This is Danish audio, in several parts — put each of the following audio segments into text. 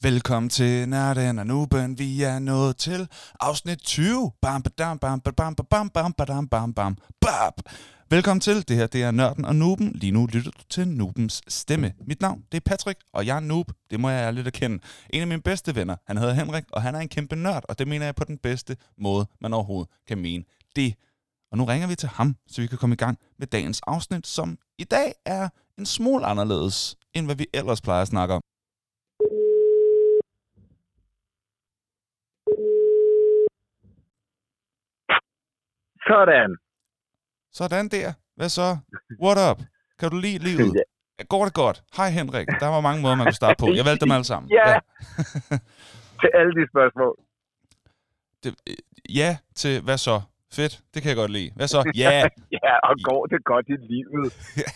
Velkommen til Nørden og Nuben. Vi er nået til afsnit 20. Bam, badam, bam, badam, bam, bam, badam, bam, bam, bam. Velkommen til. Det her, det er Nørden og Nuben. Lige nu lytter du til Nubens stemme. Mit navn, det er Patrick, og jeg er noob. Det må jeg ærligt erkende. En af mine bedste venner, han hedder Henrik, og han er en kæmpe nørd, og det mener jeg på den bedste måde, man overhovedet kan mene det. Og nu ringer vi til ham, så vi kan komme i gang med dagens afsnit, som i dag er en smule anderledes, end hvad vi ellers plejer at snakke om. Sådan. Sådan der. Hvad så? What up? Kan du lide livet? Går det godt? Hej Henrik. Der var mange måder, man kunne starte på. Jeg valgte dem alle sammen. Ja. Til alle de spørgsmål. Ja til hvad så? Fedt. Det kan jeg godt lide. Hvad så? Ja. Ja, og går det godt i livet?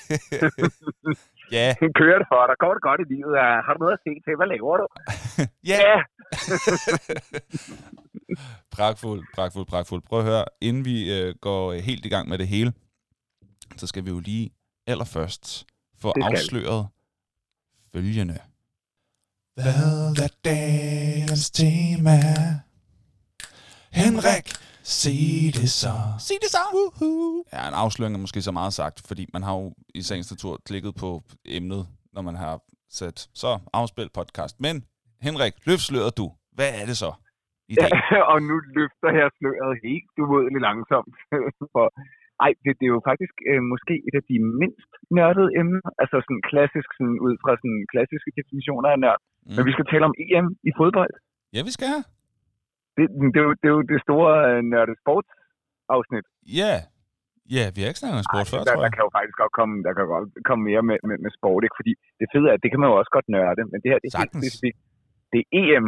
Ja. Kører det for dig? Går det godt i livet? Har du noget at se til? Hvad laver du? Ja. Pragtfuld. Prøv at høre, inden vi går helt i gang med det hele, så skal vi jo lige allerførst få afsløret følgende. Hvad er dagens tema? Henrik, sig det så. Sig det så. Woohoo. Ja, en afsløring er måske så meget sagt, fordi man har jo i sagens natur klikket på emnet, når man har sat så afspil podcast. Men Henrik, løft sløret du. Hvad er det så i dag? Ja, og nu løfter jeg sløret helt umådeligt langsomt. Det er jo faktisk måske et af de mindst nørdede emner. Altså sådan klassisk, sådan ud fra sådan klassiske definitioner af nørd. Men vi skal tale om EM i fodbold. Ja, vi skal have. Det er jo det store nørdet sportsafsnit. Ja, vi har ikke snakket om sport før, tror jeg. Der kan jo faktisk godt komme mere med sport, ikke? Fordi det fede er, at det kan man jo også godt nørde. Men det her, det er helt specifikt. Det er EM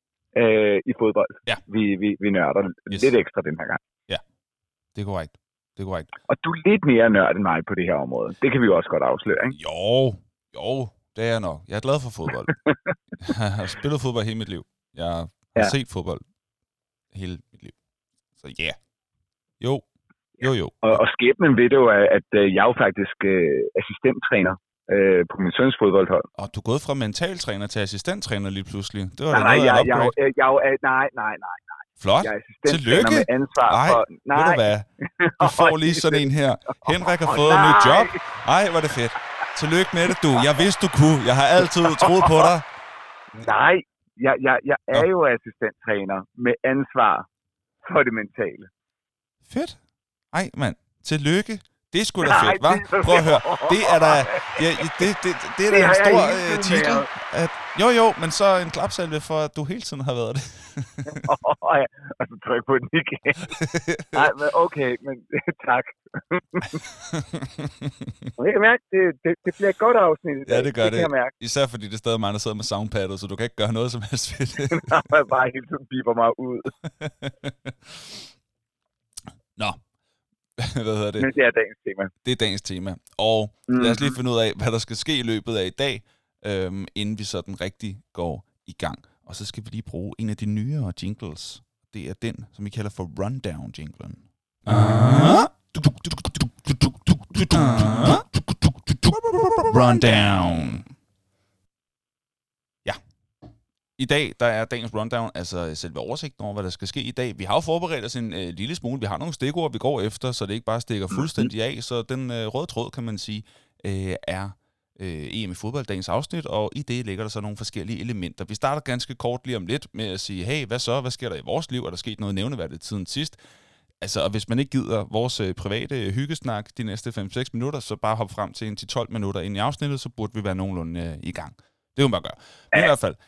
i fodbold, vi nørder lidt ekstra den her gang. Ja, det er korrekt. Og du er lidt mere nørd end mig på det her område. Det kan vi jo også godt afsløre, ikke? Jo, det er jeg nok. Jeg er glad for fodbold. Jeg har spillet fodbold hele mit liv. Jeg har set fodbold hele mit liv. Så ja. Jo. Og skæbnen ved det jo, at jeg er jo faktisk assistenttræner på min søns fodboldhold. Og du er gået fra mentaltræner til assistenttræner lige pludselig. Det var Nej. Flot. Jeg er assistenttræner Tillykke. med ansvar for... Nej, ved du hvad? Du får lige sådan en her. Henrik har fået et nyt job. Ej, hvor er det fedt. Tillykke med det, du. Jeg vidste, du kunne. Jeg har altid troet på dig. Nej, jeg er jo assistenttræner med ansvar for det mentale. Fedt. Ej, mand. Tillykke. Det er sgu da fedt, hva'? Prøv at høre. Det er da... Det er da en stor titel. Jo, men så en klapsalve for, at du hele tiden har været det. Og så tryk på den igen. Nej, men okay, men tak. Jeg kan mærke, det bliver et godt afsnit. Ja, det gør det. Især fordi det er stadig mig, der sidder med soundpaddet, så du kan ikke gøre noget som helst ved det. Nej, bare hele tiden biber mig ud. Nå. Hvad hedder det? Men det er dagens tema. Det er dagens tema. Og lad os lige finde ud af, hvad der skal ske i løbet af i dag, inden vi sådan rigtig går i gang. Og så skal vi lige bruge en af de nyere jingles. Det er den, som vi kalder for Rundown-jinglen. Rundown. Ja. I dag, der er dagens rundown, altså selve oversigten over, hvad der skal ske i dag. Vi har jo forberedt os en lille smule. Vi har nogle stikord, vi går efter, så det ikke bare stikker fuldstændig af. Så den røde tråd, kan man sige, er EM i fodbold, dagens afsnit, og i det ligger der så nogle forskellige elementer. Vi starter ganske kort lige om lidt med at sige, hey, hvad så? Hvad sker der i vores liv? Er der sket noget nævneværdigt siden sidst? Altså, og hvis man ikke gider vores private hyggesnak de næste 5-6 minutter, så bare hop frem til 10-12 minutter ind i afsnittet, så burde vi være nogenlunde i gang. Det vil man bare gøre. Men i hvert fald,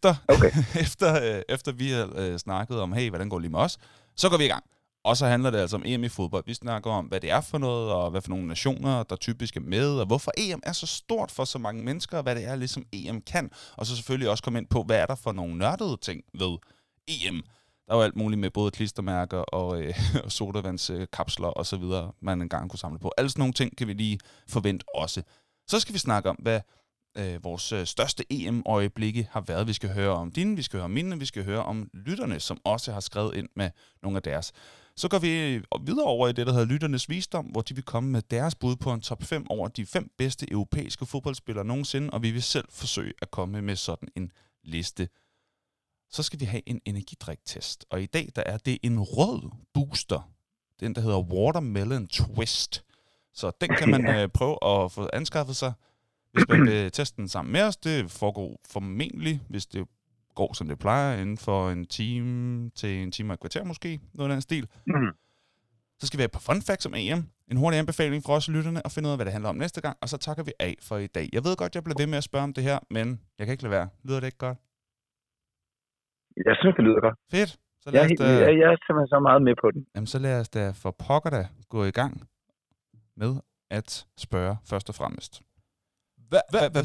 efter vi har snakket om, hey, hvordan går det lige med os, så går vi i gang. Og så handler det altså om EM i fodbold. Vi snakker om, hvad det er for noget, og hvad for nogle nationer, der typisk er med, og hvorfor EM er så stort for så mange mennesker, og hvad det er, ligesom EM kan. Og så selvfølgelig også komme ind på, hvad er der for nogle nørdede ting ved EM. Der er jo alt muligt med både klistermærker og sodavandskapsler og så videre, man engang kunne samle på. Alle sådan nogle ting kan vi lige forvente også. Så skal vi snakke om, hvad vores største EM-øjeblikke har været. Vi skal høre om dine, vi skal høre om mine, vi skal høre om lytterne, som også har skrevet ind med nogle af deres. Så går vi videre over i det, der hedder Lytternes Visdom, hvor de vil komme med deres bud på en top 5 over de 5 bedste europæiske fodboldspillere nogensinde, og vi vil selv forsøge at komme med sådan en liste. Så skal vi have en energidriktest. Og i dag, der er det en rød booster. Den, der hedder Watermelon Twist. Så den kan man prøve at få anskaffet sig, hvis man vil teste den sammen med os. Det foregår formentlig, hvis det går, som det plejer, inden for en time til en time og et kvarter måske, noget af den stil. Så skal vi have et par fun facts om EM, en hurtig anbefaling fra os lytterne, og finde ud af, hvad det handler om næste gang, og så takker vi af for i dag. Jeg ved godt, jeg bliver ved med at spørge om det her, men jeg kan ikke lade være. Lyder det ikke godt? Jeg synes, det lyder godt. Fedt. Så Jeg er simpelthen så meget med på den. Jamen, så lad os da for pokker da gå i gang med at spørge først og fremmest. Hvad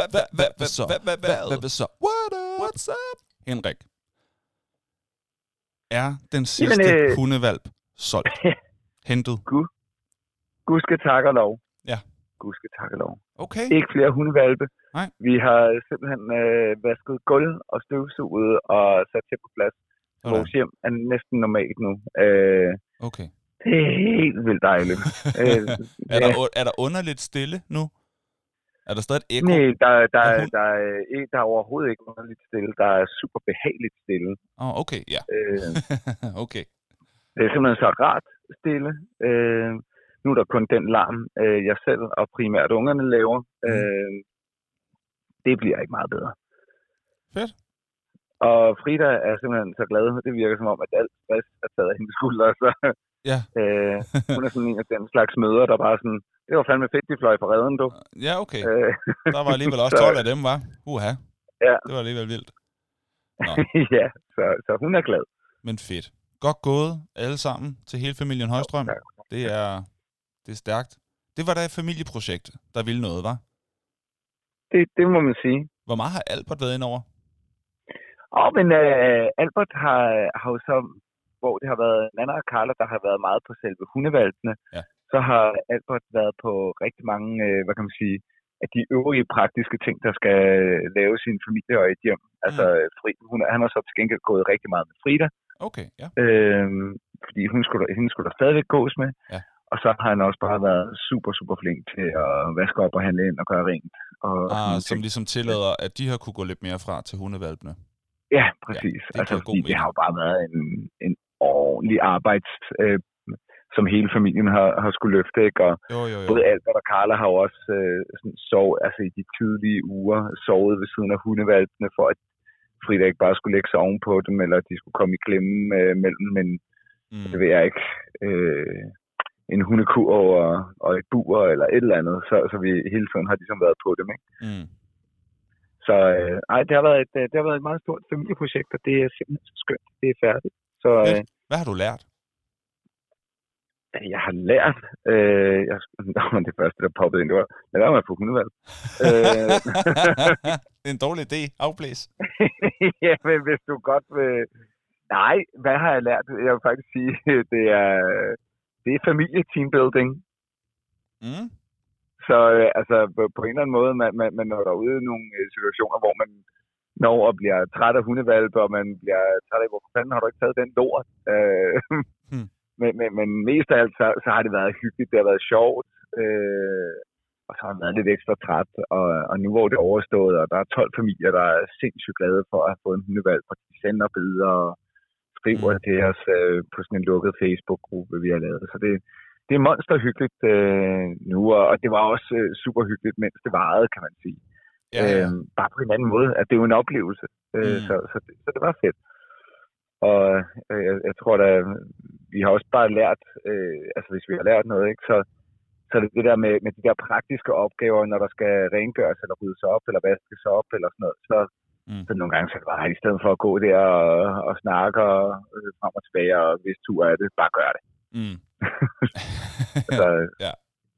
så? What's up? Henrik. Er den sidste hundevalp solgt? Hentet? Gud skal takke og lov. Ja. Gud skal takke og lov. Okay. Ikke flere hundevalpe. Nej. Vi har simpelthen vasket gulv og støvsuget og sat til på plads. Vores hjem er næsten normalt nu. Okay. Det er helt vildt dejligt. Er der underligt stille nu? Er der stadig et ekko? Nej, der er overhovedet ikke underligt stille. Der er super behageligt stille. Okay, ja. Okay. Det er simpelthen så rart stille. Nu er der kun den larm, jeg selv og primært ungerne laver. Det bliver ikke meget bedre. Fedt. Og Frida er simpelthen så glad. Det virker som om, at alt stress er taget af hendes skuldre. Så, ja. Hun er sådan en af den slags møder, der bare sådan, det var fandme fedt, de fløj fra redden, du. Ja, okay. Der var alligevel også 12 af dem, var? Uha. Ja. Det var alligevel vildt. Ja, så hun er glad. Men fedt. Godt gået alle sammen til hele familien Højstrøm. Det er stærkt. Det var da et familieprojekt, der ville noget, var? Det må man sige. Hvor meget har Albert været indover? Men Albert har jo så, hvor det har været Nana og Carla, der har været meget på selve hundevalgene, så har Albert været på rigtig mange, hvad kan man sige, af de øvrige praktiske ting, der skal lave sin familie og et hjem. Altså, han har så til gengæld gået rigtig meget med Frida. Okay, ja. Fordi hende skulle der stadigvæk gås med. Ja. Og så har han også bare været super, super flink til at vaske op og handle ind og gøre rent. Som ligesom tillader, at de har kunne gå lidt mere fra til hundevalpene. Ja, præcis. Ja, fordi det har jo bare været en ordentlig arbejds, som hele familien har skulle løfte, ikke? Og jo. både Albert og Carla har jo også i de tidlige uger sovet ved siden af hundevalpene, for at Frida ikke bare skulle lægge sig ovenpå dem, eller at de skulle komme i klemme mellem, men det ved jeg ikke, en hundekur og et bur eller et eller andet, så vi hele tiden har ligesom været på dem, ikke? Så det har været et meget stort familieprojekt, og det er simpelthen så skønt, det er færdigt. Så, hvad har du lært? Jeg har lært, det første, der poppede ind, det var, lad være med at få hundevalg. Det er en dårlig idé, afblæs. Ja, men hvis du godt vil... Nej, hvad har jeg lært? Jeg vil faktisk sige, det er familie-teambuilding. Så på en eller anden måde, man når derude i nogle situationer, hvor man når og bliver træt af hundevalpe, og man bliver træt af, hvorfor fanden har du ikke taget den lort? Men mest af alt, så har det været hyggeligt, det har været sjovt, og så har man været lidt ekstra træt, og nu hvor det er overstået, og der er 12 familier, der er sindssygt glade for at have fået en hundevalp, og de sender billeder og skriver til os på sådan en lukket Facebook-gruppe, vi har lavet. Så det er monsterhyggeligt nu, og det var også super hyggeligt, mens det varede, kan man sige. Ja. Bare på en anden måde, at det er jo en oplevelse, så det var fedt. Og jeg tror da, vi har også bare lært, hvis vi har lært noget, ikke, så er det der med de der praktiske opgaver, når der skal rengøres, eller ryddes op, eller vaskes op, eller sådan noget, så nogle gange så er det bare, i stedet for at gå der og snakke og frem og tilbage, og hvis tur er det, bare gør det. Så, ja.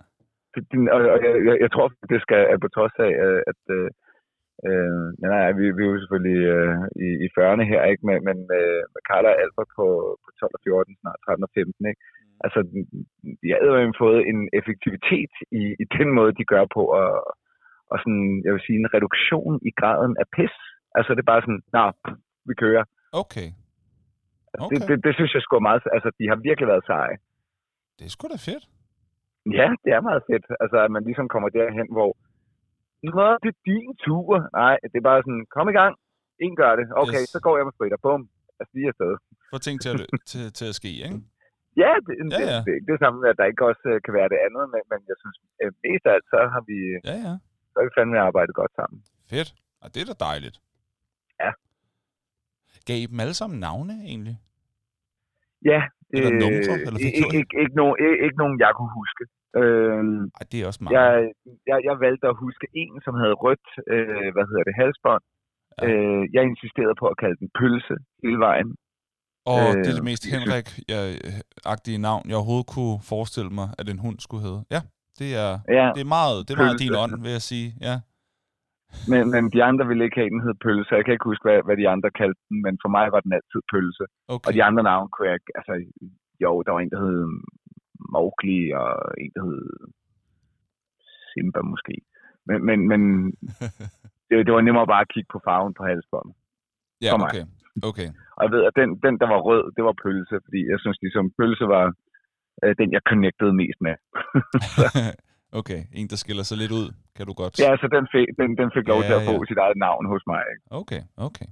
Jeg tror, det skal på trods af, at vi er jo selvfølgelig i 40'erne her, ikke? Men Carla og Albert på 12 og 14, snart 13 og 15, ikke? Altså, de har jo fået en effektivitet i den måde, de gør på, og sådan, jeg vil sige, en reduktion i graden af pis. Altså, det er bare sådan, vi kører. Okay. Det synes jeg sgu er meget, altså, de har virkelig været seje. Det er sgu da fedt. Ja, det er meget fedt. Altså, at man ligesom kommer derhen, hvor det er din tur. Nej, det er bare sådan, kom i gang. En gør det. Okay, Yes. så går jeg med spritter. Bum. Altså lige afsted. Få ting til at ske, ikke? Ja, Ja. det er det samme, at der ikke også kan være det andet, men jeg synes, mest af alt, så har vi fandme arbejdet godt sammen. Fedt. Og det er da dejligt. Ja. Gav I dem alle sammen navne, egentlig? Ja. Eller numre? Eller ikke nogen, jeg kunne huske. Ej, det er også meget. Jeg valgte at huske en, som havde rødt, halsbånd. Ja. Jeg insisterede på at kalde den Pølse hele vejen. Og det er det mest Henrik-agtige navn, jeg overhovedet kunne forestille mig, at en hund skulle hedde. Ja, det er meget din ånd, vil jeg sige. Ja. Men de andre ville ikke have, den hed Pølse. Jeg kan ikke huske, hvad de andre kaldte den, men for mig var den altid Pølse. Okay. Og de andre navne kunne jeg ikke... Altså, jo, der var en, der hed Mowgli, og en, der hed Simba måske. Men det var nemmere bare at kigge på farven på halsbåndet. Ja, okay. Og jeg ved, at den, der var rød, det var Pølse, fordi jeg synes ligesom, Pølse var den, jeg connectede mest med. Okay, en, der skiller sig lidt ud, kan du godt... Ja, så den fik lov til at få sit eget navn hos mig. Ikke? Okay.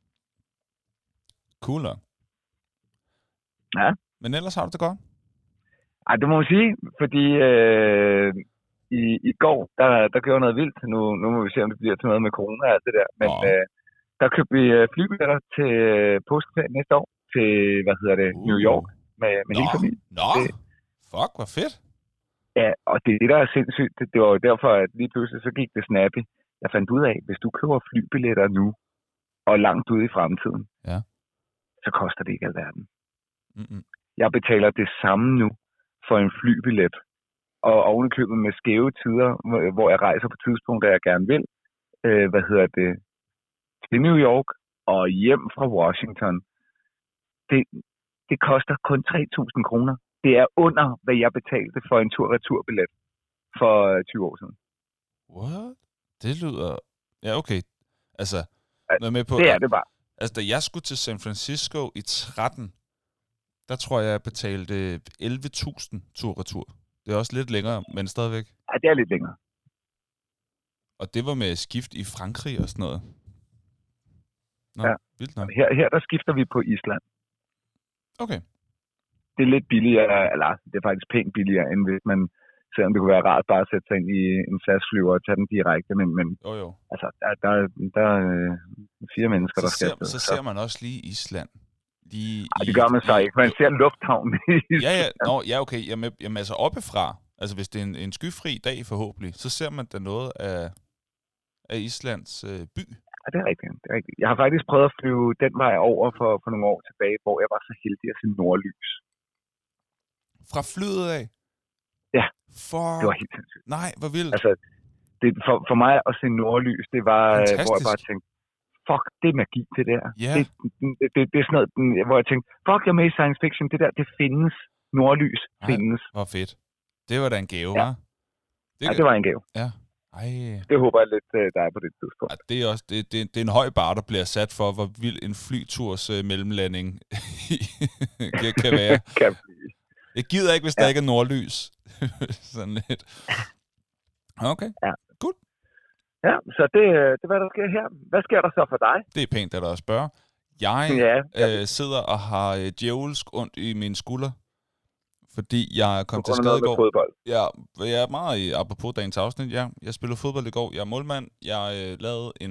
Cool nok. Ja. Men ellers har du det godt? Ej, det må man sige, fordi i går, der gjorde noget vildt. Nu må vi se, om det bliver til noget med corona og alt det der. Men der købte vi flybilletter til påskeferien næste år til, New York med hele familien. Fuck, hvor fedt. Ja, og det der er sindssygt. Det var jo derfor, at lige pludselig så gik det snappy. Jeg fandt ud af, at hvis du køber flybilletter nu, og langt ude i fremtiden, så koster det ikke alverden. Mm-mm. Jeg betaler det samme nu for en flybillet, og ovenikøbet med skæve tider, hvor jeg rejser på tidspunkter, jeg gerne vil, til New York og hjem fra Washington. Det koster kun 3.000 kroner. Det er under, hvad jeg betalte for en tur-retur-billet for 20 år siden. What? Det lyder... Ja, okay. Altså, med på, det er det bare. Altså, da jeg skulle til San Francisco i 13, der tror jeg betalte 11.000 tur-retur. Det er også lidt længere, men stadigvæk. Ja, det er lidt længere. Og det var med skift i Frankrig og sådan noget. Nå, vildt nok. Her der skifter vi på Island. Okay. Det er lidt billigere, eller det er faktisk pænt billigere, end hvis man, selvom det kunne være rart bare at sætte sig ind i en SAS-flyver og tage den direkte, men jo. Altså, der er 4 mennesker, der skal. Så ser man også lige Island. Nej, det gør man så ikke. Man ser lufthavnen i Island. Ja, okay. Jamen altså oppefra, altså hvis det er en skyfri dag forhåbentlig, så ser man da noget af Islands by. Ja, det er rigtigt. Jeg har faktisk prøvet at flyve den vej over for nogle år tilbage, hvor jeg var så heldig at se nordlys. Fra flyet af? Ja, det var helt sindssygt. Nej, hvor vildt. Altså, for mig at se nordlys, det var, hvor jeg bare tænkte, fuck, det er magi, det der. Yeah. Det er sådan noget, hvor jeg tænkte, fuck, jeg er med i science fiction, det der, det findes. Nordlys findes. Hvor fedt. Det var da en gave, hva'? Det var en gave. Ja. Ej. Det håber jeg lidt, der er på det tidspunkt. Ja, det er også det er en høj bar, der bliver sat for, hvor vild en flyturs mellemlanding kan være. Jeg gider ikke, hvis der ikke er nordlys. Sådan lidt. Okay. Ja. Good. Ja, så det er, hvad der sker her. Hvad sker der så for dig? Det er pænt, at der spørger. Jeg sidder og har djævelsk ondt i mine skulder, fordi jeg kom til skade i går. Ja, jeg er meget apropos dagens afsnit. Ja, jeg spillede fodbold i går. Jeg er målmand. Jeg lavede en...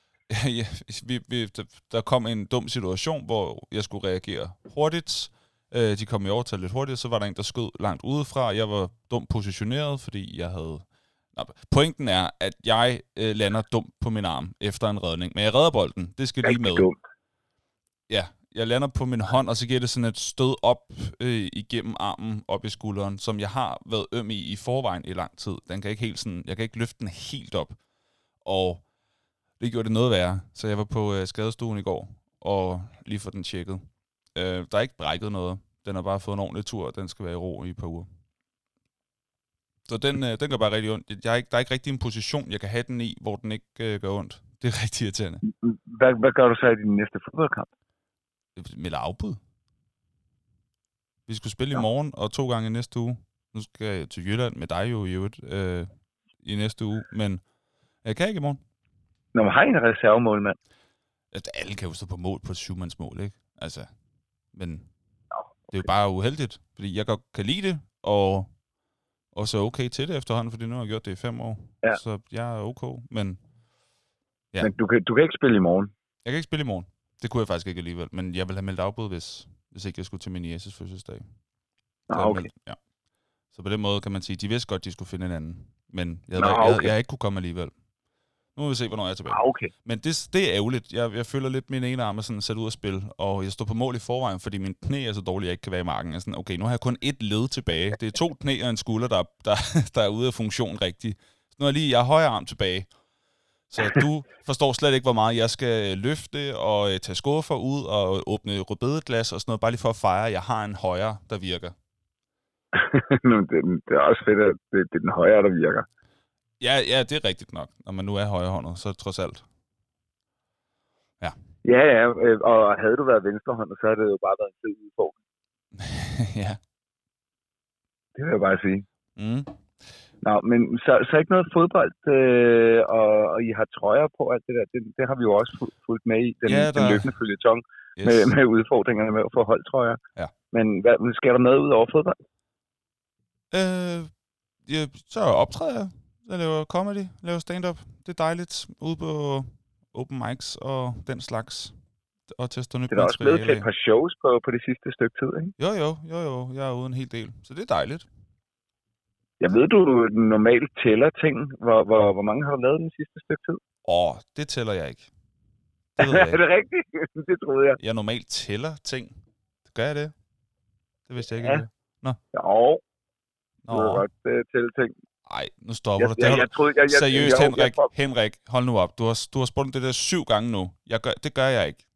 der kom en dum situation, hvor jeg skulle reagere hurtigt. De kom i overtal lidt hurtigt, så var der en, der skød langt udefra. Jeg var dumt positioneret, fordi jeg havde... Pointen er, at jeg lander dumt på min arm efter en redning. Men jeg redder bolden. Det skal lige med. Dumt. Ja, jeg lander på min hånd, og så giver det sådan et stød op igennem armen, op i skulderen, som jeg har været øm i forvejen i lang tid. Den kan ikke helt sådan, jeg kan ikke løfte den helt op. Og det gjorde det noget værre. Så jeg var på skadestuen i går, og lige få den tjekket. Der er ikke brækket noget. Den har bare fået en ordentlig tur, og den skal være i ro i et par uger. Så den gør bare rigtig ondt. Der er ikke rigtig en position, jeg kan have den i, hvor den ikke gør ondt. Det er rigtig irriterende. Hvad gør du så i din næste fodboldkamp? Med afbud. Vi skulle spille i morgen og 2 gange i næste uge. Nu skal jeg til Jylland med dig jo i øvrigt i næste uge, men jeg kan ikke i morgen. Når man har en reservemålmand? at alle kan jo stå på mål på et 7-mandsmål, ikke? Altså, men det er jo bare uheldigt, fordi jeg godt kan lide det, og så okay til det efterhånden, fordi nu har jeg gjort det i 5 år. Ja. Så jeg er okay, men... Ja. Men du kan ikke spille i morgen? Jeg kan ikke spille i morgen. Det kunne jeg faktisk ikke alligevel, men jeg vil have meldt afbud, hvis ikke jeg skulle til min jæses fødselsdag. Okay. Ja. Så på den måde kan man sige, de vidste godt, de skulle finde en anden. Men jeg havde ikke kunne komme alligevel. Nu må vi se, hvornår jeg er tilbage. Okay. Men det er ærgerligt. Jeg føler lidt, min ene arm er sådan sat ud at spille, og jeg står på mål i forvejen, fordi min knæ er så dårlig, at jeg ikke kan være i marken. Jeg er sådan, okay, nu har jeg kun et led tilbage. Det er 2 knæ og en skulder, der er ude af funktion rigtigt. Så nu er jeg højre arm tilbage. Så du forstår slet ikke, hvor meget jeg skal løfte og tage skuffer ud og åbne rødbedeglas og sådan noget, bare lige for at fejre, at jeg har en højre, der virker. Det er også fedt, at det er den højre, der virker. Ja, det er rigtigt nok, når man nu er højrehåndet, så trods alt. Ja. Ja, og havde du været venstrehåndet, så havde det jo bare været en fed udfordring. Ja. Det vil jeg bare sige. Mm. Nå, men så ikke noget fodbold, og I har trøjer på alt det der. Det har vi jo også fulgt med i, den løbende føljeton med udfordringerne med at få holdtrøjer. Ja. Men skal der noget ud over fodbold? Så optræder jeg. Jeg laver comedy, laver stand-up. Det er dejligt ude på open mics og den slags. Og tester nyt materiale. Det er også blevet til et par shows på det sidste stykke tid, ikke? Jo. Jeg er ude en hel del. Så det er dejligt. Jeg ved, du normalt tæller ting. Hvor mange har du lavet den sidste stykke tid? Det tæller jeg ikke. Er det rigtigt? Det troede jeg. Jeg normalt tæller ting. Gør jeg det? Det vidste jeg ikke. Ja. Nå. Jo. Du kan godt tælle ting. Ej, nu stopper du. Seriøst, Henrik, hold nu op. Du har spurgt det der 7 gange nu. Det gør jeg ikke.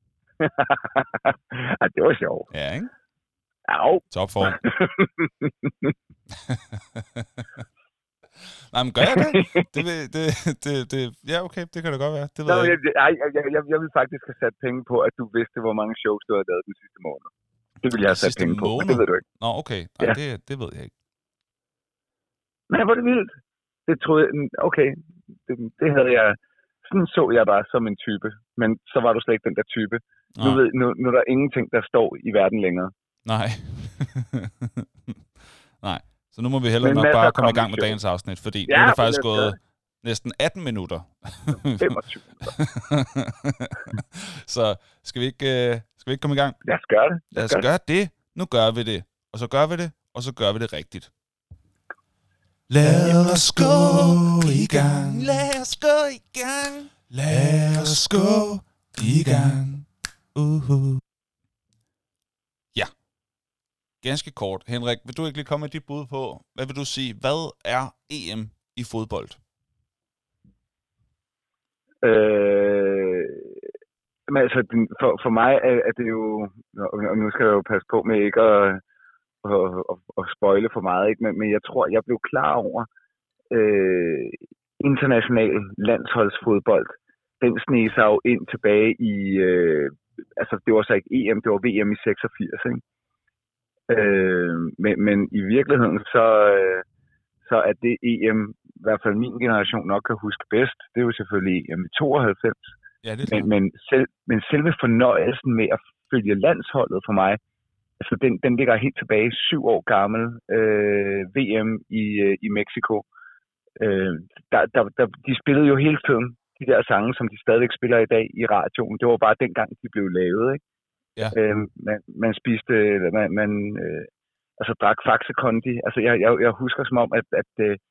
Det var sjovt. Ja, ikke? Jo. Topform. Nej, men gør jeg det? Ja, okay, det kan det godt være. Det ved jeg vil faktisk have sat penge på, at du vidste, hvor mange shows du havde lavet den sidste måned. Det vil jeg have sat penge på, men det ved du ikke. Nå, okay. Nej, det ved jeg ikke. Nej, hvor er det vildt. Det troede jeg, okay, det havde jeg, sådan så jeg bare som en type, men så var du slet ikke den der type. Nu er der ingenting, der står i verden længere. Nej. Nej, så nu må vi hellere nok bare komme i gang med dagens afsnit, fordi nu er det faktisk gået næsten 18 minutter. 25 minutter. Så skal vi ikke komme i gang? Lad os gøre det. Lad os gøre det. Nu gør vi det. Og så gør vi det, og så gør vi det rigtigt. Lad os gå i gang. Lad os gå i gang. Lad os gå i gang. Ja. Ganske kort. Henrik, vil du ikke lige komme med dit bud på, hvad vil du sige, hvad er EM i fodbold? Men altså, for mig er det jo, og nu skal jeg jo passe på med ikke at spoile for meget, ikke? Men jeg tror, jeg blev klar over international landsholdsfodbold. Den sneg sig jo ind tilbage i, altså det var så ikke EM, det var VM i 86, ikke? Men i virkeligheden så er det EM, i hvert fald min generation nok kan huske bedst, det er jo selvfølgelig EM i 92. Ja, det er men selve fornøjelsen med at følge landsholdet for mig, altså den ligger helt tilbage 7 år gammel, VM i Mexico. De spillede jo hele tiden de der sange, som de stadigvæk spiller i dag i radioen. Det var bare dengang, de blev lavet, ikke? Ja. Man spiste, altså drak Faxe Kondi. Altså jeg husker som om, at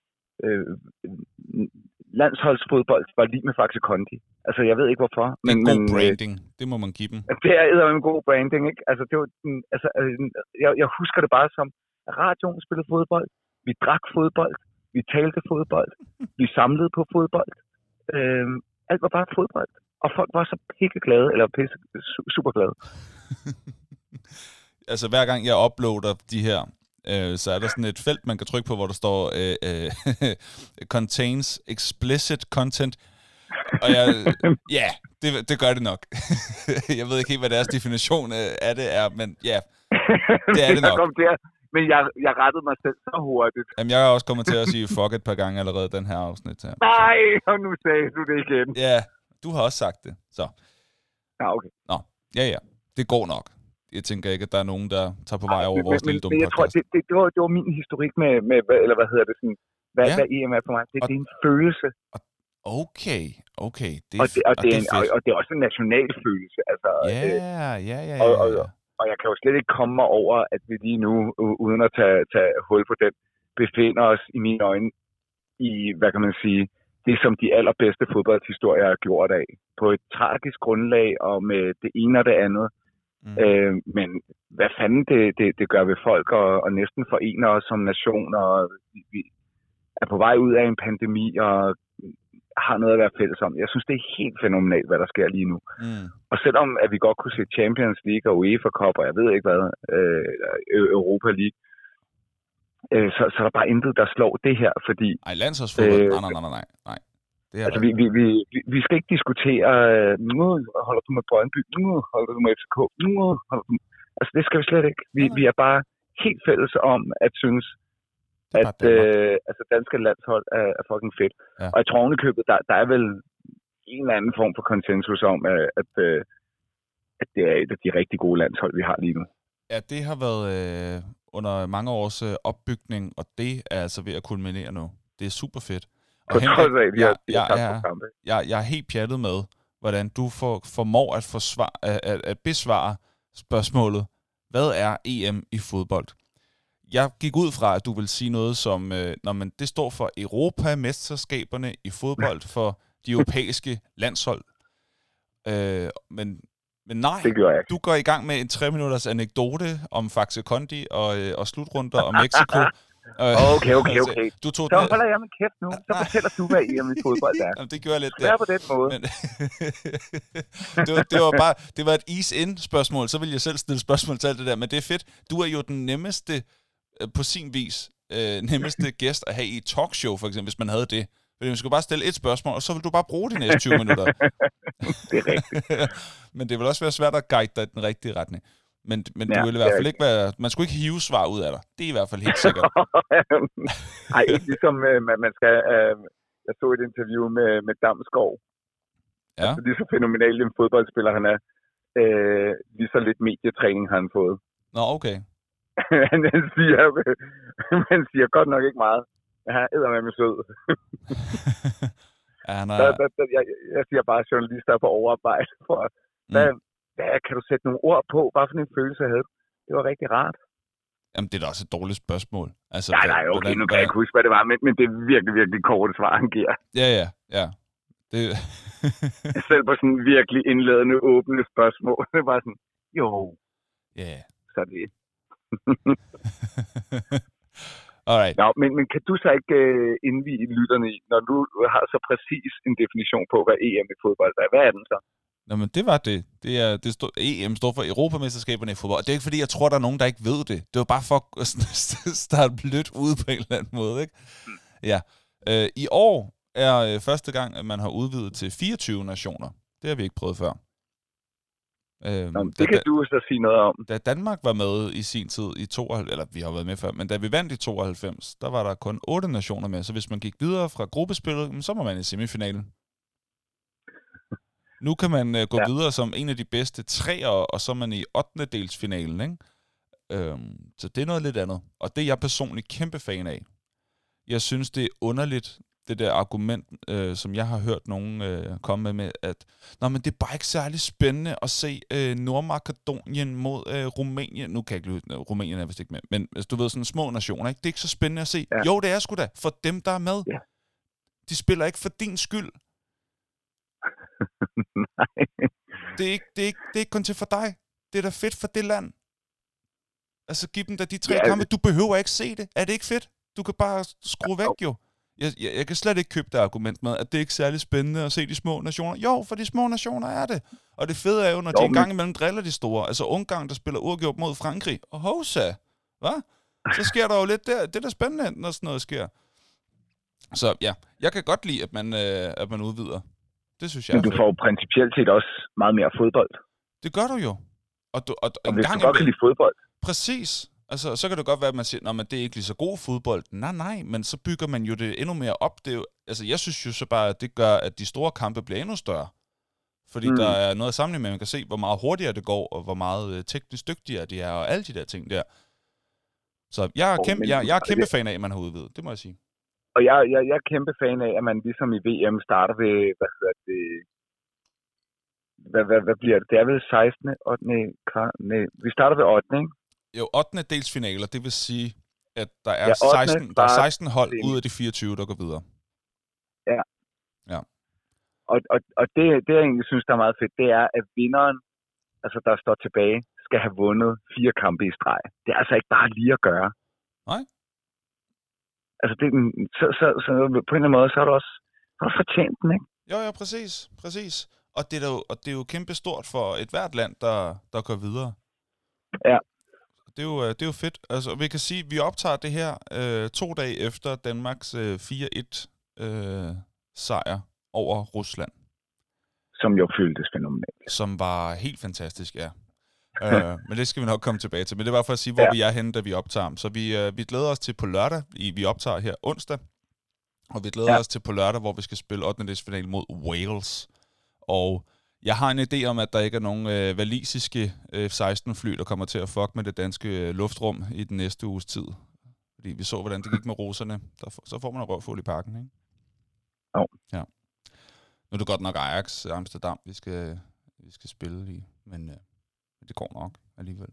landsholdsfodbold var lige med Faxe Kondi. Altså jeg ved ikke hvorfor. Det er god branding, det må man give dem. Det er en god branding, ikke? Altså det var, jeg husker det bare som, at radioen spillede fodbold, vi drak fodbold, vi talte fodbold, vi samlede på fodbold. Alt var bare fodbold. Og folk var så pikkeglade, eller superglade. Altså hver gang jeg uploader de her, så er der sådan et felt, man kan trykke på, hvor der står contains explicit content. Og det gør det nok. Jeg ved ikke helt, hvad deres definition af det er, men ja, det er det nok. Men jeg rettede mig selv så hurtigt. Jamen, jeg er også kommet til at sige fuck et par gange allerede den her afsnit her. Nej, og nu sagde du det igen. Ja, du har også sagt det. Så Ja, okay. Nå, ja. Det går nok. Jeg tænker ikke, at der er nogen, der tager på vej over vores lille dumme podcast. Men jeg tror, det var min historik med eller hvad hedder det, sådan, hvad EM er for mig. Det er en følelse. Okay. Og det er også en national følelse. Altså, Ja. Og jeg kan jo slet ikke komme mig over, at vi lige nu, uden at tage hul på den, befinder os i mine øjne i, hvad kan man sige, det som de allerbedste fodboldhistorier er gjort af. På et tragisk grundlag og med det ene og det andet. Men hvad fanden det gør ved folk og næsten forener os som nation, og vi er på vej ud af en pandemi og har noget at være fælles om. Jeg synes, det er helt fænomenalt, hvad der sker lige nu. Og selvom at vi godt kunne se Champions League og UEFA Cup, og jeg ved ikke hvad, Europa League, så er der bare intet, der slår det her, fordi... Nej, landsholdsfodbold, nej. Det altså, vi skal ikke diskutere, nu holder du med Brøndby, nu holder du med FCK, nu holder du... Altså, det skal vi slet ikke. Vi er bare helt fælles om at synes, at altså, danske landshold er fucking fedt. Ja. Og jeg tror ovenikøbet, der er vel en eller anden form for konsensus om, at det er et af de rigtig gode landshold, vi har lige nu. Ja, det har været under mange års opbygning, og det er altså ved at kulminere nu. Det er super fedt. På trods af, jeg er helt pjattet med, hvordan du formår at besvare spørgsmålet, hvad er EM i fodbold? Jeg gik ud fra, at du vil sige noget som, men det står for Europamesterskaberne i fodbold for de europæiske landshold. Men nej, du går i gang med en 3-minutters anekdote om Faxe Kondi og slutrunder og Mexico. Okay. Så holder jeg min kæft nu. Så fortæller du, hvad EM i fodbold er. Jamen, det gør jeg lidt der. På den måde. Men det var et ease-in-spørgsmål. Så vil jeg selv stille spørgsmål til alt det der. Men det er fedt. Du er jo den nemmeste, på sin vis, nemmeste gæst at have i et talkshow, for eksempel, hvis man havde det. Fordi man skulle bare stille et spørgsmål, og så vil du bare bruge de næste 20 minutter. Det er rigtigt. Men det vil også være svært at guide dig i den rigtige retning. Men du vil i hvert fald ikke være... Man skulle ikke hive svar ud af dig. Det er i hvert fald helt sikkert. Nej, ikke ligesom man skal... Jeg så et interview med Damsgaard. Ja. Altså, lige så fænomenal en fodboldspiller han er. Lige så lidt medietræning har han fået. Nå, okay. Man siger godt nok ikke meget. Han er eddermame sød. Ja, jeg siger bare, at journalister er på overarbejde. Hvad kan du sætte nogle ord på? Bare for en følelse, jeg havde. Det var rigtig rart. Jamen, det er da også et dårligt spørgsmål. Altså, nej, okay, nu kan jeg ikke huske, hvad det var, men det er virkelig, virkelig kort svar, han giver. Ja. Det... Selv på sådan virkelig indladende, åbne spørgsmål. Det var sådan, jo. Ja. Så det. Alright. Nå, men kan du så ikke indvige lytterne i, når du har så præcis en definition på, hvad EM i fodbold er? Hvad er den så? Nå, men det var det. EM står for Europamesterskaberne i fodbold. Og det er ikke fordi, jeg tror, der er nogen, der ikke ved det. Det var bare for at starte blødt ud på en eller anden måde, ikke? Ja. I år er første gang, at man har udvidet til 24 nationer. Det har vi ikke prøvet før. Det kan du så sige noget om. Da Danmark var med i sin tid i 92, eller vi har været med før, men da vi vandt i 92, der var der kun 8 nationer med. Så hvis man gik videre fra gruppespillet, så var man i semifinalen. Nu kan man gå videre som en af de bedste 3'ere, og så er man i 8. delsfinalen, ikke? Så det er noget lidt andet. Og det er jeg personligt kæmpe fan af. Jeg synes, det er underligt, det der argument, som jeg har hørt nogen komme med, at men det er bare ikke særlig spændende at se Nordmakedonien mod Rumænien. Nu kan jeg ikke lide, Rumænien er vist ikke med, men du ved, sådan små nationer, ikke? Det er ikke så spændende at se. Ja. Jo, det er sgu da, for dem, der er med. Ja. De spiller ikke for din skyld. Nej. Det er ikke kun til for dig. Det er da fedt for det land. Altså, giv dem da de 3 kampe. Du behøver ikke se det. Er det ikke fedt? Du kan bare skrue væk, jo. Jeg kan slet ikke købe det argument med, at det er ikke særlig spændende at se de små nationer. Jo, for de små nationer er det. Og det fede er jo, når de engang imellem driller de store. Altså Ungarn, der spiller uafgjort mod Frankrig. Og hovsa, hvad? Så sker der jo lidt der. Det er da spændende, når sådan noget sker. Så ja, jeg kan godt lide, at man udvider. Det synes jeg. Men du får principielt set også meget mere fodbold. Det gør du jo. Og hvis du godt kan lide fodbold. Præcis. Altså, så kan det godt være, at man siger, men det er ikke lige så god fodbold. Nej, men så bygger man jo det endnu mere op. Det er jo, altså, jeg synes jo så bare, at det gør, at de store kampe bliver endnu større. Fordi der er noget at sammenligne med, man kan se, hvor meget hurtigere det går, og hvor meget teknisk dygtigere de er, og alle de der ting der. Så jeg er kæmpe fan af, at man har udvidet, det må jeg sige. Og jeg er kæmpe fan af, at man ligesom i VM starter ved, hvad bliver det? Det er vel 16. 8. Nej, vi starter ved 8. Ikke? Jo, 8. delsfinaler, det vil sige, at der er, 16 hold ud af de 24, der går videre. Ja. Ja. Og det, jeg egentlig synes, der er meget fedt, det er, at vinderen, altså der står tilbage, skal have vundet 4 kampe i streg. Det er altså ikke bare lige at gøre. Nej. Altså, så på en eller anden måde, så er du også fortjent den, ikke? Jo, præcis. Og det er jo kæmpe stort for et hvert land, der går videre. Ja. Det er jo fedt. Altså, vi kan sige, at vi optager det her 2 dage efter Danmarks 4-1 sejr over Rusland. Som jo føltes fænomenalt. Som var helt fantastisk, ja. Men det skal vi nok komme tilbage til. Men det var for at sige, hvor vi er henne, da vi optager. Så vi glæder os til på lørdag. Vi optager her onsdag. Og vi glæder os til på lørdag, hvor vi skal spille 8. delsfinale mod Wales. Og jeg har en idé om, at der ikke er nogen walisiske F-16-fly, der kommer til at fuck med det danske luftrum i den næste uges tid. Fordi vi så, hvordan det gik med russerne. Så får man en røvfuld i parken, ikke? Jo. Ja. Nu er det godt nok Ajax Amsterdam, vi skal spille i, men det går nok alligevel.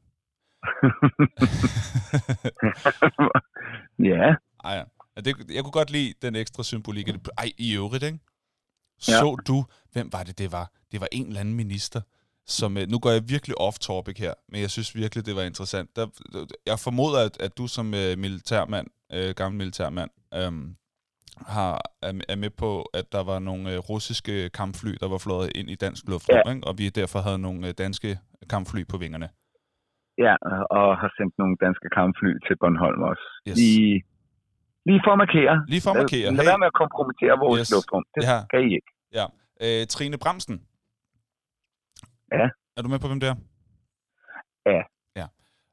Ja. Ej, jeg kunne godt lide den ekstra symbolik. I øvrigt, ikke? Så du, hvem var det var? Det var en eller anden minister, som, nu går jeg virkelig off-topic her, men jeg synes virkelig, det var interessant. Jeg formoder, at du som militærmand, gammel militærmand, er med på, at der var nogle russiske kampfly, der var fløjet ind i dansk luftrum, ikke? Og vi derfor havde nogle danske kampfly på vingerne. Ja, og har sendt nogle danske kampfly til Bornholm også. Yes. Lige for at markere. Lad være med at kompromittere vores luftrum. Det kan I ikke. Ja. Trine Bramsen. Ja. Er du med på, hvem det er? Ja. Ja.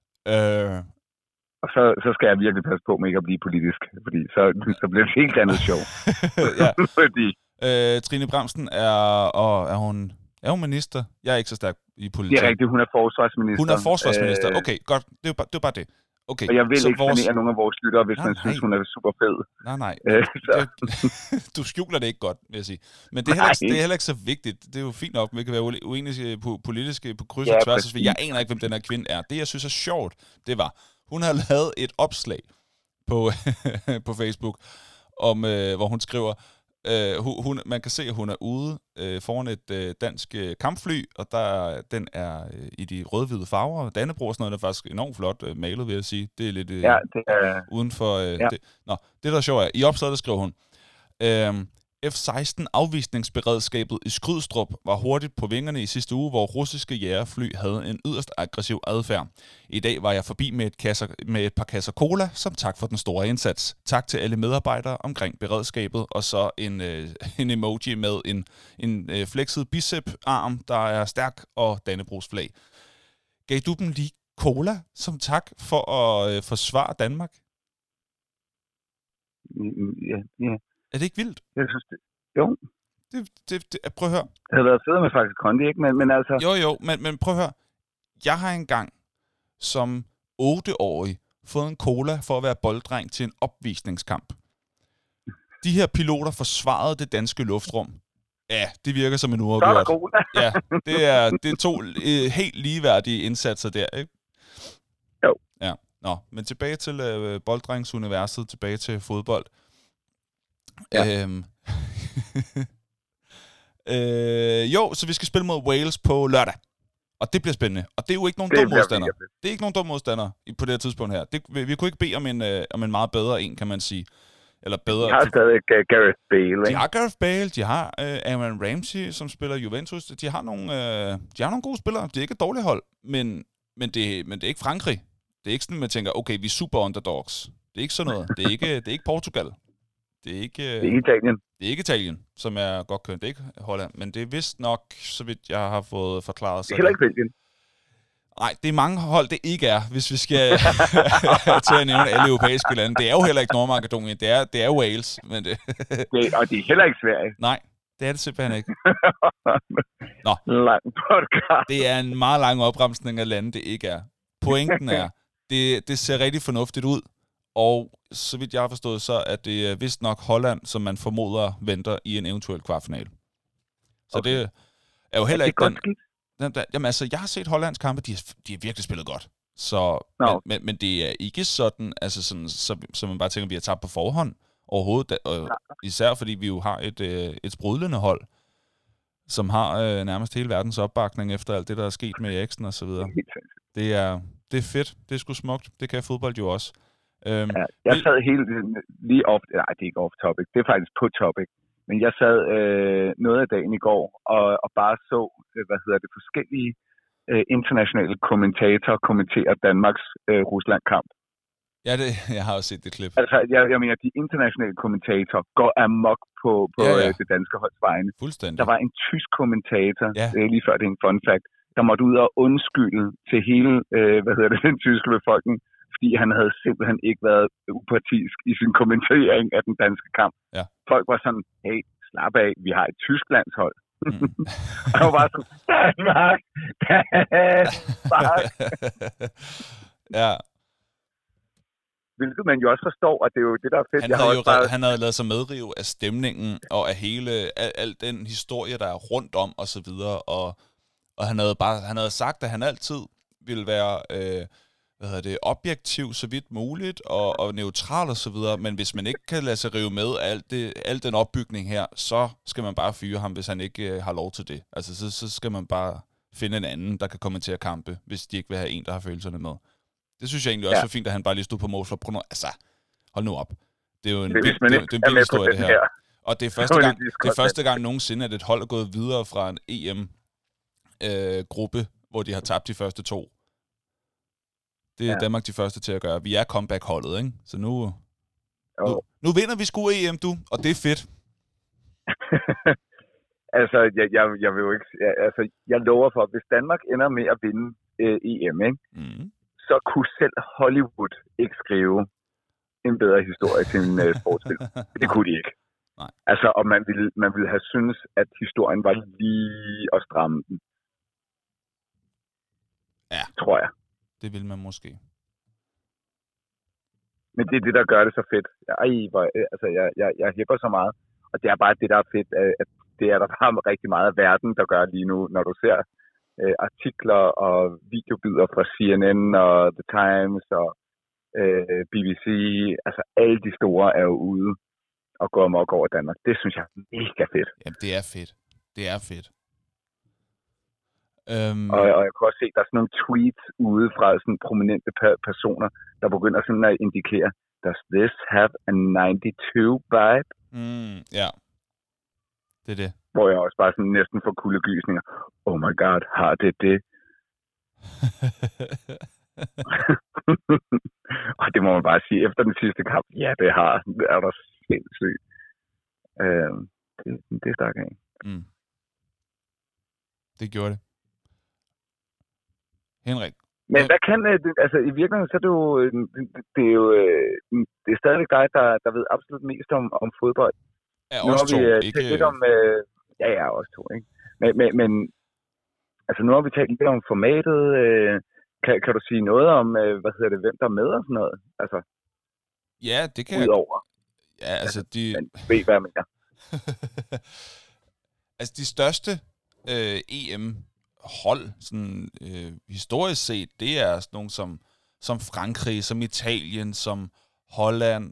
Og så skal jeg virkelig passe på med ikke at blive politisk, fordi så bliver det helt andet sjov. Ja. Fordi... Trine Bramsen er hun minister? Jeg er ikke så stærk i politik. Det er rigtigt, hun er forsvarsminister. Hun er forsvarsminister. Okay, godt. Det er bare det. Okay. Og jeg vil ikke genere nogen af vores lyttere, hvis man synes, hun er super fed. Nej. Du skjuler det ikke godt, vil jeg sige. Men det er heller ikke så vigtigt. Det er jo fint nok, vi kan være uenige politiske på kryds og tværs. Jeg aner ikke, hvem den her kvinde er. Det, jeg synes er sjovt, det var, hun har lavet et opslag på Facebook, om, hvor hun skriver, man kan se, at hun er ude foran et dansk kampfly, og den er i de rød-hvide farver. Dannebrog og sådan noget, der er faktisk enormt flot malet, vil jeg sige. Det er lidt det er... uden for... det. Nå, det der er sjovt er, i opslaget der skriver hun, F-16 afvisningsberedskabet i Skrydstrup var hurtigt på vingerne i sidste uge, hvor russiske jagerfly havde en yderst aggressiv adfærd. I dag var jeg forbi med et par kasser cola, som tak for den store indsats. Tak til alle medarbejdere omkring beredskabet, og så en emoji med en flexet bicep-arm, der er stærk, og Dannebrogs flag. Gav du dem lige cola som tak for at forsvare Danmark? Ja. Er det ikke vildt? Jeg synes det. Jo. Prøv at høre. Det havde været fedt med faktisk Kondi, ikke? Men altså... Jo, men prøv at høre. Jeg har engang som 8-årig fået en cola for at være bolddreng til en opvisningskamp. De her piloter forsvarede det danske luftrum. Ja, det virker som en uafgjort. Ja, det er 2 helt ligeværdige indsatser der, ikke? Jo. Ja. Nå, men tilbage til bolddrengsuniverset, tilbage til fodbold. Ja. Jo, så vi skal spille mod Wales på lørdag. Og det bliver spændende. Og det er jo ikke nogen dum modstander. Det er ikke nogen dum modstander på det her tidspunkt her. Vi kunne ikke bede om en meget bedre en, kan man sige. Eller bedre. De har stadig Gareth Bale, ikke? De har Gareth Bale, de har Aaron Ramsey, som spiller Juventus. De har nogle gode spillere. Det er ikke et dårligt hold, men det er ikke Frankrig. Det er ikke sådan, at man tænker, okay, vi er super underdogs. Det er ikke sådan noget. Det er ikke Portugal. Det er ikke Italien. Det er ikke Italien, som er godt kønt. Det er ikke Holland, men det er vist nok, så vidt jeg har fået forklaret. Det er heller ikke Belgien. Nej, det er mange hold, det ikke er, hvis vi skal til at nævne alle europæiske lande. Det er jo heller ikke Nordmakedonien, det er Wales. Men og det er heller ikke Sverige. Nej, Det er det simpelthen ikke. Nå. Lang podcast. Det er en meget lang opremsning af lande, det ikke er. Pointen er, det ser rigtig fornuftigt ud, og så vidt jeg har forstået, så er det vist nok Holland, som man formoder venter i en eventuel kvartfinal. Så okay. Det er jo heller ikke jamen altså, jeg har set Hollands kampe, de har virkelig spillet godt. Så, men det er ikke sådan, altså sådan, så man bare tænker, at vi har tabt på forhånd overhovedet, især fordi vi jo har et sprudlende hold, som har nærmest hele verdens opbakning efter alt det, der er sket med Eriksen og så videre. Det er fedt, det er sgu smukt, det kan fodbold jo også. Jeg sad lige off, nej, det er ikke off topic, det er faktisk på topic, men jeg sad noget af dagen i går og bare så, forskellige internationale kommentatorer kommenterer Danmarks Rusland-kamp. Ja, jeg har også set det klip. Altså, jeg mener, de internationale kommentatorer går amok på det danske holds vegne. Fuldstændig. Der var en tysk kommentator, lige før det er en fun fact, der måtte ud og undskylde til hele, den tyske befolkning, fordi han havde simpelthen ikke været upartisk i sin kommentering af den danske kamp. Ja. Folk var sådan, hey, slap af, vi har et tysk landshold. Og jeg var bare sådan, Danmark! Ja. Hvilket man jo også forstår, at det er jo det, der er fedt. Han havde lavet sig medrive af stemningen, og af hele, al den historie, der er rundt om, og så videre, og han havde sagt, at han altid ville være, objektiv så vidt muligt, og neutral og så videre, men hvis man ikke kan lade sig rive med al den opbygning her, så skal man bare fyre ham, hvis han ikke har lov til det. Altså, så skal man bare finde en anden, der kan kommentere kampe, hvis de ikke vil have en, der har følelserne med. Det synes jeg egentlig også var fint, at han bare lige stod på mål for Bruno. Altså, hold nu op. Det er jo en vild historie, det her. Og det er første gang nogensinde, at et hold er gået videre fra en EM-gruppe, hvor de har tabt de første 2. Det er Danmark de første til at gøre. Vi er comeback-holdet, ikke? Så nu vinder vi sgu EM, du, og det er fedt. Altså, jeg vil jo ikke... jeg lover for, at hvis Danmark ender med at vinde EM, ikke? Så kunne selv Hollywood ikke skrive en bedre historie til en sportsfilm. Det kunne de ikke. Nej. Altså, og man ville have syntes, at historien var lige at stramme den. Ja. Tror jeg. Det vil man måske. Men det er det, der gør det så fedt. Jeg hæpper så meget. Og det er bare det, der er fedt. At det er der bare rigtig meget af verden, der gør lige nu, når du ser artikler og videobider fra CNN og The Times og BBC. Altså, alle de store er jo ude og går amok over Danmark. Det synes jeg er mega fedt. Jamen, det er fedt. Det er fedt. Og jeg kan også se, at der er sådan nogle tweets ude fra sådan prominente personer, der begynder sådan at indikere, does this have a 92 vibe? Ja. Det er det. Hvor jeg også bare sådan næsten får kuldegysninger. Oh my god, har det det? Og det må man bare sige, efter den sidste kamp, ja, det har. Det er der sindssygt. Det stak af. Det gjorde det. Henrik. Men hvad kan, altså i virkeligheden, så er det er stadigvæk dig, der ved absolut mest om fodbold. Ja, også to. Ikke... Lidt om, også to, ikke? Men altså nu har vi talt lidt om formatet. Kan du sige noget om, hvem der er med og sådan noget? Altså, ja, det kan udover. Ja, altså de... ved, hvad jeg mener. Altså de største EM-hold, sådan historisk set, det er sådan nogle som Frankrig, som Italien, som Holland,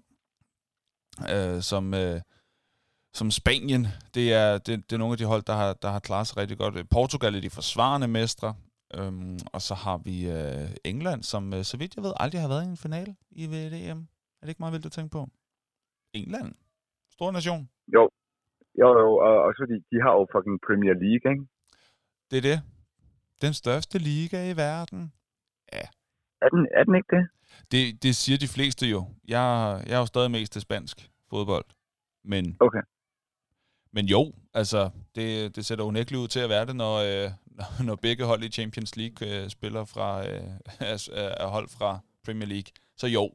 som Spanien. Det er nogle af de hold, der har klaret sig rigtig godt. Portugal er de forsvarende mestre, og så har vi England, som så vidt jeg ved aldrig har været i en finale i VM. Er det ikke meget vildt at tænke på? England. Stor nation. Jo, og også fordi de har jo fucking Premier League, ikke? Det er det. Den største liga i verden. Ja. Er den ikke det? Det siger de fleste jo. Jeg er jo stadig mest til spansk fodbold. Men, okay. Men jo, altså, det sætter unægteligt ud til at være det, når begge hold i Champions League spiller fra hold fra Premier League. Så jo.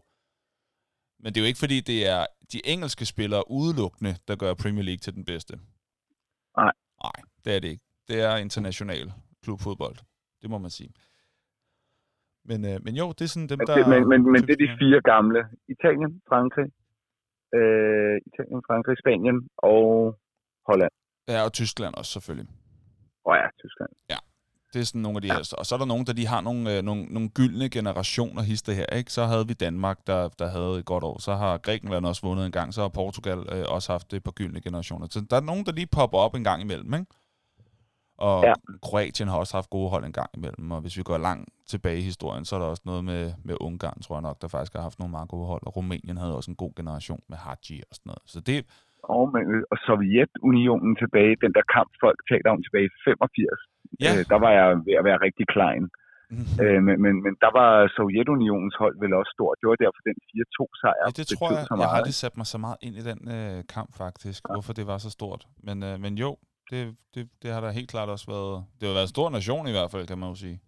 Men det er jo ikke, fordi det er de engelske spillere udelukkende, der gør Premier League til den bedste. Det er det ikke. Det er international klubfodbold. Det må man sige. Men jo, det er sådan dem, der... Men det er de 4 gamle. Italien, Frankrig, Spanien og Holland. Ja, og Tyskland også selvfølgelig. Ja, Tyskland. Ja, det er sådan nogle af de her. Og så er der nogen, der de har nogle gyldne generationer hister her, ikke? Så havde vi Danmark, der havde et godt år. Så har Grækenland også vundet en gang. Så har Portugal også haft et par gyldne generationer. Så der er nogen, der lige popper op en gang imellem, ikke? Og Kroatien har også haft gode hold en gang imellem. Og hvis vi går langt tilbage i historien, så er der også noget med Ungarn, tror jeg nok, der faktisk har haft nogle meget gode hold. Og Rumænien havde også en god generation med Hagi og sådan noget. Så det... Og Sovjetunionen tilbage, den der kamp, folk talte om tilbage i 85. Ja. Der var jeg ved at være rigtig klein. Men der var Sovjetunionens hold vel også stort. Det var derfor den 4-2-sejr. Ja, det tror jeg. Jeg har aldrig sat mig så meget ind i den kamp, faktisk. Ja. Hvorfor det var så stort. Men jo, det har der helt klart også været. Det har været en stor nation i hvert fald, kan man jo sige.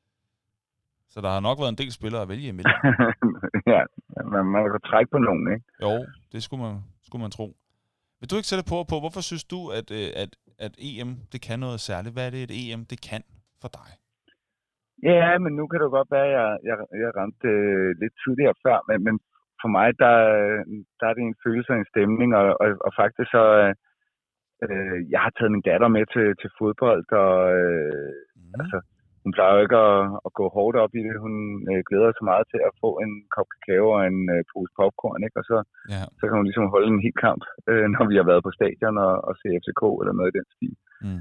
Så der har nok været en del spillere at vælge imellem. Ja, man kan trække på nogen, ikke? Jo, det skulle man tro. Vil du ikke sætte på, hvorfor synes du, at EM, det kan noget særligt? Hvad er det, et EM, det kan for dig? Ja, men nu kan det jo godt være, at jeg ramte lidt tidligere før, men for mig, der er det en følelse og en stemning, og faktisk så, jeg har taget min datter med til fodbold, og altså, hun plejer jo ikke at gå hårdt op i det. Hun glæder sig meget til at få en kop kakao og en pose popcorn, ikke? Og så kan hun ligesom holde en hel kamp, når vi har været på stadion og se FCK eller noget i den stil.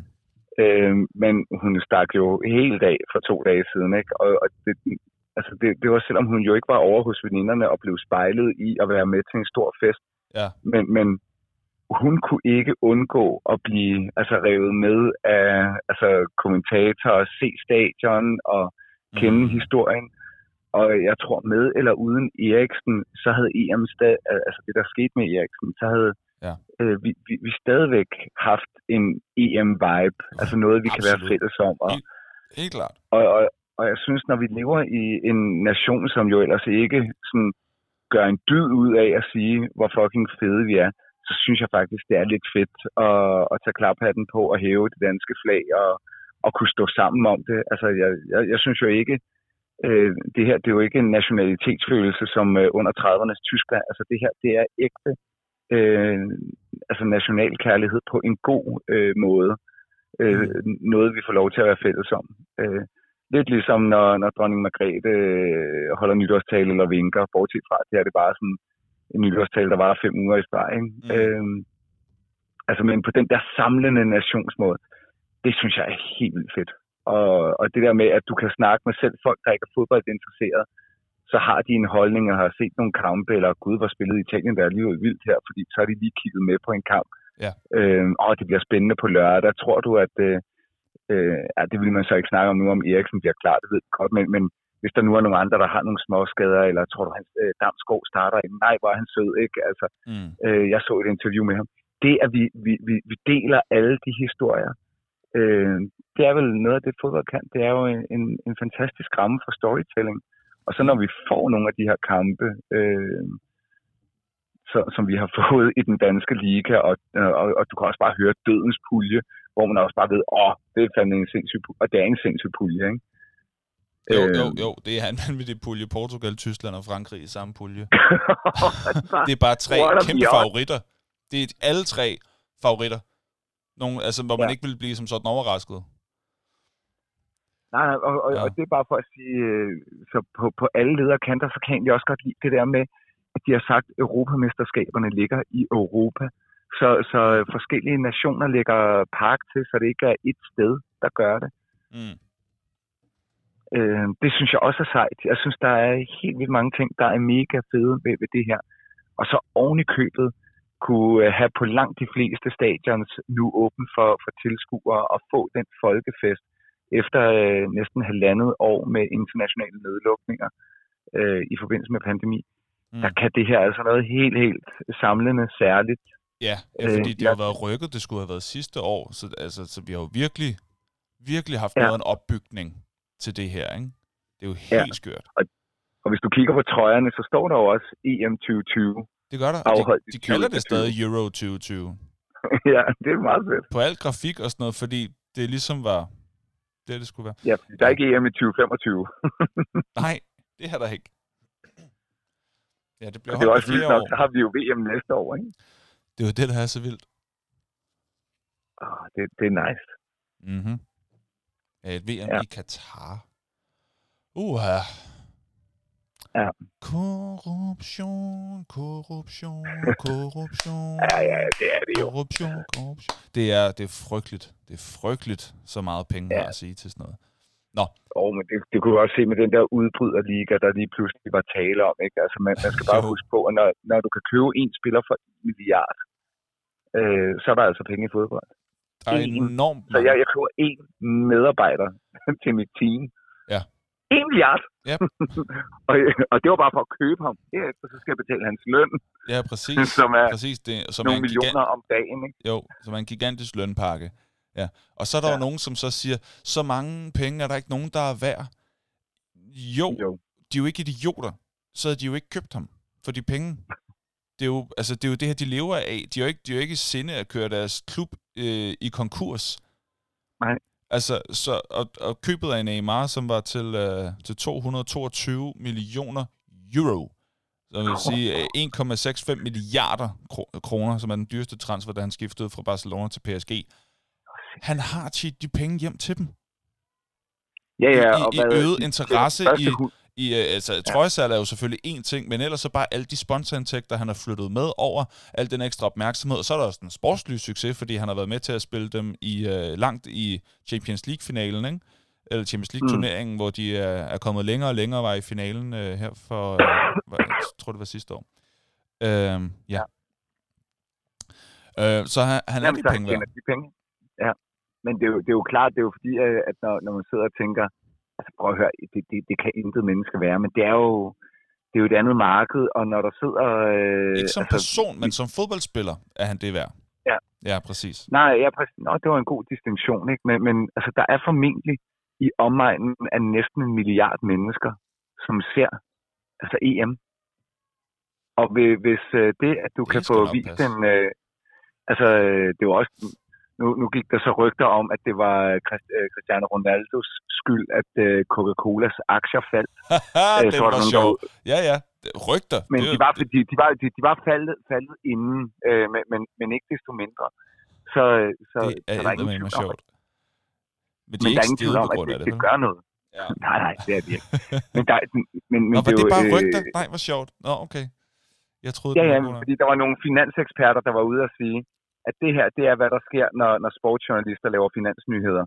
Men hun stak jo helt af for 2 dage siden, ikke? Og det var selvom hun jo ikke var over hos veninderne og blev spejlet i at være med til en stor fest. Ja. Men hun kunne ikke undgå at blive revet med af kommentatorer, se stadion og kende historien. Og jeg tror med eller uden Eriksen, så havde EM det der skete med Eriksen, så havde vi stadigvæk haft en EM-vibe, altså noget vi kan være fælles om. Helt klart. Og jeg synes, når vi lever i en nation, som jo ellers ikke sådan gør en dyd ud af at sige, hvor fucking fede vi er, så synes jeg faktisk, det er lidt fedt at tage klaphatten på og hæve det danske flag og kunne stå sammen om det. Altså, jeg synes jo ikke, det her, det er jo ikke en nationalitetsfølelse som under 30'ernes Tyskland. Altså, det her, det er ægte nationalkærlighed på en god måde. Noget, vi får lov til at være fælles om. Lidt ligesom, når dronning Margrethe holder nytårstale eller vinker, bortset fra, det er det bare sådan en nytårstale, der var 5 uger i streg. Men på den der samlende nationsmåde, det synes jeg er helt vildt fedt. Og det der med, at du kan snakke med selv folk, der ikke er fodboldinteresseret, så har de en holdning og har set nogle kampe, eller gud, hvor spillet i Italien, der er alligevel vildt her, fordi så har de lige kigget med på en kamp. Ja. Det bliver spændende på lørdag. Tror du, at det vil man så ikke snakke om nu, om Eriksen bliver klar, det ved jeg godt, men hvis der nu er nogle andre, der har nogle småskader, eller tror du, hans Damsgaard starter ind? Nej, hvor er han sød, ikke? Altså, jeg så et interview med ham. Det, at vi deler alle de historier, det er vel noget af det, fodbold kan. Det er jo en fantastisk ramme for storytelling. Og så når vi får nogle af de her kampe, som vi har fået i den danske liga, og du kan også bare høre dødens pulje, hvor man også bare ved, det er fandme en sindssyg pulje, og det er en sindssyg pulje, ikke? Jo, det er en vanvittig pulje. Portugal, Tyskland og Frankrig i samme pulje. Det er bare 3 kæmpe favoritter. Det er alle 3 favoritter. Nogle, hvor man ikke vil blive som sådan overrasket. Nej, og det er bare for at sige, så på alle lederkanter, så kan jeg også godt lide det der med, at de har sagt, at europamesterskaberne ligger i Europa. Så forskellige nationer lægger park til, så det ikke er et sted, der gør det. Det synes jeg også er sejt. Jeg synes, der er helt vildt mange ting, der er mega fede ved det her. Og så oven i købet kunne have på langt de fleste stadions nu åben for tilskuere og få den folkefest efter næsten 1,5 år med internationale nedlukninger i forbindelse med pandemi. Der kan det her altså noget helt, helt samlende, særligt. Ja, fordi det har været rykket. Det skulle have været sidste år. Så vi har jo virkelig haft noget af en opbygning til det her, ikke? Det er jo helt skørt. Og hvis du kigger på trøjerne, så står der jo også EM 2020. Det gør der. De kalder det stadig Euro 2020. Ja, det er meget fedt. På alt grafik og sådan noget, fordi det ligesom var det skulle være. Ja, der er ikke EM i 2025. Nej, det er der ikke. Ja, det bliver det er holdt også vildt nok, så har vi jo VM næste år, ikke? Det er jo det, der er så vildt. Det er nice. Mhm. Ja, et VM i Katar. Ja. Korruption. Ja, det er det jo. Korruption. Det er frygteligt. Det er frygteligt, så meget penge har at sige til sådan noget. Nå. Men det kunne du også se med den der udbryderliga, der lige pludselig var tale om, ikke? Altså, man skal bare huske på, at når du kan købe en spiller for 1 milliard, så er der altså penge i fodbold. Der er enormt Så jeg køber 1 medarbejder til mit team. Ja. 1 milliard. Yep. og det var bare for at købe ham. Derefter så skal jeg betale hans løn. Ja, præcis. som er præcis det, som nogle millioner om dagen, ikke? Jo, som er en gigantisk lønpakke. Ja. Og så er der jo nogen, som så siger, så mange penge er der ikke nogen, der er værd. Jo, de er jo ikke idioter. Så havde de jo ikke købt ham for de penge. Det er jo det her, de lever af. De er jo ikke i sinde at køre deres klub i konkurs. Nej. Altså, og købet af Neymar, som var til 222 millioner euro. Så vil sige 1,65 milliarder kroner, som er den dyreste transfer, da han skiftede fra Barcelona til PSG. Han har tit de penge hjem til dem. Ja, I øget interesse altså trøjesalg er jo selvfølgelig én ting, men ellers så bare alle de sponsorindtægter, han har flyttet med over, al den ekstra opmærksomhed, og så er der også en sportslig succes, fordi han har været med til at spille dem langt i Champions League-finalen, ikke? Eller Champions League-turneringen, hvor de er kommet længere og længere, var i finalen her for, jeg tror det var sidste år. Ja. Så han er de penge værd. Ja, men det er jo klart, det er jo fordi, at når man sidder og tænker, altså prøv at høre, det kan intet menneske være, men det er jo et andet marked, og når der sidder... ikke som person, men som fodboldspiller er han det værd. Ja. Ja, præcis. Nej, det var en god distinktion, ikke? Men altså, der er formentlig i omegnen af næsten 1 milliard mennesker, som ser altså EM. Og hvis det, at du kan få vist en... det var også... Nu gik der så rygter om, at det var Cristiano Ronaldos skyld, at Coca-Colas aktier faldt. Det var sjovt. Ja. Rygter. Men de var faldet inden, men ikke desto mindre. Så det er ikke ingen sjovt. Men der er ingen tvivl om, at det gør noget. Ja. Nej, det er det ikke. Men var det bare rygter? Nej, hvor sjovt. Nå, okay. Jeg troede, fordi der var nogle finanseksperter, der var ude at sige, at det her, det er, hvad der sker, når sportsjournalister laver finansnyheder.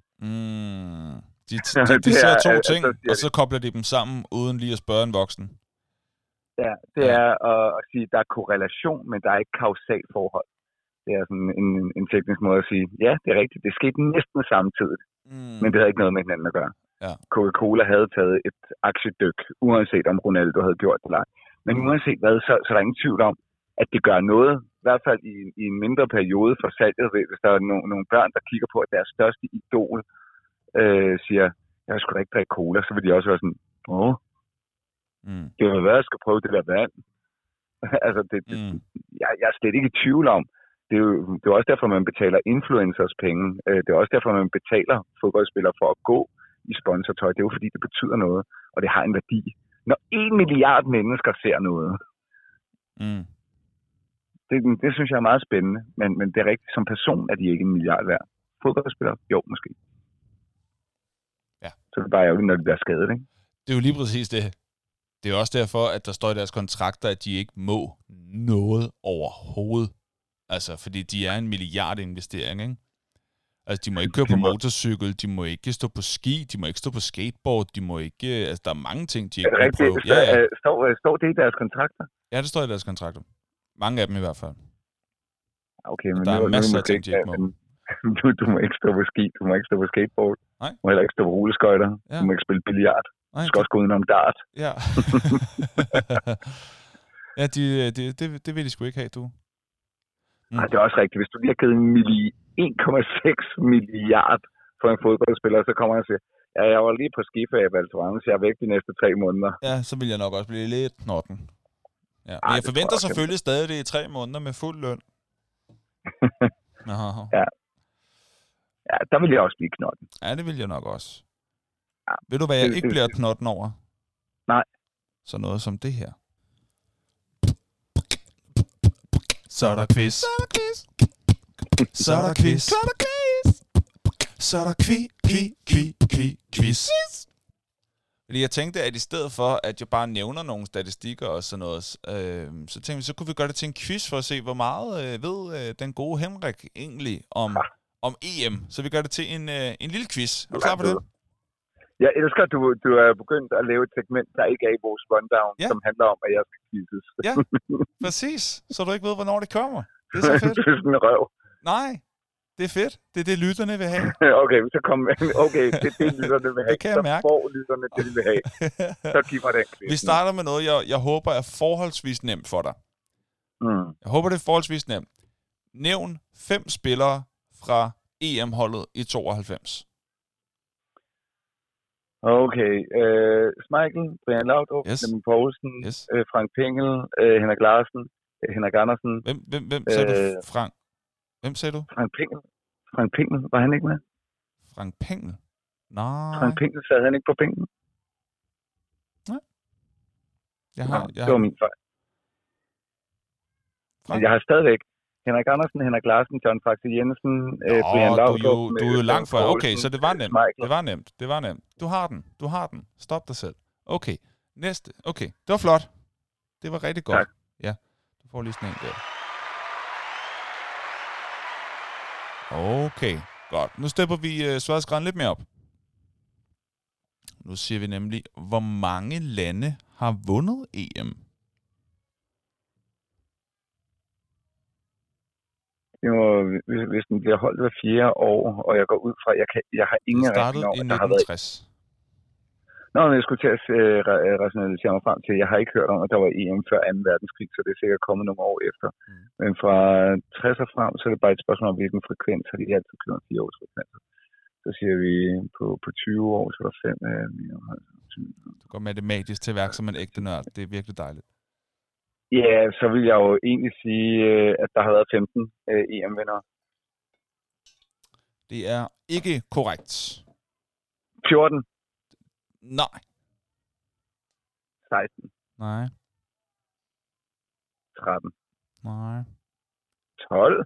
De ser to ting, og så kobler de dem sammen, uden lige at spørge en voksen. Ja, det er at sige, at der er korrelation, men der er ikke kausal forhold. Det er sådan en teknisk måde at sige, ja, det er rigtigt, det skete næsten samtidig, men det havde ikke noget med hinanden at gøre. Ja. Coca-Cola havde taget et aktiedyk, uanset om Ronaldo havde gjort det eller ej. Men uanset hvad, så er der ingen tvivl om, at det gør noget, i hvert fald i en mindre periode for salget, hvis der er nogle børn, der kigger på, at deres største idol siger, jeg skulle da ikke drikke cola, så vil de også være sådan, det vil være, jeg skal prøve det der vand. Altså, jeg er slet ikke i tvivl om. Det er jo også derfor, man betaler influencers penge. Det er også derfor, man betaler fodboldspillere for at gå i sponsortøj. Det er jo fordi, det betyder noget, og det har en værdi. Når 1 milliard mennesker ser noget, det synes jeg er meget spændende, men det er rigtigt, som person er de ikke 1 milliard værd. Fodboldspillere? Jo, måske. Ja. Så det er bare ærgerligt, når de bliver skadet, ikke? Det er jo lige præcis det. Det er også derfor, at der står i deres kontrakter, at de ikke må noget overhovedet. Altså, fordi de er en milliardinvestering, ikke? Altså, de må ikke køre på motorcykel, de må ikke stå på ski, de må ikke stå på skateboard, de må ikke... Altså, der er mange ting, de ikke må prøve. Står det i deres kontrakter? Ja, det står i deres kontrakter. Mange af dem i hvert fald. Okay, men der er masser af ting, de ikke må. Du må ikke stå på ski, du må ikke stå på skateboard. Nej. Du må heller ikke stå på rulleskøjter. Ja. Du må ikke spille billiard. Du skal også gå udenom dart. Ja. Ja, det vil de sgu ikke have, du. Nej, det er også rigtigt. Hvis du lige har givet 1,6 milliard for en fodboldspiller, så kommer han og siger, ja, jeg var lige på skiferie i Val Thorens, så jeg er væk de næste 3 måneder. Ja, så vil jeg nok også blive lidt knotten. Ja. Men jeg forventer selvfølgelig stadig det i 3 måneder med fuld løn. Aha. Ja, der vil jeg også blive knotten. Ja, det vil jeg nok også. Ja. Ved du, hvad jeg ikke bliver knotten over? Nej. Så noget som det her. Så er der quiz. Så er der quiz. Så er der quiz. Så er der quiz. Så er der quiz. Fordi jeg tænkte, at i stedet for, at jeg bare nævner nogle statistikker og sådan noget, så tænkte vi, så kunne vi gøre det til en quiz for at se, hvor meget ved den gode Henrik egentlig om EM. Så vi gør det til en lille quiz. Er du klar på det? Jeg elsker, at du er begyndt at lave et segment, der ikke er i vores rundown, som handler om, at jeg skal quizzes. Ja, præcis. Så du ikke ved, hvornår det kommer. Det er så fedt. Det er sådan en røv. Nej, det er fedt. Det er det, lytterne vil have. Okay, så kom. Okay, det er det, lytterne vil have. Det kan jeg mærke. Så får lytterne det, de vil have. Så giv mig den quiz. Vi starter med noget, jeg håber er forholdsvis nemt for dig. Jeg håber, det er forholdsvis nemt. Nævn 5 spillere fra EM-holdet i 92. Okay, Schmeichel, Brian Laudrup, Flemming Poulsen, Frank Pengel, Henrik Larsen, Henrik Andersen. Hvem sagde du, Frank? Hvem sagde du? Frank Pengel, var han ikke med? Frank Pengel? Nej. Frank Pengel, sad han ikke på bænken? Nej. Det var min fejl. Men jeg har stadigvæk Henrik Andersen, Henrik Larsen, John Faxe Jensen, Brian Laudrup. Du er jo langt fra. Okay, så det var nemt. Det var nemt. Du har den. Stop dig selv. Okay, næste. Okay, det var flot. Det var rigtig godt. Tak. Ja, du får lige sådan en der. Okay, godt. Nu stepper vi svarsgræn lidt mere op. Nu siger vi nemlig, hvor mange lande har vundet EM? Hvis den bliver holdt hver 4 år, og jeg går ud fra, jeg har ingen erindring om, at der har været... Nå, men jeg skulle til at rationalisere mig frem til, jeg har ikke hørt om, at der var EM før 2. verdenskrig, så det er sikkert kommet nogle år efter. Men fra 60'er frem, så er det bare et spørgsmål om, hvilken frekvens har de altid kørt 4 års frekvenser. Så siger vi på 20 år, så er der 5. Du går matematisk til værk som en ægte nørd. Det er virkelig dejligt. Ja, så vil jeg jo egentlig sige, at der har været 15 EM-vindere. Det er ikke korrekt. 14. Nej. 16. Nej. 13. Nej. 12.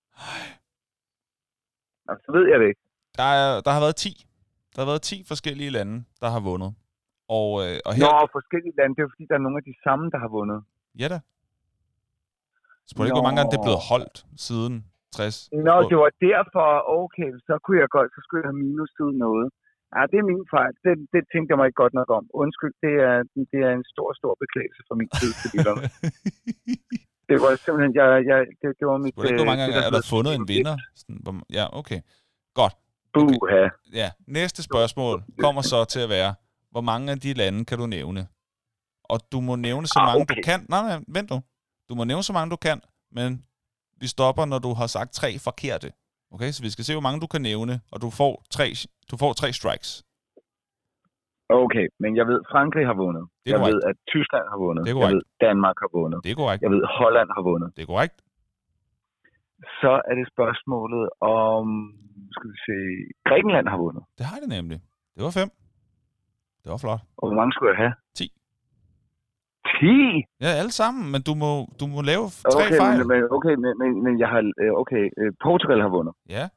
Og så ved jeg det ikke. Der har været 10. Der har været 10 forskellige lande, der har vundet. Og her... Nå, forskellige lande, det er fordi, der er nogle af de samme, der har vundet. Ja da. Spørg ikke, hvor mange gange det er blevet holdt siden 60. Nå, det var derfor. Okay, så kunne jeg godt, så skulle jeg have minuset noget. Ja, det er min fejl. Det tænkte jeg mig ikke godt nok om. Undskyld, det er en stor beklagelse fra min tid til lytterne. Det var simpelthen, det var mit... Spørg ikke, hvor mange gange er der fundet en vinder? Ja, okay. Godt. Okay. Ja, næste spørgsmål kommer så til at være, hvor mange af de lande kan du nævne? Og du må nævne så mange, du kan. Nej, vent nu. Du må nævne så mange, du kan, men vi stopper, når du har sagt 3 forkerte. Okay, så vi skal se, hvor mange du kan nævne, og du får 3 strikes. Okay, men jeg ved, Frankrig har vundet. Jeg ved, at Tyskland har vundet. Jeg ved, Danmark har vundet. Det er korrekt. Jeg ved, Holland har vundet. Det er korrekt. Så er det spørgsmålet om, skal vi se, Grækenland har vundet. Det har det nemlig. Det var 5. Det var flot. Og hvor mange skulle jeg have? 10. 10? Ja, alle sammen, men du må lave 3 fejl. Men jeg har... Portugal har vundet. Ja.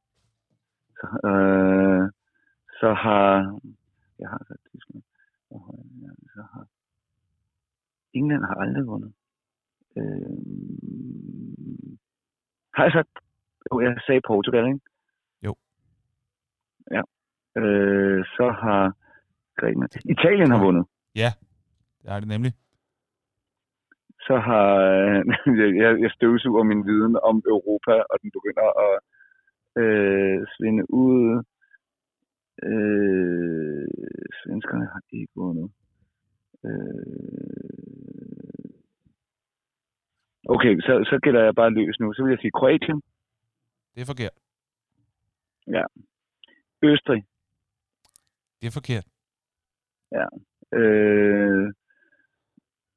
Så har... Jeg har sagt Tyskland. Så har... England har aldrig vundet. Har jeg sagt... Jeg sagde Portugal, ikke? Jo. Ja. Så har Grækenland... Italien har vundet. Ja, det har det nemlig. Så har jeg støvsuger min viden om Europa, og den begynder at svinde ud. Svenskerne har ikke vundet. Okay, så gælder jeg bare løs nu. Så vil jeg sige Kroatien. Det er forkert. Ja. Østrig. Det er forkert. Ja.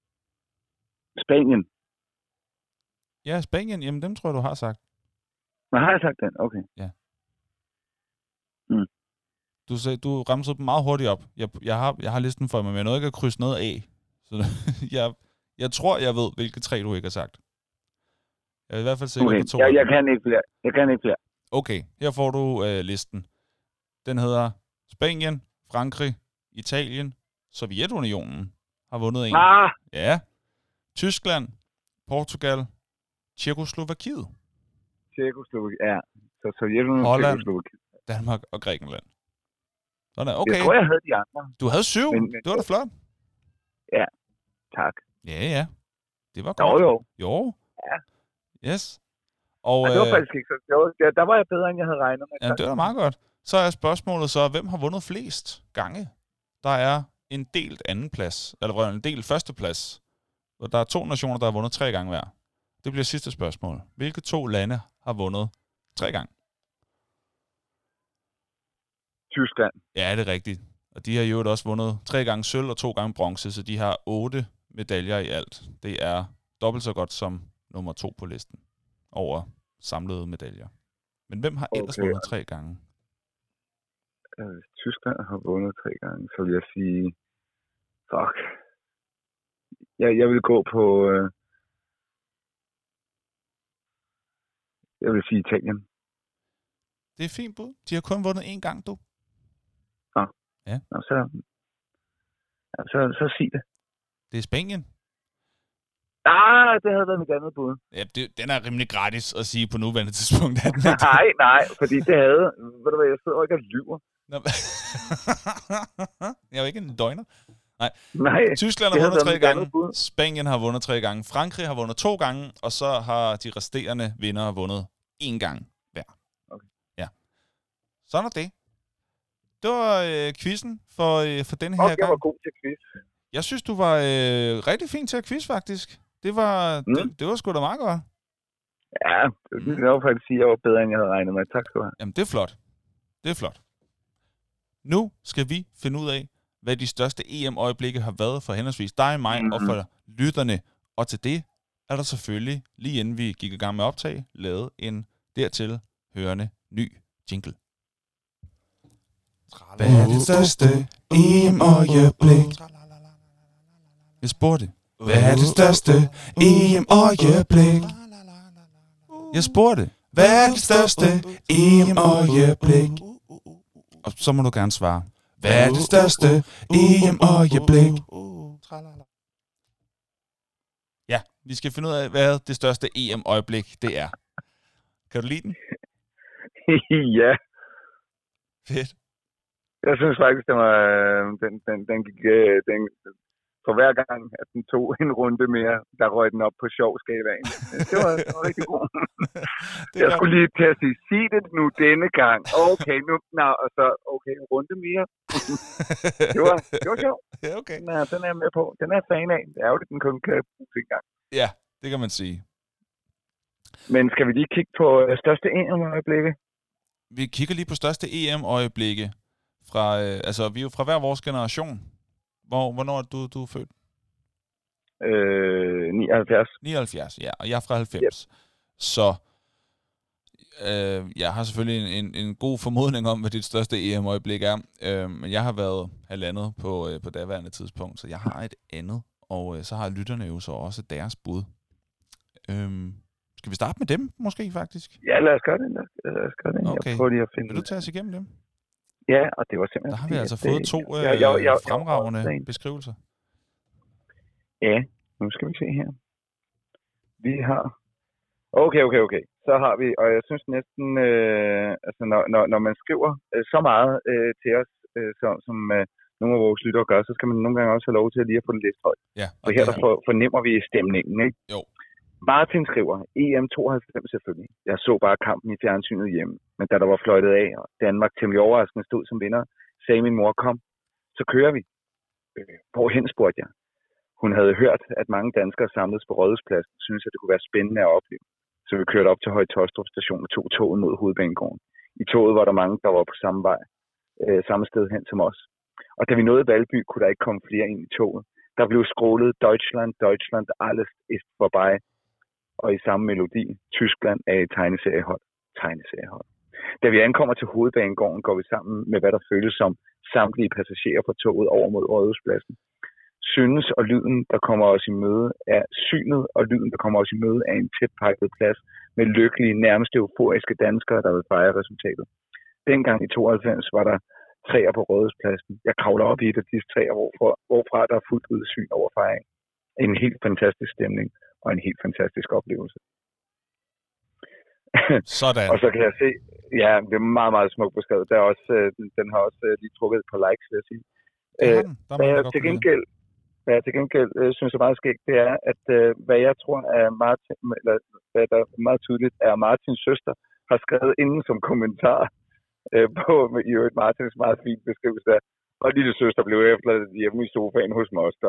Spanien. Ja, Spanien. Jamen, dem tror jeg, du har sagt. Nå, har jeg sagt den? Okay. Ja. Mm. Du ramte dem meget hurtigt op. Jeg har listen for mig, men jeg nåede ikke at krydse noget af. Så jeg tror, jeg ved, hvilke 3 du ikke har sagt. Jeg er i hvert fald sikker på 2. Jeg kan ikke flere. Okay, her får du listen. Den hedder Spanien, Frankrig, Italien, Sovjetunionen har vundet en. Ja. Tyskland, Portugal, Tjekkoslovakiet. Ja. Så Sovjetunionen, Holland, Tjekkoslovakiet. Danmark og Grækenland. Sådan, okay. Jeg tror, jeg havde de andre. Du havde 7. Det var da flot. Ja, tak. Ja. Det var godt. Jo. Ja. Yes. Og, det var faktisk ikke så. Der var jeg bedre, end jeg havde regnet med. Ja, det var meget godt. Så er spørgsmålet så, hvem har vundet flest gange? Der er en delt andenplads, eller en delt førsteplads. Og der er 2 nationer, der har vundet 3 gange hver. Det bliver sidste spørgsmål. Hvilke 2 lande har vundet 3 gange? Tyskland. Ja, det er rigtigt. Og de har jo også vundet 3 gange sølv og 2 gange bronze, så de har 8 medaljer i alt. Det er dobbelt så godt som nummer 2 på listen over samlede medaljer. Men hvem har ellers vundet 3 gange? Tyskland har vundet 3 gange, så vil jeg sige... Fuck. Jeg vil gå på... Jeg vil sige Italien. Det er fint bud. De har kun vundet 1 gang, du. Ja. Nå, så sig det. Det er Spanien. Det havde været mit andet bud. Ja, den er rimelig gratis at sige på nuværende tidspunkt. Nej, fordi det havde... Ved du hvad, jeg sidder ikke og lyver. Jeg er jo ikke en døgner. Nej. Tyskland har vundet 3 gange. Spanien har vundet 3 gange. Frankrig har vundet 2 gange. Og så har de resterende vindere vundet 1 gang hver. Okay. Ja. Sådan er det. Det var quizzen for denne her gang. Jeg var god til quiz. Jeg synes, du var rigtig fin til at quiz, faktisk. Det var sgu da meget godt. Ja, det var faktisk sige, at jeg var bedre, end jeg havde regnet med. Tak skal du have. Jamen, det er flot. Det er flot. Nu skal vi finde ud af, hvad de største EM-øjeblikke har været for henholdsvis dig, mig og for lytterne. Og til det er der selvfølgelig, lige inden vi gik i gang med optag, lavet en dertil hørende ny jingle. Hvad er det største EM-øjeblik? Jeg spurgte, hvad er det største EM-øjeblik? Jeg spurgte, hvad er det største EM-øjeblik? Og så må du gerne svare, hvad er det største EM-øjeblik? Ja, vi skal finde ud af, hvad det største EM-øjeblik det er. Kan du lide den? Ja. Fedt. Jeg synes faktisk, den gik... For hver gang, at den tog en runde mere, der røg den op på sjovskalaen. Det var rigtig god. Jeg skulle lige til at sige det nu denne gang. Okay, og så en runde mere. Det var sjovt. Ja, okay. Den er jeg med på. Den er fan af. Det er jo det, den kun kan bruges en gang. Ja, det kan man sige. Men skal vi lige kigge på største EM-øjeblikke? Vi kigger lige på største EM-øjeblikke. Vi er jo fra hver vores generation. Hvornår er du er født? 79. 79, ja. Og jeg er fra 90. Yep. Så jeg har selvfølgelig en god formodning om, hvad dit største EM-øjeblik er. Men jeg har været halvandet på daværende tidspunkt, så jeg har et andet. Og så har lytterne jo så også deres bud. Skal vi starte med dem, måske faktisk? Ja, lad os gøre det. Okay. Jeg prøver lige at finde... Vil du tage os igennem dem? Ja, og det var simpelthen... Der har vi altså fået 2 fremragende beskrivelser. Ja, nu skal vi se her. Vi har... Okay. Så har vi, og jeg synes næsten, når man skriver så meget til os, som nogle af vores lyttere gør, så skal man nogle gange også have lov til at lige at få det læst højt. Ja, og her der fornemmer vi stemningen, ikke? Jo. Martin skriver, EM 92 selvfølgelig. Jeg så bare kampen i fjernsynet hjemme, men da der var fløjtet af, og Danmark temmelig overraskende stod som vinder, sagde min mor, kom, så kører vi. Hvorhen, spurgte jeg. Hun havde hørt, at mange danskere samledes på Rådhuspladsen, synes at det kunne være spændende at opleve. Så vi kørte op til Høje Taastrup station og tog toget mod Hovedbanegården. I toget var der mange, der var på samme vej, samme sted hen som os. Og da vi nåede Valby, kunne der ikke komme flere ind i toget. Der blev skrålet Deutschland, alles ist vorbei. Og i samme melodi, Tyskland er i tegneseriehold. tegneseriehold. Da vi ankommer til hovedbanegården, går vi sammen med, hvad der føles som samtlige passagerer på toget over mod Rådhuspladsen. Synes og lyden, der kommer os i møde, er synet og lyden, der kommer os i møde, er en tæt pakket plads med lykkelige, nærmest euforiske danskere, der vil fejre resultatet. Dengang i 92 var der træer på Rådhuspladsen. Jeg kravler op i et af disse træer, hvorfra der er fuldt udsyn over fejring. En helt fantastisk stemning og en helt fantastisk oplevelse. Sådan. Og så kan jeg se, ja, det er meget, meget smukt beskrevet. Der er også, den har også lige trukket et par likes, vil jeg sige. Hvad jeg til gengæld synes er meget skægt, det er, at hvad jeg tror er Martin, eller hvad der er meget tydeligt, er Martins søster, har skrevet inden som kommentar på i øvrigt Martins meget fint beskrivelse af, og lille søster blev efterladt hjemme i sofaen hos moster.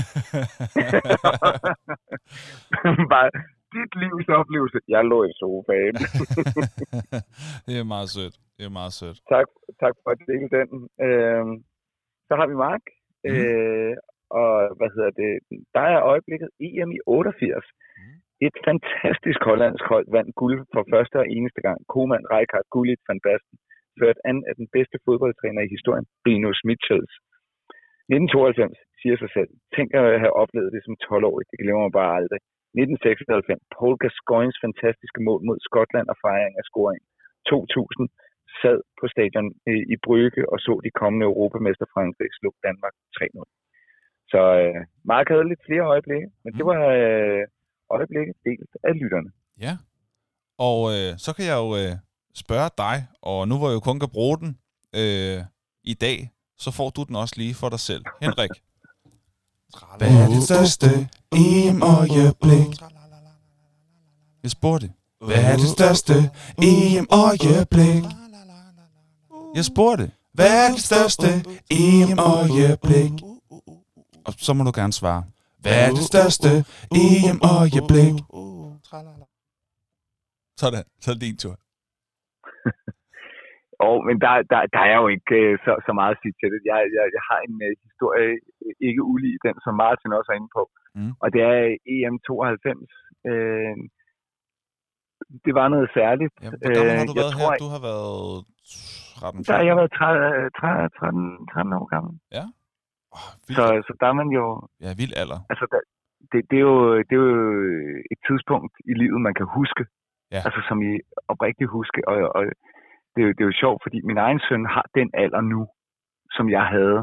Bare dit livs oplevelse. Jeg lå i sofaen. Det er meget sødt. Det er meget sødt. Tak for at dele den. Så har vi Mark. Og der er øjeblikket EM i 88. Et fantastisk hollandsk hold vandt guld for første og eneste gang. Koeman, Rijkaard, Gullit, Van Basten ført an af den bedste fodboldtræner i historien, Rinus Michels. 1992 siger sig selv. Tænk at have oplevet det som 12-årig. Det glemmer man bare aldrig. 1996. Paul Gascoignes fantastiske mål mod Skotland og fejring af scoringen. 2000 sad på stadion i Brygge og så de kommende europamester Frankrig slå Danmark 3-0. Så Mark havde lidt flere øjeblikke, men det var øjeblikke delt af lytterne. Ja, og så kan jeg jo spørge dig, og nu hvor jeg jo kun kan bruge den i dag, så får du den også lige for dig selv. Henrik. Hvad er det største EM-øjeblik? Jeg spurgte. Hvad er det største EM-øjeblik? Jeg spurgte. Hvad er det største EM-øjeblik? Og så må du gerne svare. Hvad er det største EM-øjeblik? Sådan, så er det din tur. Men der er jo ikke så meget at sige til det. Jeg har en historie, ikke ulig den, som Martin også er inde på. Og det er EM 92. Det var noget særligt. Ja, hvor gammel har du været her? Du har været 13? Der har jeg været 13 år gammel. Ja. Så der er man jo... Ja, vild alder. Altså, det er jo et tidspunkt i livet, man kan huske. Ja. Altså, som I oprigtigt huske. Og det er jo sjovt, fordi min egen søn har den alder nu, som jeg havde.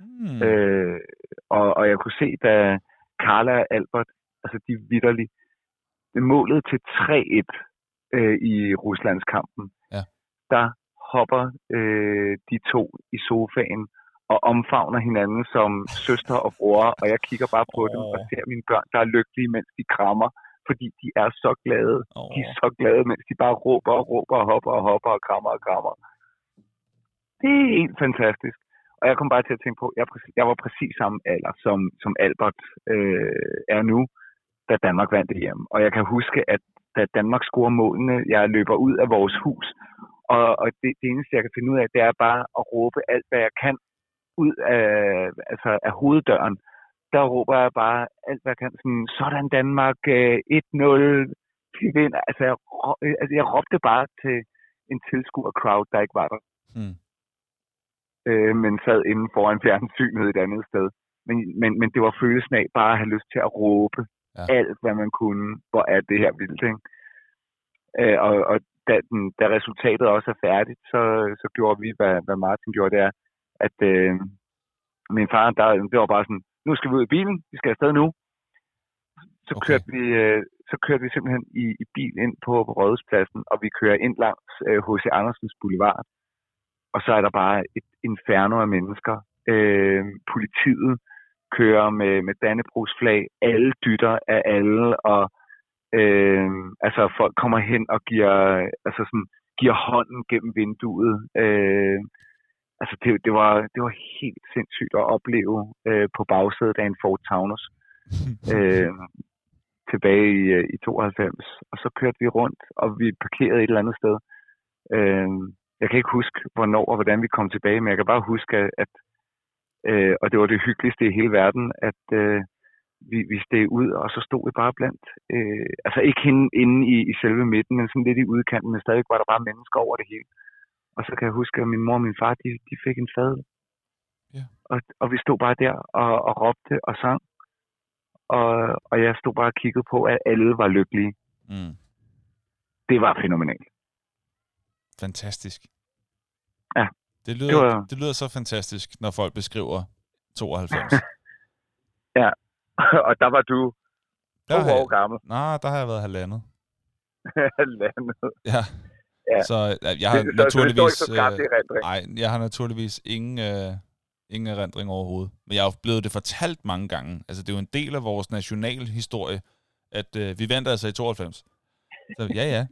Og jeg kunne se, da Carla og Albert, altså de vitterligt, målet til 3-1 i Ruslandskampen, der hopper de to i sofaen og omfavner hinanden som søster og bror, og jeg kigger bare på dem og ser mine børn, der er lykkelige, mens de krammer, fordi de er så glade. De er så glade, mens de bare råber og råber og hopper og krammer og krammer. Det er helt fantastisk. Og jeg kom bare til at tænke på, jeg var præcis samme alder, som Albert er nu, da Danmark vandt det hjem. Og jeg kan huske, at da Danmark scorer målene, jeg løber ud af vores hus, og det eneste, jeg kan finde ud af, det er bare at råbe alt, hvad jeg kan, ud af hoveddøren. Der råber jeg bare alt, hvad jeg kan. Sådan Danmark, 1-0, vi vinder. Altså, jeg råbte bare til en tilskuer-crowd, der ikke var der. Men sad inden foran fjernsynet et andet sted. Men det var følelsen af bare at have lyst til at råbe alt, hvad man kunne. Hvor er det her vildt, ikke? Og da resultatet også er færdigt, så gjorde vi, hvad Martin gjorde, det er, at min far, det var bare sådan, nu skal vi ud i bilen, vi skal afsted nu. Så kørte vi simpelthen i bil ind på Rådhuspladsen, og vi kører ind langs H.C. Andersens Boulevard. Og så er der bare et inferno af mennesker. Politiet kører med Dannebrogs flag, alle dytter af alle, og folk kommer hen og giver hånden gennem vinduet. Det var helt sindssygt at opleve på bagsædet af en Ford Taunus tilbage i 92. Og så kørte vi rundt, og vi parkerede et eller andet sted. Jeg kan ikke huske, hvornår og hvordan vi kom tilbage, men jeg kan bare huske, at og det var det hyggeligste i hele verden, at vi steg ud, og så stod vi bare blandt, altså ikke inde i selve midten, men sådan lidt i udkanten, men stadig var der bare mennesker over det hele. Og så kan jeg huske, at min mor og min far, de fik en fadøl. Ja. Og vi stod bare der og råbte og sang. Og jeg stod bare og kiggede på, at alle var lykkelige. Mm. Det var fænomenalt. Fantastisk. Ja. Det lyder så fantastisk, når folk beskriver 92. Ja, og der var du 2 år gammel. Nej, der har jeg været halvandet. Halvandet. Ja. Så jeg har naturligvis jeg har naturligvis ingen erindring overhovedet. Men jeg har jo blevet det fortalt mange gange. Altså det er jo en del af vores national historie, at vi vandt altså i 92. Så ja.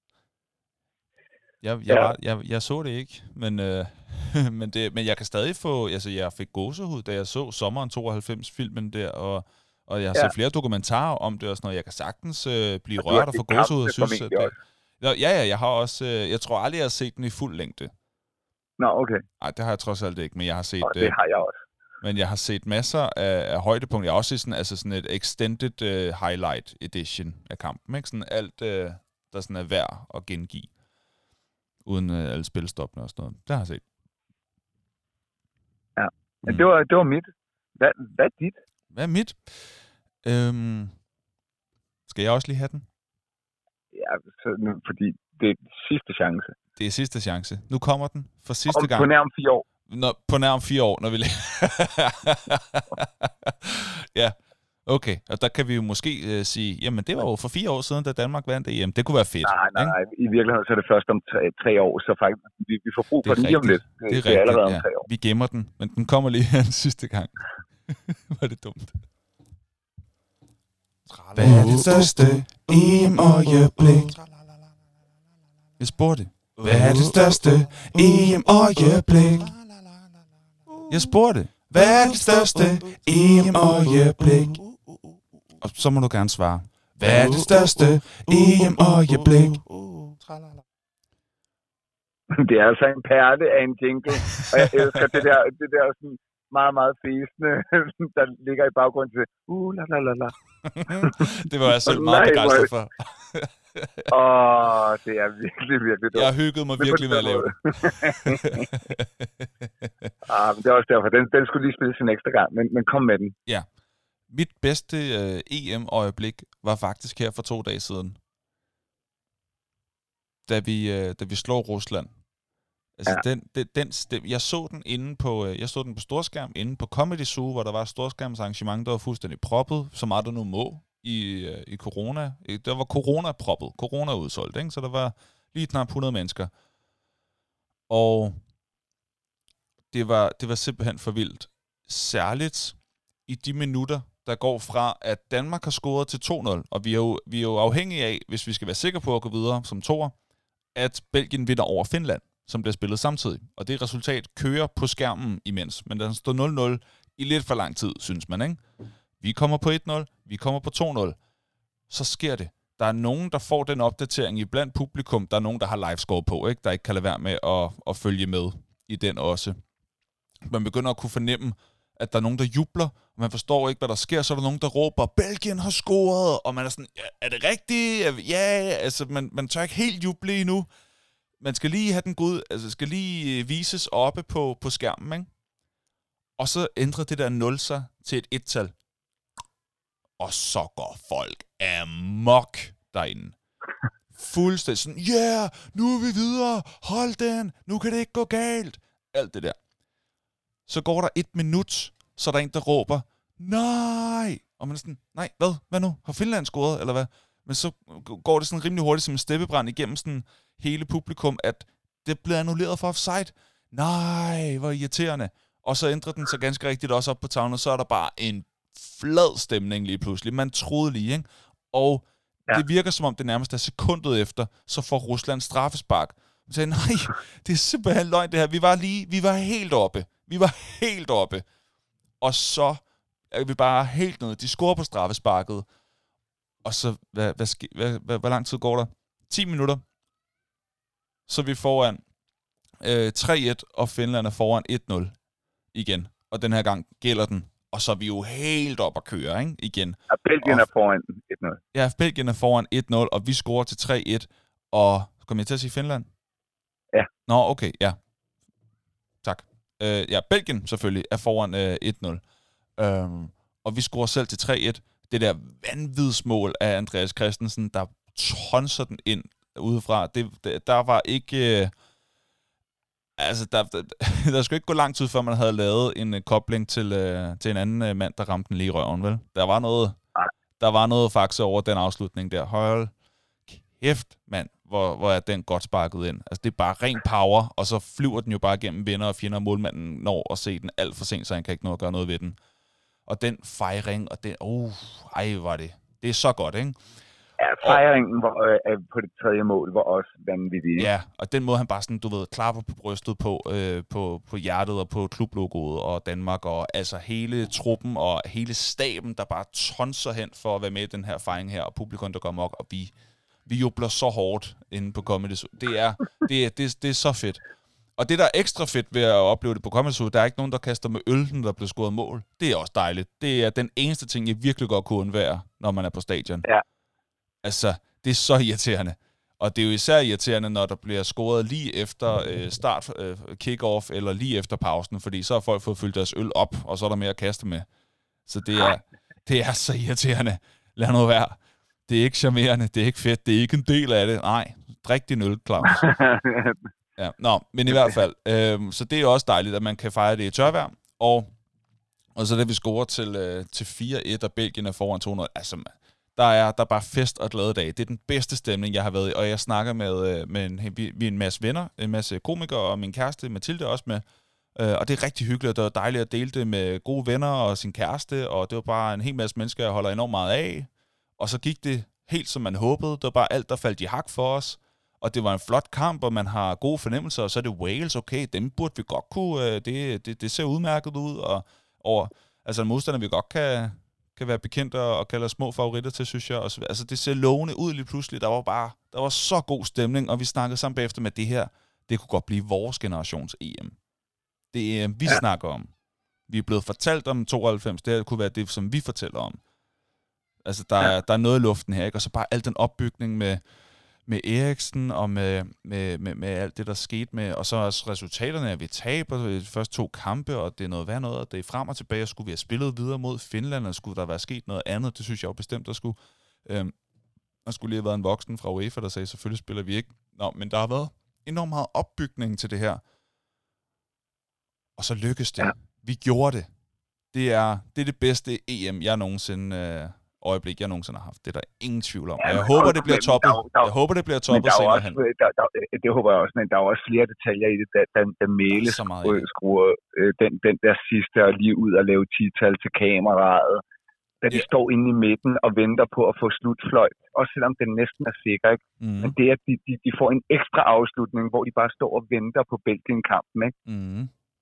Jeg så det ikke, men jeg kan stadig få, altså jeg fik gåsehud, da jeg så Sommeren 92 filmen der, og jeg har set flere dokumentarer om det og sådan noget. Jeg kan sagtens blive rørt og få gåsehud og synes at jeg har også, jeg tror aldrig jeg har set den i fuld længde. Nå, okay. Nej, det har jeg trods alt ikke, men jeg har set det har jeg også. Men jeg har set masser af højdepunkter. Jeg har også set sådan et extended highlight edition af kampen, ikke? Sådan alt der sådan er værd at gengive. Uden alle spilstoppene og sådan noget. Det har jeg set. Ja. Men det var mit. Hvad er dit? Hvad er mit? Skal jeg også lige have den? Ja, fordi det er sidste chance. Det er sidste chance. Nu kommer den for sidste gang. På nærmere 4 år. På nærmere 4 år, når vi ja, okay. Og der kan vi jo måske sige, jamen det var jo for 4 år siden, da Danmark vandt EM. Det kunne være fedt. Nej. I virkeligheden så er det først om 3 år, så faktisk vi får brug for den lige om lidt. Det er rigtigt, allerede om 3 år. Vi gemmer den, men den kommer lige her den sidste gang. Var det dumt. Hvad er det største EM-øjeblik? Jeg spurgte. Hvad er det største EM-øjeblik? Jeg spurgte. Hvad er det største EM-øjeblik? Og så må du gerne svare. Hvad er det største EM-øjeblik? Det er altså en perle af en jingle, og jeg elsker det der sådan meget, meget fæsende, der ligger i baggrunden til la la la la. Det var jeg selv meget begejstret for. Det er virkelig, virkelig dumt. Jeg har hygget mig virkelig med at lave det. Men det er også derfor. Den skulle lige spilles en ekstra gang, men kom med den. Ja. Mit bedste EM-øjeblik var faktisk her for 2 dage siden. Da vi slår Rusland. Altså jeg så den på storskærm inde på Comedy Zoo, hvor der var et storskærmsarrangement, der var fuldstændig proppet, så meget der nu må i corona. Der var corona-proppet, corona-udsolgt, ikke? Så der var lige knap 100 mennesker. Og det var simpelthen for vildt. Særligt i de minutter, der går fra, at Danmark har scoret til 2-0, og vi er jo afhængige af, hvis vi skal være sikre på at gå videre som toer, at Belgien vinder over Finland, som bliver spillet samtidig. Og det resultat kører på skærmen imens. Men der står 0-0 i lidt for lang tid, synes man, ikke? Vi kommer på 1-0, vi kommer på 2-0. Så sker det. Der er nogen, der får den opdatering i blandt publikum. Der er nogen, der har livescore på, ikke? Der ikke kan lade være med at følge med i den også. Man begynder at kunne fornemme, at der er nogen, der jubler, og man forstår ikke, hvad der sker. Så er der nogen, der råber, Belgien har scoret, og man er sådan, er det rigtigt? Ja, altså man tør ikke helt juble endnu. Man skal lige have den gode, altså skal lige vises oppe på skærmen, ikke? Og så ændrer det der 0 sig til et 1-tal. Og så går folk amok derinde. Fuldstændig sådan, nu er vi videre, hold den, nu kan det ikke gå galt. Alt det der. Så går der 1 minut, så er der en, der råber, nej! Og man er sådan, nej, hvad nu? Har Finland scoret, eller hvad? Men så går det sådan rimelig hurtigt som en steppebrand igennem sådan hele publikum, at det bliver annulleret for offside. Nej, hvor irriterende. Og så ændrer den sig ganske rigtigt også op på tavlen, og så er der bare en flad stemning lige pludselig. Man troede lige, ikke? Og det virker som om det nærmest er sekundet efter, så får Rusland straffespark. Man sagde, nej, det er simpelthen løgn det her. Vi var helt oppe. Vi var helt oppe. Og så er vi bare helt nede. De scorer på straffesparket. Og så, hvor lang tid går der? 10 minutter. Så er vi foran 3-1, og Finland er foran 1-0 igen. Og den her gang gælder den Og så er vi jo helt op at køre, ikke? Igen. Ja, Belgien er foran 1-0. Ja, Belgien er foran 1-0, og vi scorer til 3-1. Og kommer jeg til at sige Finland? Ja. Nå, okay, ja. Tak. Ja, Belgien selvfølgelig er foran 1-0. Og vi scorer selv til 3-1. Det der vanvidsmål af Andreas Christensen, der tonser den ind udefra. Der var ikke... Altså, der skulle ikke gå lang tid, før man havde lavet en kobling til en anden mand, der ramte den lige i røven, vel? Der var noget faktisk over den afslutning der. Hold kæft, mand, hvor er den godt sparket ind. Altså, det er bare ren power, og så flyver den jo bare gennem venner og fjender, målmanden når at se den alt for sent, så han kan ikke nå at gøre noget ved den. Og den fejring, og den... var det. Det er så godt, ikke? Ja, fejringen på det tredje mål var også vanvittig. Ja, og den måde han bare sådan, du ved, klapper på brystet på hjertet og på klublogoet og Danmark, og altså hele truppen og hele staben, der bare tonser hen for at være med i den her fejring her, og publikum, der går amok, og vi jubler så hårdt inde på Comedy Zoo. Det er så fedt. Og det, der er ekstra fedt ved at opleve det på Comedy Zoo, der er ikke nogen, der kaster med øl, når der bliver scoret mål. Det er også dejligt. Det er den eneste ting, jeg virkelig godt kunne undvære, når man er på stadion. Ja. Altså, det er så irriterende. Og det er jo især irriterende, når der bliver scoret lige efter start, kick-off, eller lige efter pausen, fordi så har folk fået fyldt deres øl op, og så er der mere at kaste med. Så det er så irriterende. Lad nu være. Det er ikke charmerende, det er ikke fedt, det er ikke en del af det. Nej, drik din øl, Claus. Ja, men i hvert fald. Så det er jo også dejligt, at man kan fejre det i tørvejr. Og så da vi scorer til 4-1, og Belgien er foran 200, altså der er bare fest og glade dage. Det er den bedste stemning, jeg har været i, og jeg snakker med en masse venner, en masse komikere, og min kæreste Mathilde også med. Og det er rigtig hyggeligt, og det var dejligt at dele det med gode venner og sin kæreste, og det var bare en hel masse mennesker, jeg holder enormt meget af. Og så gik det helt, som man håbede. Det var bare alt, der faldt i hak for os. Og det var en flot kamp, og man har gode fornemmelser, og så er det Wales, okay, dem burde vi godt kunne, det ser udmærket ud, og altså en modstander, vi godt kan være bekendt og kalde små favoritter til, synes jeg. Altså det ser lovende ud lige pludselig, der var så god stemning, og vi snakkede sammen bagefter med det her, det kunne godt blive vores generations EM. Det er vi snakker om. Vi er blevet fortalt om 92, det kunne være det, som vi fortæller om. Altså der er noget i luften her, ikke? Og så bare al den opbygning med Eriksen og med alt det, der skete med, og så også resultaterne, at vi taber de første 2 kampe, og det er noget værd noget, og det er frem og tilbage, og skulle vi have spillet videre mod Finland, og skulle der være sket noget andet, det synes jeg jo bestemt, der skulle. Der skulle lige have været en voksen fra UEFA, der sagde, selvfølgelig spiller vi ikke. Men der har været enormt meget opbygning til det her. Og så lykkedes det. Ja. Vi gjorde det. Det er det bedste EM, jeg nogensinde har haft. Det er der ingen tvivl om. Jeg håber, det bliver toppet. Jeg håber, det bliver toppet senere hen. Det håber jeg også, men der er også flere detaljer i det, da Mæle skruer den der sidste og lige ud og lave 10-tal til kameraet. Da de står inde i midten og venter på at få slutfløjt. Også selvom den næsten er sikker, ikke? Men det er, at de får en ekstra afslutning, hvor de bare står og venter på Belgien-kampen, ikke?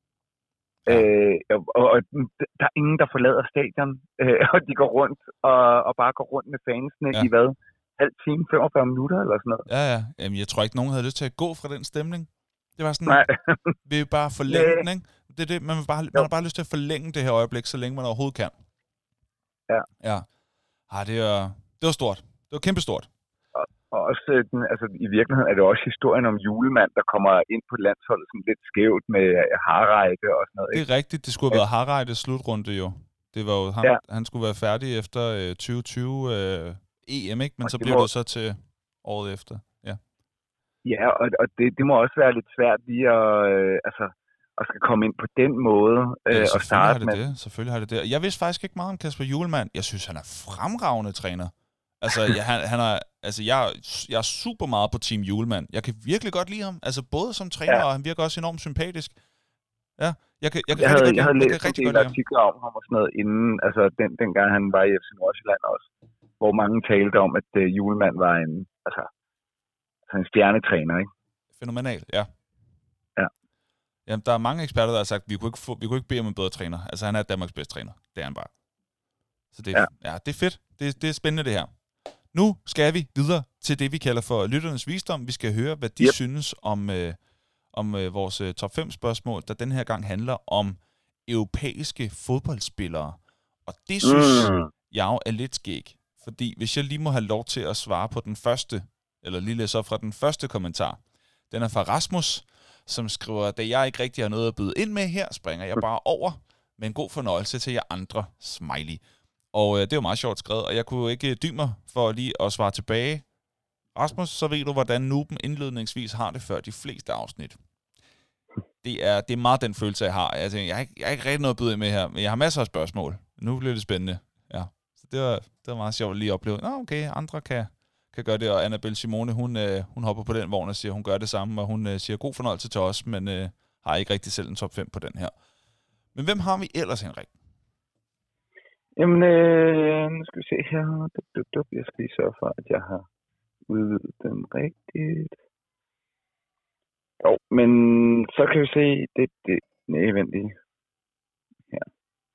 Og der er ingen, der forlader stadion, og de går rundt og bare går rundt med fansene i hvad? Halv time, 45 minutter eller sådan noget. Ja. Jamen, jeg tror ikke, nogen havde lyst til at gå fra den stemning. Det var sådan, vi vil bare forlænge den, ikke? Det er det, man har bare lyst til at forlænge det her øjeblik, så længe man overhovedet kan. Ja. Det var stort. Det var kæmpestort. Og også, altså i virkeligheden er det også historien om Julemand, der kommer ind på landsholdet sådan lidt skævt med Harreide og sådan noget. Ikke? Det er rigtigt. Det skulle have været Harreides slutrunde jo. Det var jo han skulle være færdig efter 2020 EM, ikke? Men og så bliver det så til året efter. Ja, og det må også være lidt svært lige at skal komme ind på den måde og starte med. Selvfølgelig har det det. Jeg vidste faktisk ikke meget om Kasper Hjulmand. Jeg synes, han er fremragende træner. Altså, jeg er super meget på Team Hjulmand. Jeg kan virkelig godt lide ham. Altså, både som træner, og han virker også enormt sympatisk. Ja, jeg havde læst en del artikler om ham og sådan noget inden, altså dengang han var i FC Nordsjælland også, hvor mange talte om, at Hjulmand var en stjernetræner, ikke? Fænomenal, ja. Jamen, der er mange eksperter, der har sagt, at vi kunne ikke bede om en bedre træner. Altså, han er Danmarks bedste træner. Det er han bare. Så det er fedt. Det er spændende, det her. Nu skal vi videre til det, vi kalder for lytternes visdom. Vi skal høre, hvad de synes om vores top 5 spørgsmål, der den her gang handler om europæiske fodboldspillere. Og det synes jeg jo er lidt skæg. Fordi hvis jeg lige må have lov til at svare på den første, eller lige læse op fra den første kommentar. Den er fra Rasmus, som skriver, da jeg ikke rigtig har noget at byde ind med her, springer jeg bare over. Men god fornøjelse til jer andre. Smiley. Og det er jo meget sjovt skrevet, og jeg kunne jo ikke dybe mig for lige at svare tilbage. Rasmus, så ved du, hvordan Nuben indledningsvis har det før de fleste afsnit. Det er meget den følelse, jeg har. Jeg tænker, jeg har ikke rigtig noget at byde ind med her, men jeg har masser af spørgsmål. Nu bliver det spændende. Ja. Så det var meget sjovt at lige opleve. Nå, okay, andre kan gøre det, og Annabelle Simone, hun hopper på den vogn og siger, hun gør det samme, og hun siger god fornøjelse til os, men har ikke rigtig selv en top 5 på den her. Men hvem har vi ellers, Henrik? Jamen, nu skal vi se her. Jeg skal lige sørge for, at jeg har udvidet den rigtigt. Jo, men så kan vi se, det nødvendigt her.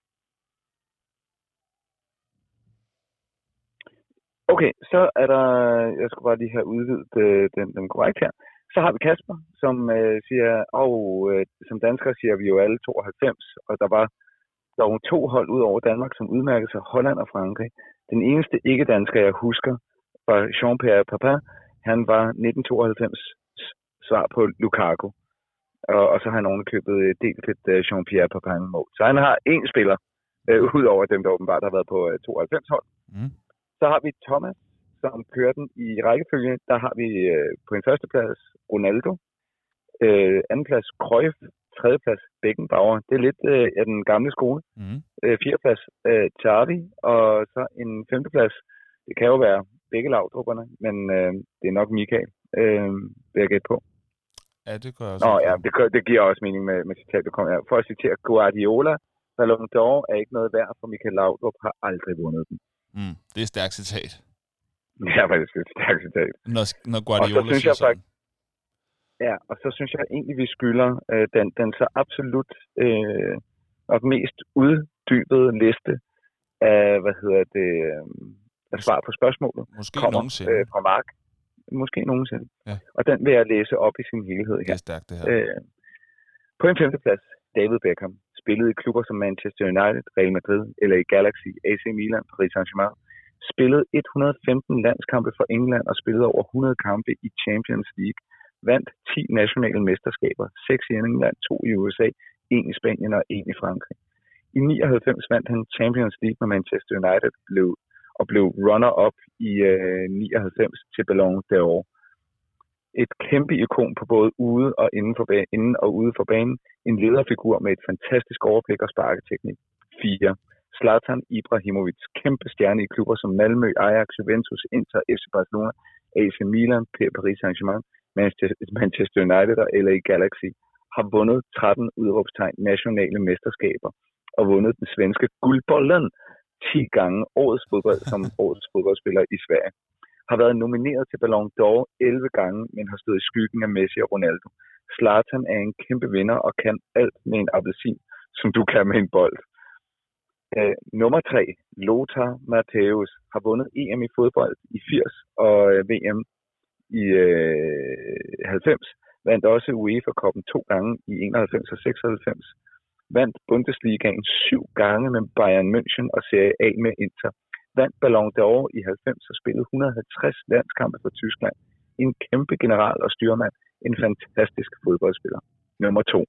Okay, så er der, jeg skal bare lige have udvidet den korrekt her. Så har vi Kasper, som siger, som danskere siger vi jo alle 92, og der var 2 hold ud over Danmark, som udmærkede sig, Holland og Frankrig. Den eneste ikke-dansker, jeg husker, var Jean-Pierre Papin. Han var 1992 svar på Lukaku. Og så har han ovenikøbet delt et Jean-Pierre Papin-mål. Så han har én spiller, ud over dem, der åbenbart har været på 92 hold. Så har vi Thomas, som kører den i rækkefølge. Der har vi på en førsteplads Ronaldo, andenplads Cruyff, tredjeplads Beckenbauer. Det er lidt af den gamle skole. Fjerdeplads Xavi, og så en femteplads. Det kan jo være begge lagdrupperne, men det er nok Michael, vil jeg gætte på. Ja, det gør jeg også. Nå ja, det giver også mening med citatet. For at citere Guardiola, Ballon d'Or er ikke noget værd, for Michael Laudrup har aldrig vundet den. Det er et stærkt citat. Ja, det er et stærkt citat. Når Guardiola siger sådan. Ja, og så synes jeg egentlig, vi skylder den så absolut nok mest uddybede liste af, af svar på spørgsmålet. Måske nogensinde. Fra Mark. Måske nogensinde. Ja. Og den vil jeg læse op i sin helhed her. Det er stærkt, det her. På en femteplads, David Beckham. Spillede i klubber som Manchester United, Real Madrid, LA Galaxy, AC Milan, Paris Saint-Germain. Spillede 115 landskampe for England og spillede over 100 kampe i Champions League. Vandt 10 nationale mesterskaber, 6 i England, 2 i USA, 1 i Spanien og 1 i Frankrig. I 99 vandt han Champions League med Manchester United og blev runner-up i 99 til Ballon d'Or. Et kæmpe ikon på både ude og inden og ude for banen. En lederfigur med et fantastisk overblik og sparketeknik. 4. Zlatan Ibrahimovic, kæmpe stjerne i klubber som Malmø, Ajax, Juventus, Inter, FC Barcelona, AC Milan, Paris Saint-Germain, Manchester United og LA Galaxy, har vundet 13 udråbstegn nationale mesterskaber og vundet den svenske Guldbollen 10 gange som årets fodboldspiller i Sverige. Har været nomineret til Ballon d'Or 11 gange, men har stået i skyggen af Messi og Ronaldo. Zlatan er en kæmpe vinder og kan alt med en appelsin, som du kan med en bold. Nummer 3, Lothar Matthäus, har vundet EM i fodbold i 80 og VM i 90. Vandt også UEFA-cupen 2 gange i 91 og 96. Vandt Bundesligaen 7 gange med Bayern München og Serie A med Inter. Vandt Ballon d'Or i 90 og spillede 150 landskampe for Tyskland. En kæmpe general og styrmand. En fantastisk fodboldspiller. Nummer 2,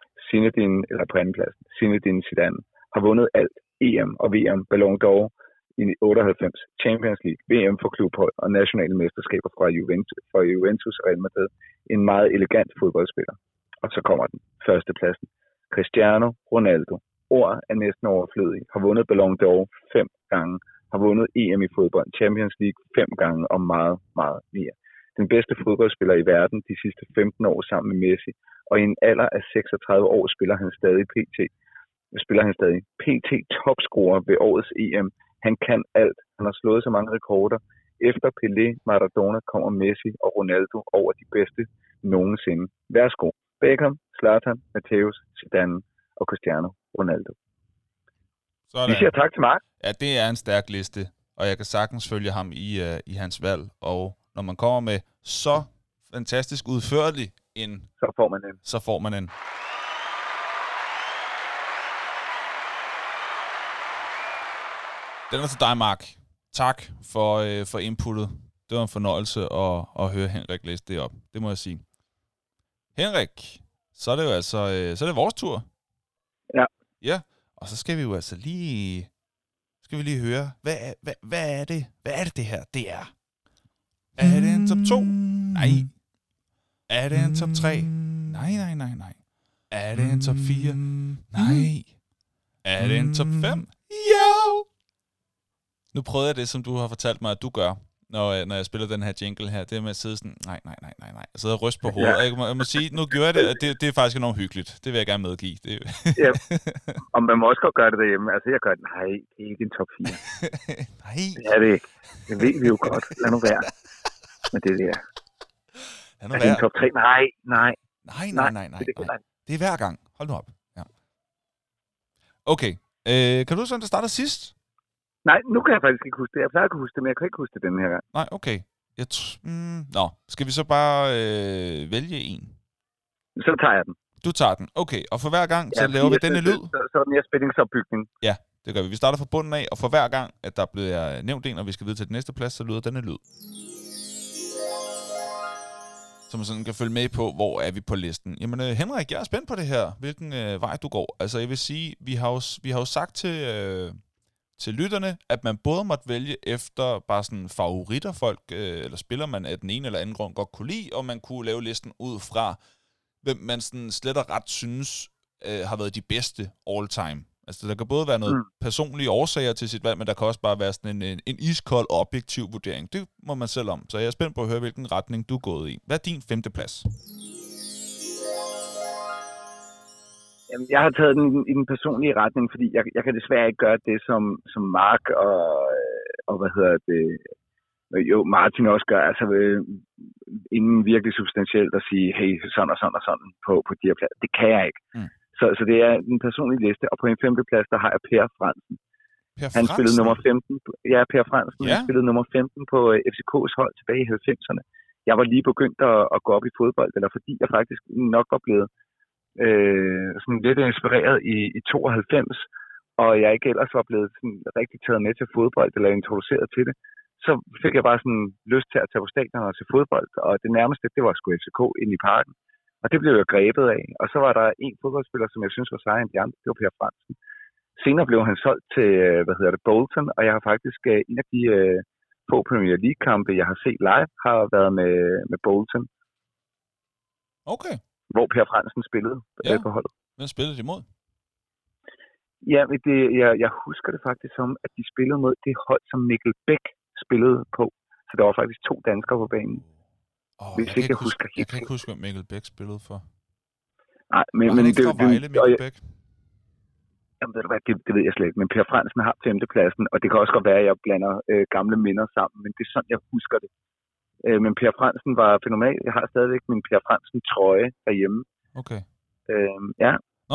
Zinedine Zidane, har vundet alt. EM og VM, Ballon d'Or i 98, Champions League, VM for klubhold og nationale mesterskaber fra Juventus og Real Madrid. En meget elegant fodboldspiller. Og så kommer den første pladsen. Cristiano Ronaldo. Ord er næsten overflødige. Har vundet Ballon d'Or 5 gange. Har vundet EM i fodbold, Champions League 5 gange og meget, meget mere. Den bedste fodboldspiller i verden de sidste 15 år sammen med Messi. Og i en alder af 36 år spiller han stadig PT topscorer ved årets EM. Han kan alt. Han har slået så mange rekorder. Efter Pelé, Maradona kommer Messi og Ronaldo over de bedste nogensinde. Værsgo. Beckham, Zlatan, Matthäus, Zidane og Cristiano Ronaldo. Sådan. Vi siger tak til Mark. Ja, det er en stærk liste, og jeg kan sagtens følge ham i hans valg. Og når man kommer med så fantastisk udførlig så får man en. Den er til dig, Mark. Tak for inputtet. Det var en fornøjelse at høre Henrik læse det op. Det må jeg sige. Henrik, så er det jo altså så er det vores tur. Ja. Ja, og så skal vi jo altså lige høre, hvad er det? Hvad er det her? Det er. Er det en top 2? Nej. Er det en top 3? Nej. Er det en top 4? Nej. Er det en top 5? Jo! Nu prøvede jeg det, som du har fortalt mig, at du gør, når jeg spiller den her jingle her. Det er med at sidde sådan, nej. Jeg sidder og ryste på hovedet. Ja. Jeg må sige, nu gjorde jeg det, og det er faktisk enormt hyggeligt. Det vil jeg gerne medgive. Ja. Og man må også godt gøre det derhjemme. Altså, jeg gør det. Nej, det er ikke en top 4. Nej. Det er det ikke. Det ved vi jo godt. Lad nu være. Men det der. Er det en top 3? Nej. Nej. Det er hver gang. Hold nu op. Ja. Okay. Kan du sådan, der starter sidst? Nej, nu kan jeg faktisk ikke huske det. Jeg plejer at kunne huske det, men jeg kan ikke huske det den her gang. Nej, okay. Nå, skal vi så bare vælge en? Så tager jeg den. Du tager den. Okay, og for hver gang, så laver vi denne lyd. Så er den mere spændingsopbygning. Ja, det gør vi. Vi starter fra bunden af, og for hver gang, at der bliver nævnt en, og vi skal videre til den næste plads, så lyder denne lyd. Så man sådan kan følge med på, hvor er vi på listen. Jamen Henrik, jeg er spændt på det her. Hvilken vej du går. Altså jeg vil sige, vi har jo sagt til lytterne, at man både måtte vælge efter bare sådan favoritter folk, eller spiller man af den ene eller anden grund godt kunne lide, og man kunne lave listen ud fra, hvem man sådan slet og ret synes har været de bedste all time. Altså der kan både være noget personlige årsager til sit valg, men der kan også bare være sådan en iskold objektiv vurdering. Det må man selv om. Så jeg er spændt på at høre, hvilken retning du er gået i. Hvad er din 5. plads? Jamen, jeg har taget den i den personlige retning, fordi jeg kan desværre ikke gøre det, som Mark og hvad hedder det, jo, Martin også gør, altså inden virkelig substantielt at sige, hey, sådan og sådan og sådan på de her pladser. Det kan jeg ikke. Så det er en personlig liste, og på en 5. plads, der har jeg Per Frandsen. Han spillede nummer 15. Ja, Per Frandsen. Yeah. Han spillede nummer 15 på FCK's hold tilbage i 90'erne. Jeg var lige begyndt at gå op i fodbold, eller fordi jeg faktisk nok var blevet sådan lidt inspireret i 92, og jeg ikke ellers var blevet sådan rigtig taget med til fodbold, eller introduceret til det, så fik jeg bare sådan lyst til at tage på stadion og til fodbold, og det nærmeste, det var sgu FCK ind i parken. Og det blev jeg grebet af. Og så var der en fodboldspiller, som jeg synes var sejere end de andre. Det var Per Frandsen. Senere blev han solgt til, Bolton, og jeg har faktisk en af de få Premier League-kampe, jeg har set live, har været med Bolton. Okay. Hvor Per Frandsen spillede på holdet. Hvem spillede de mod? Ja, jeg husker det faktisk som, at de spillede mod det hold, som Mikkel Bæk spillede på. Så der var faktisk 2 danskere på banen. Jeg kan ikke huske, hvad Mikkel Bæk spillede for. Nej, men det var Vejle, Mikkel Bæk? Jamen, det ved jeg slet ikke. Men Per Frandsen har 5. pladsen, og det kan også godt være, at jeg blander gamle minder sammen, men det er sådan, jeg husker det. Men Per Frandsen var fænomenal. Jeg har stadigvæk min Per Frandsen trøje derhjemme. Okay. Ja.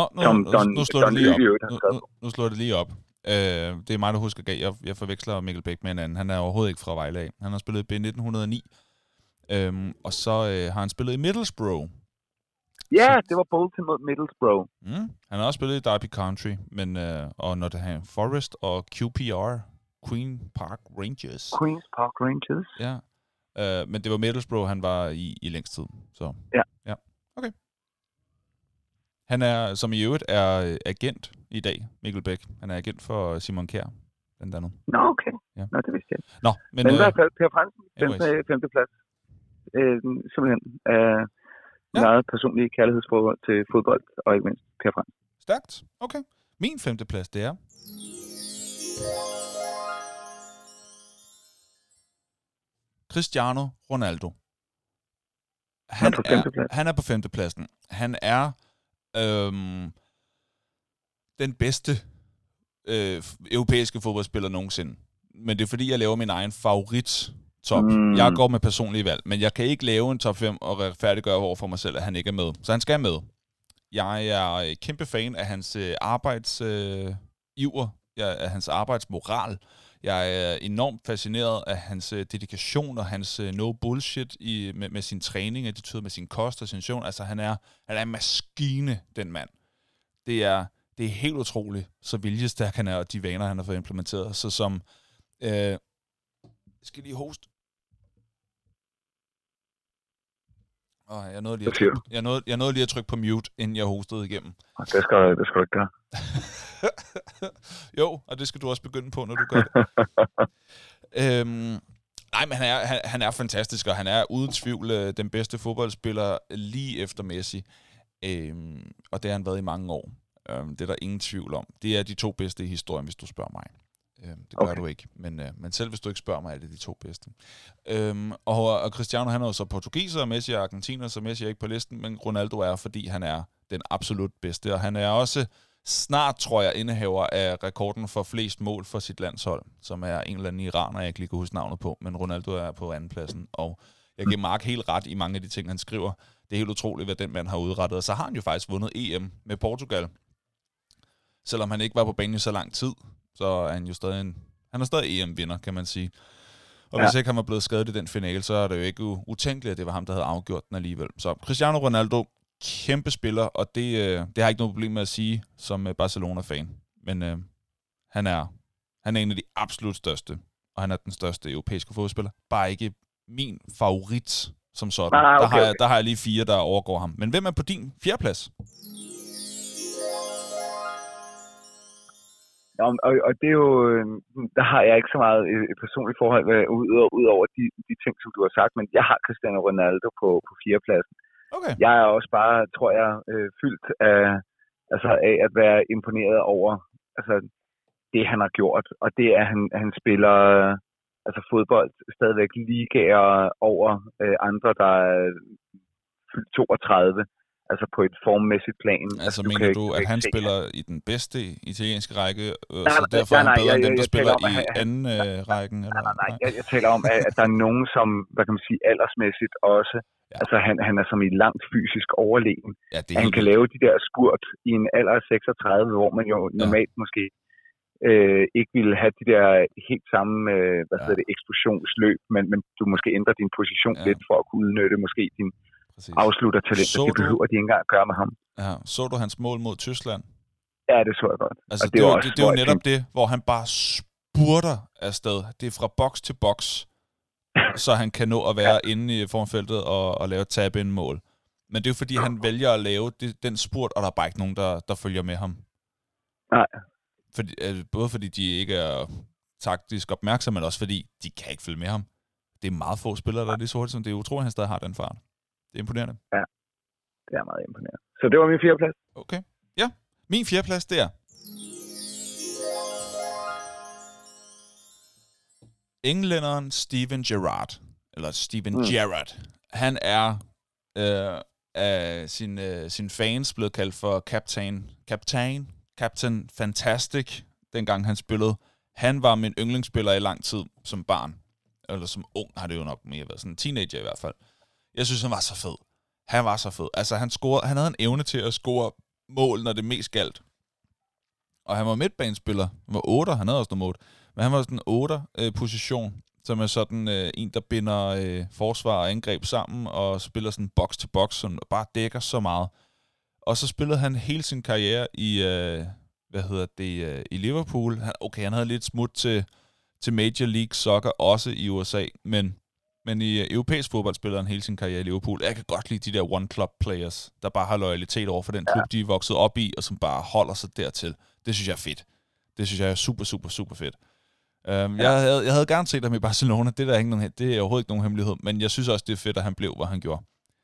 Nu slår det lige op. Det er mig, der husker galt. Jeg forveksler Mikkel Bæk med en anden. Han er overhovedet ikke fra Vejle af. Han har spillet i B1909. Og så har han spillet i Middlesbrough. Ja, det var Bolton mod Middlesbrough. Han har også spillet i Derby County, og Nottingham Forest og QPR, Queen's Park Rangers. Ja, men det var Middlesbrough, han var i længst tid. Så. Ja. Okay. Han er, som i øvrigt, er agent i dag, Mikkel Bæk. Han er agent for Simon Kjær, blandt andet. Nå, okay. Ja. Nå, det vidste jeg. Nå, men i hvert fald Per Frandsen, 5. plads. Simpelthen meget personlige kærlighedsforhold til fodbold, og ikke mindst Per Frandsen. Stærkt. Okay. Min 5. plads, det er Cristiano Ronaldo. Han er på 5. pladsen. Han er den bedste europæiske fodboldspiller nogensinde. Men det er fordi, jeg laver min egen favorit top. Jeg går med personlige valg, men jeg kan ikke lave en top 5 og retfærdiggøre over for mig selv, at han ikke er med. Så han skal med. Jeg er kæmpe fan af hans arbejdsiver, af hans arbejdsmoral. Jeg er enormt fascineret af hans dedikation og hans no bullshit med sin træning, attitude, med sin kost og sin søvn. Altså han er en maskine, den mand. Det er det er helt utroligt, så viljestærk han er, og de vaner, han har fået implementeret. Så som... jeg skal lige hoste. Jeg nåede lige at trykke på mute, inden jeg hostede igennem. Det skal du ikke gøre. Jo, og det skal du også begynde på, når du gør det. Nej, men han er fantastisk, og han er uden tvivl den bedste fodboldspiller lige efter Messi. Og det har han været i mange år. Det er der ingen tvivl om. Det er de 2 bedste i historien, hvis du spørger mig. Det gør du ikke, men selv hvis du ikke spørger mig, er det de 2 bedste. Og Cristiano, han er jo så portugiser, og Messi er argentiner, så Messi er ikke på listen, men Ronaldo er, fordi han er den absolut bedste, og han er også snart, tror jeg, indehaver af rekorden for flest mål for sit landshold, som er en eller anden iraner, jeg ikke lige kan huske navnet på, men Ronaldo er på andenpladsen, og jeg giver Mark helt ret i mange af de ting, han skriver. Det er helt utroligt, hvad den mand har udrettet, og så har han jo faktisk vundet EM med Portugal, selvom han ikke var på banen i så lang tid. Så er han jo stadig han er stadig EM-vinder, kan man sige. Og hvis ikke han var blevet skadet i den finale, så er det jo ikke utænkeligt, at det var ham, der havde afgjort den alligevel. Så Cristiano Ronaldo, kæmpe spiller, og det har jeg ikke noget problem med at sige som Barcelona-fan. Men han er en af de absolut største, og han er den største europæiske fodboldspiller. Bare ikke min favorit som sådan. Der har jeg lige 4, der overgår ham. Men hvem er på din 4. plads? Og det er jo, der har jeg ikke så meget et personligt forhold ud over de ting, som du har sagt, men jeg har Cristiano Ronaldo på 4. pladsen. Okay. Jeg er også bare, tror jeg, fyldt af at være imponeret over det, han har gjort, og det er, at han spiller fodbold stadigvæk ligaer over andre, der er fyldt 32. Altså på et formæssigt plan. Altså mener du, at han spiller i den bedste italienske række, så derfor er han bedre end dem, der spiller i anden rækken? Eller? Nej. Jeg taler om, at der er nogen, som, hvad kan man sige, aldersmæssigt også, altså han er som i langt fysisk overlegen. Ja, han kan lave de der spurt i en alder af 36, hvor man jo normalt måske ikke ville have de der helt samme, eksplosionsløb, men du måske ændrer din position lidt for at kunne udnytte måske din afsluttertalent, det behøver de ikke engang at gøre med ham. Ja. Så du hans mål mod Tyskland? Ja, det så jeg godt. Altså, det er jo netop det, hvor han bare spurter afsted. Det er fra boks til boks, så han kan nå at være inde i formfeltet og lave tab-in-mål. Men det er jo fordi, han vælger at lave den spurt, og der er bare ikke nogen, der følger med ham. Nej. Både fordi de ikke er taktisk opmærksomme, men også fordi de kan ikke følge med ham. Det er meget få spillere, der er lige så hurtigt, som det er utroligt, at han stadig har den fart. Det er imponerende. Ja, det er meget imponerende. Så det var min 4. plads. Okay. Ja, min 4. plads, det er englænderen Steven Gerrard. Eller Steven Gerrard. Han er af sin fans blevet kaldt for Captain Fantastic, dengang han spillede. Han var min yndlingsspiller i lang tid som barn. Eller som ung har det jo nok mere været. Sådan en teenager i hvert fald. Jeg synes, han var så fed. Han var så fed. Altså, han havde en evne til at score mål, når det mest galt. Og han var midtbanespiller. Han var 8, han havde også noget mål. Men han var sådan en 8-position, som er sådan en, der binder forsvar og angreb sammen, og spiller sådan box til box, som bare dækker så meget. Og så spillede han hele sin karriere i, i Liverpool. Han havde lidt smut til Major League Soccer, også i USA, men i europæisk fodbold spiller han hele sin karriere i Liverpool. Jeg kan godt lide de der one-club-players, der bare har loyalitet over for den klub, de er vokset op i, og som bare holder sig dertil. Det synes jeg er fedt. Det synes jeg er super, super, super fedt. Jeg havde gerne set ham i Barcelona. Det er overhovedet ikke nogen hemmelighed, men jeg synes også, det er fedt, at han blev, hvor han gjorde.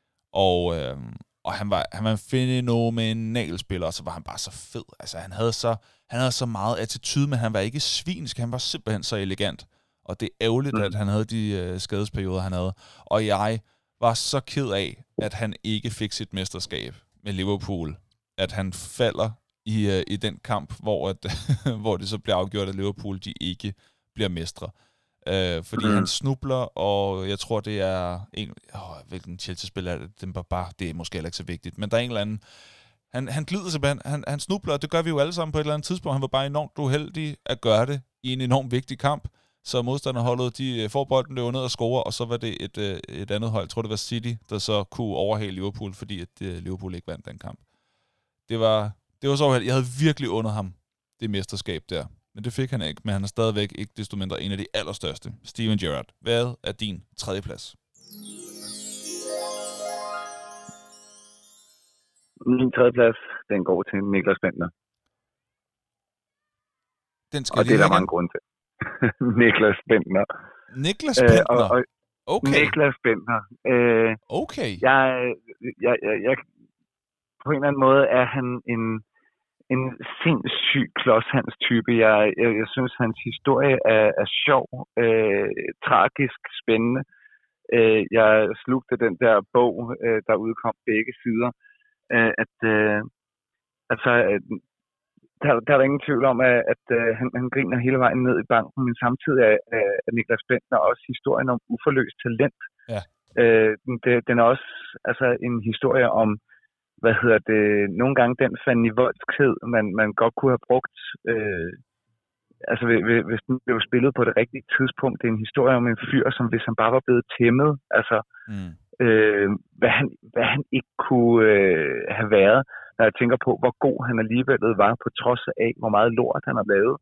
Og han var en fænomenal spiller, og så var han bare så fed. Altså, han havde så meget attitude, men han var ikke svinsk. Han var simpelthen så elegant. Og det er ærgerligt, at han havde de skadesperioder, han havde. Og jeg var så ked af, at han ikke fik sit mesterskab med Liverpool. At han falder i den kamp, hvor det så bliver afgjort, at Liverpool de ikke bliver mestre. Fordi han snubler, og jeg tror, det er hvilken Chelsea-spiller er det? Det er måske heller ikke så vigtigt, men der er en eller anden. Han glider simpelthen, han snubler, og det gør vi jo alle sammen på et eller andet tidspunkt. Han var bare enormt uheldig at gøre det i en enormt vigtig kamp. Så modstanderholdet, de får bolden, løber ned og scorer, og så var det et andet hold, jeg tror det var City, der så kunne overhale Liverpool, fordi at Liverpool ikke vandt den kamp. Det Det var så uheldigt. Jeg havde virkelig under ham det mesterskab der. Men det fik han ikke. Men han er stadigvæk ikke desto mindre en af de allerstørste. Steven Gerrard. Hvad er din tredje plads? Min tredje plads, den går til Niklas Bendtner. Den skal og det er der mange grunde til. Niklas Bendtner. Niklas Bendtner? Okay. Niklas Bendtner. Okay. Jeg, på en eller anden måde er han en sindssyg klods, hans type. Jeg synes, hans historie er sjov, tragisk, spændende. Jeg slugte den der bog, der udkom begge sider. Der er ingen tvivl om, at han griner hele vejen ned i banken, men samtidig er Niklas Bendtner også historien om uforløst talent. Ja. Den er også en historie om, nogle gange den fandenivoldskhed, man godt kunne have brugt, hvis den blev spillet på det rigtige tidspunkt. Det er en historie om en fyr, som hvis han bare var blevet tæmmet, hvad han ikke kunne have været, når jeg tænker på, hvor god han alligevel var, på trods af, hvor meget lort han har lavet.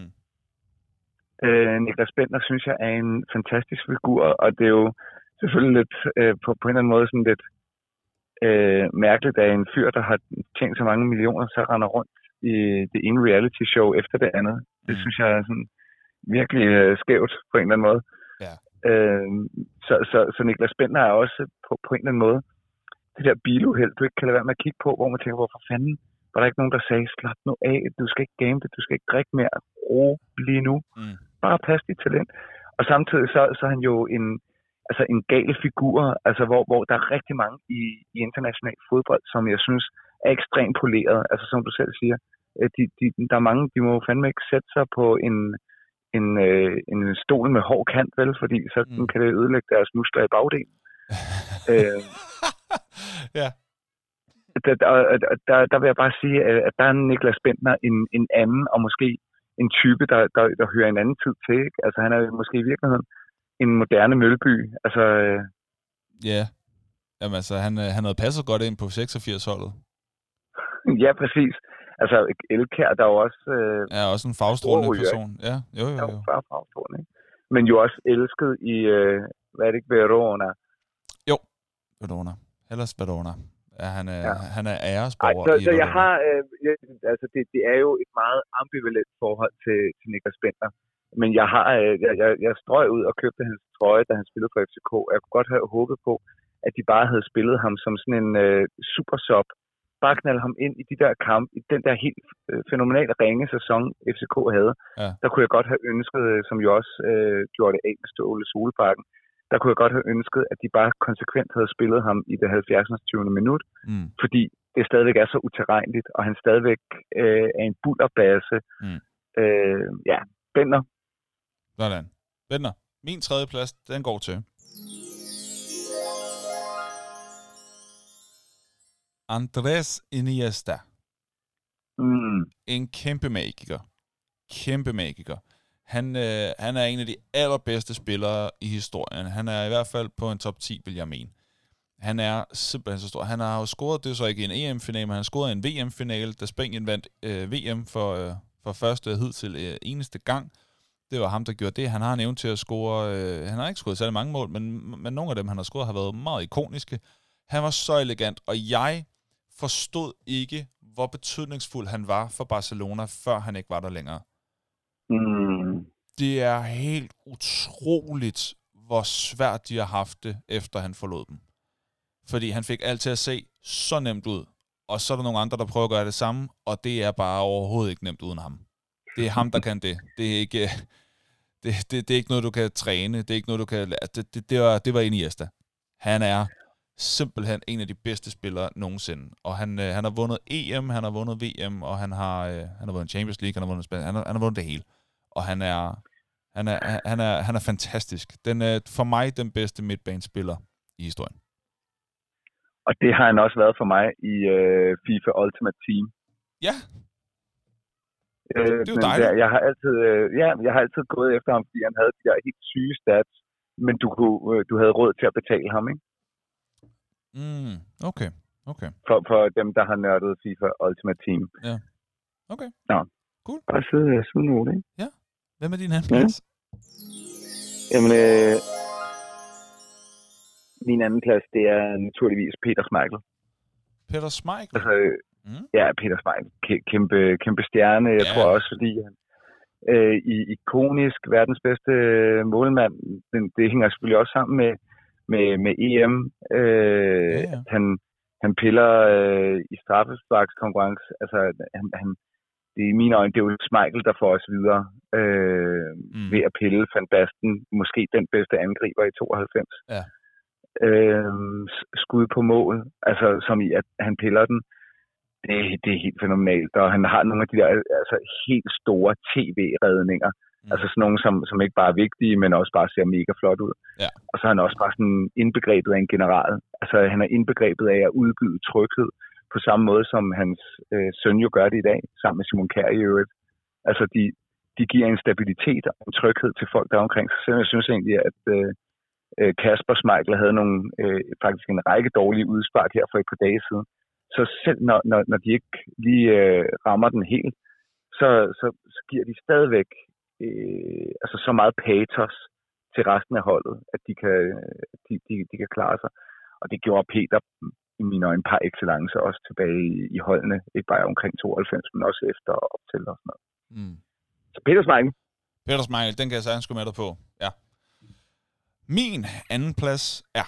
Niklas Bendtner, synes jeg, er en fantastisk figur, og det er jo selvfølgelig lidt, på en eller anden måde sådan lidt mærkeligt, at en fyr, der har tjent så mange millioner, så render rundt i det ene reality show efter det andet. Det synes jeg er sådan virkelig skævt på en eller anden måde. Ja. Så Niklas Bendtner er også på en eller anden måde det der biluheld, du ikke kan lade være med at kigge på, hvor man tænker, hvorfor fanden var der ikke nogen, der sagde, slap nu af, du skal ikke gamble, du skal ikke drikke mere, ro lige nu. Bare pas dit talent. Og samtidig så er han jo en gal figur, hvor der er rigtig mange i international fodbold, som jeg synes er ekstremt poleret. Altså som du selv siger, der er mange, de må fandme ikke sætte sig på en stol med hård kant, vel, fordi så kan det ødelægge deres muskler i bagdelen. Ja. Der vil jeg bare sige, at der er Niklas Bendtner en anden, og måske en type, der hører en anden tid til. Ikke? Altså han er måske i virkeligheden en moderne Mølby. Ja. Jamen altså, han havde passet godt ind på 86-holdet. Ja, præcis. Altså, Elkjær, der er jo også... også en farvestrålende person. Ja, jo. Farvestrålende, ikke? Men jo også elsket i, hvad er det ikke, Verona? Jo, Verona. Hellas Verona. Ja, han er æresborger i så jeg har... det er jo et meget ambivalent forhold til Niklas Bendtner. Men jeg strøg ud og købte hans trøje, da han spillede for FCK. Jeg kunne godt have håbet på, at de bare havde spillet ham som sådan en super sub. Bare knalde ham ind i de der kampe, i den der helt fænomenale ringe sæson, FCK havde. Ja. Der kunne jeg godt have ønsket, som jo også gjorde det af med Ståle Solbakken, der kunne jeg godt have ønsket, at de bare konsekvent havde spillet ham i det 70. 20. minut, fordi det stadigvæk er så uterrenligt, og han stadigvæk er en bullerbasse. Bendtner. Sådan. Bendtner. Min tredje plads, den går til Andrés Iniesta. En kæmpe magiker. Han er en af de allerbedste spillere i historien. Han er i hvert fald på en top 10, vil jeg mene. Han er simpelthen så stor. Han har jo scoret, det er så ikke en EM-finale, men han har scoret en VM-finale, da Spanien vandt VM for første hidtil eneste gang. Det var ham, der gjorde det. Han har en evne til at score. Han har ikke scoret særlig mange mål, men nogle af dem, han har scoret, har været meget ikoniske. Han var så elegant, og jeg forstod ikke, hvor betydningsfuld han var for Barcelona, før han ikke var der længere. Det er helt utroligt, hvor svært de har haft det, efter han forlod dem. Fordi han fik alt til at se så nemt ud, og så er der nogle andre, der prøver at gøre det samme, og det er bare overhovedet ikke nemt uden ham. Det er ham, der kan det. Det er ikke, det er ikke noget, du kan træne. Det er ikke noget, du kan... Det var Iniesta. Han er simpelthen en af de bedste spillere nogensinde. Og han har vundet EM, han har vundet VM, og han har vundet Champions League, han har vundet Spanien, han har vundet det hele. Og han er fantastisk. Den er for mig den bedste midtbanespiller i historien. Og det har han også været for mig i FIFA Ultimate Team. Ja. Det er jo dejligt. Jeg har altid gået efter ham, fordi han havde de der helt syge stats, men du havde råd til at betale ham, ikke? Okay. Okay. For dem, der har nørdet FIFA Ultimate Team. Ja. Okay. Nå. Cool. Bare sidde nu, ikke? Ja. Hvem er din anden plads? Jamen, min anden plads, det er naturligvis Peter Schmeichel. Peter Schmeichel? Altså, ja, Peter Schmeichel. Kæmpe stjerne. Jeg tror også, fordi han ikonisk, verdens bedste målmand. Det hænger selvfølgelig også sammen med EM. Han piller i straffesparkskonkurrence. Altså, det er i mine øjne, det er jo Schmeichel, der får os videre ved at pille Van Basten. Måske den bedste angriber i 92. Ja. Skud på mål, altså som i, at han piller den. Det er helt fænomenalt, og han har nogle af de der altså, helt store tv-redninger. Altså sådan nogle, som ikke bare er vigtige, men også bare ser mega flot ud. Ja. Og så er han også bare sådan indbegrebet af en general. Altså han er indbegrebet af at udgyde tryghed på samme måde, som hans søn jo gør det i dag, sammen med Simon Kjær i øvrigt. Altså de giver en stabilitet og en tryghed til folk, der er omkring sig. Så jeg synes egentlig, at Kasper Schmeichel havde faktisk en række dårlige udspark her for et par dage siden. Så selv når de ikke lige rammer den helt, så giver de stadigvæk altså så meget patos til resten af holdet, at de kan klare sig. Og det gjorde Peter i mine øjne par excellence også tilbage i holdene, ikke bare omkring 92, men også efter og op til og sådan noget. Så Peter Schmeichel. Peter Schmeichel, den kan jeg sagtens gå med dig på, ja. Min anden plads er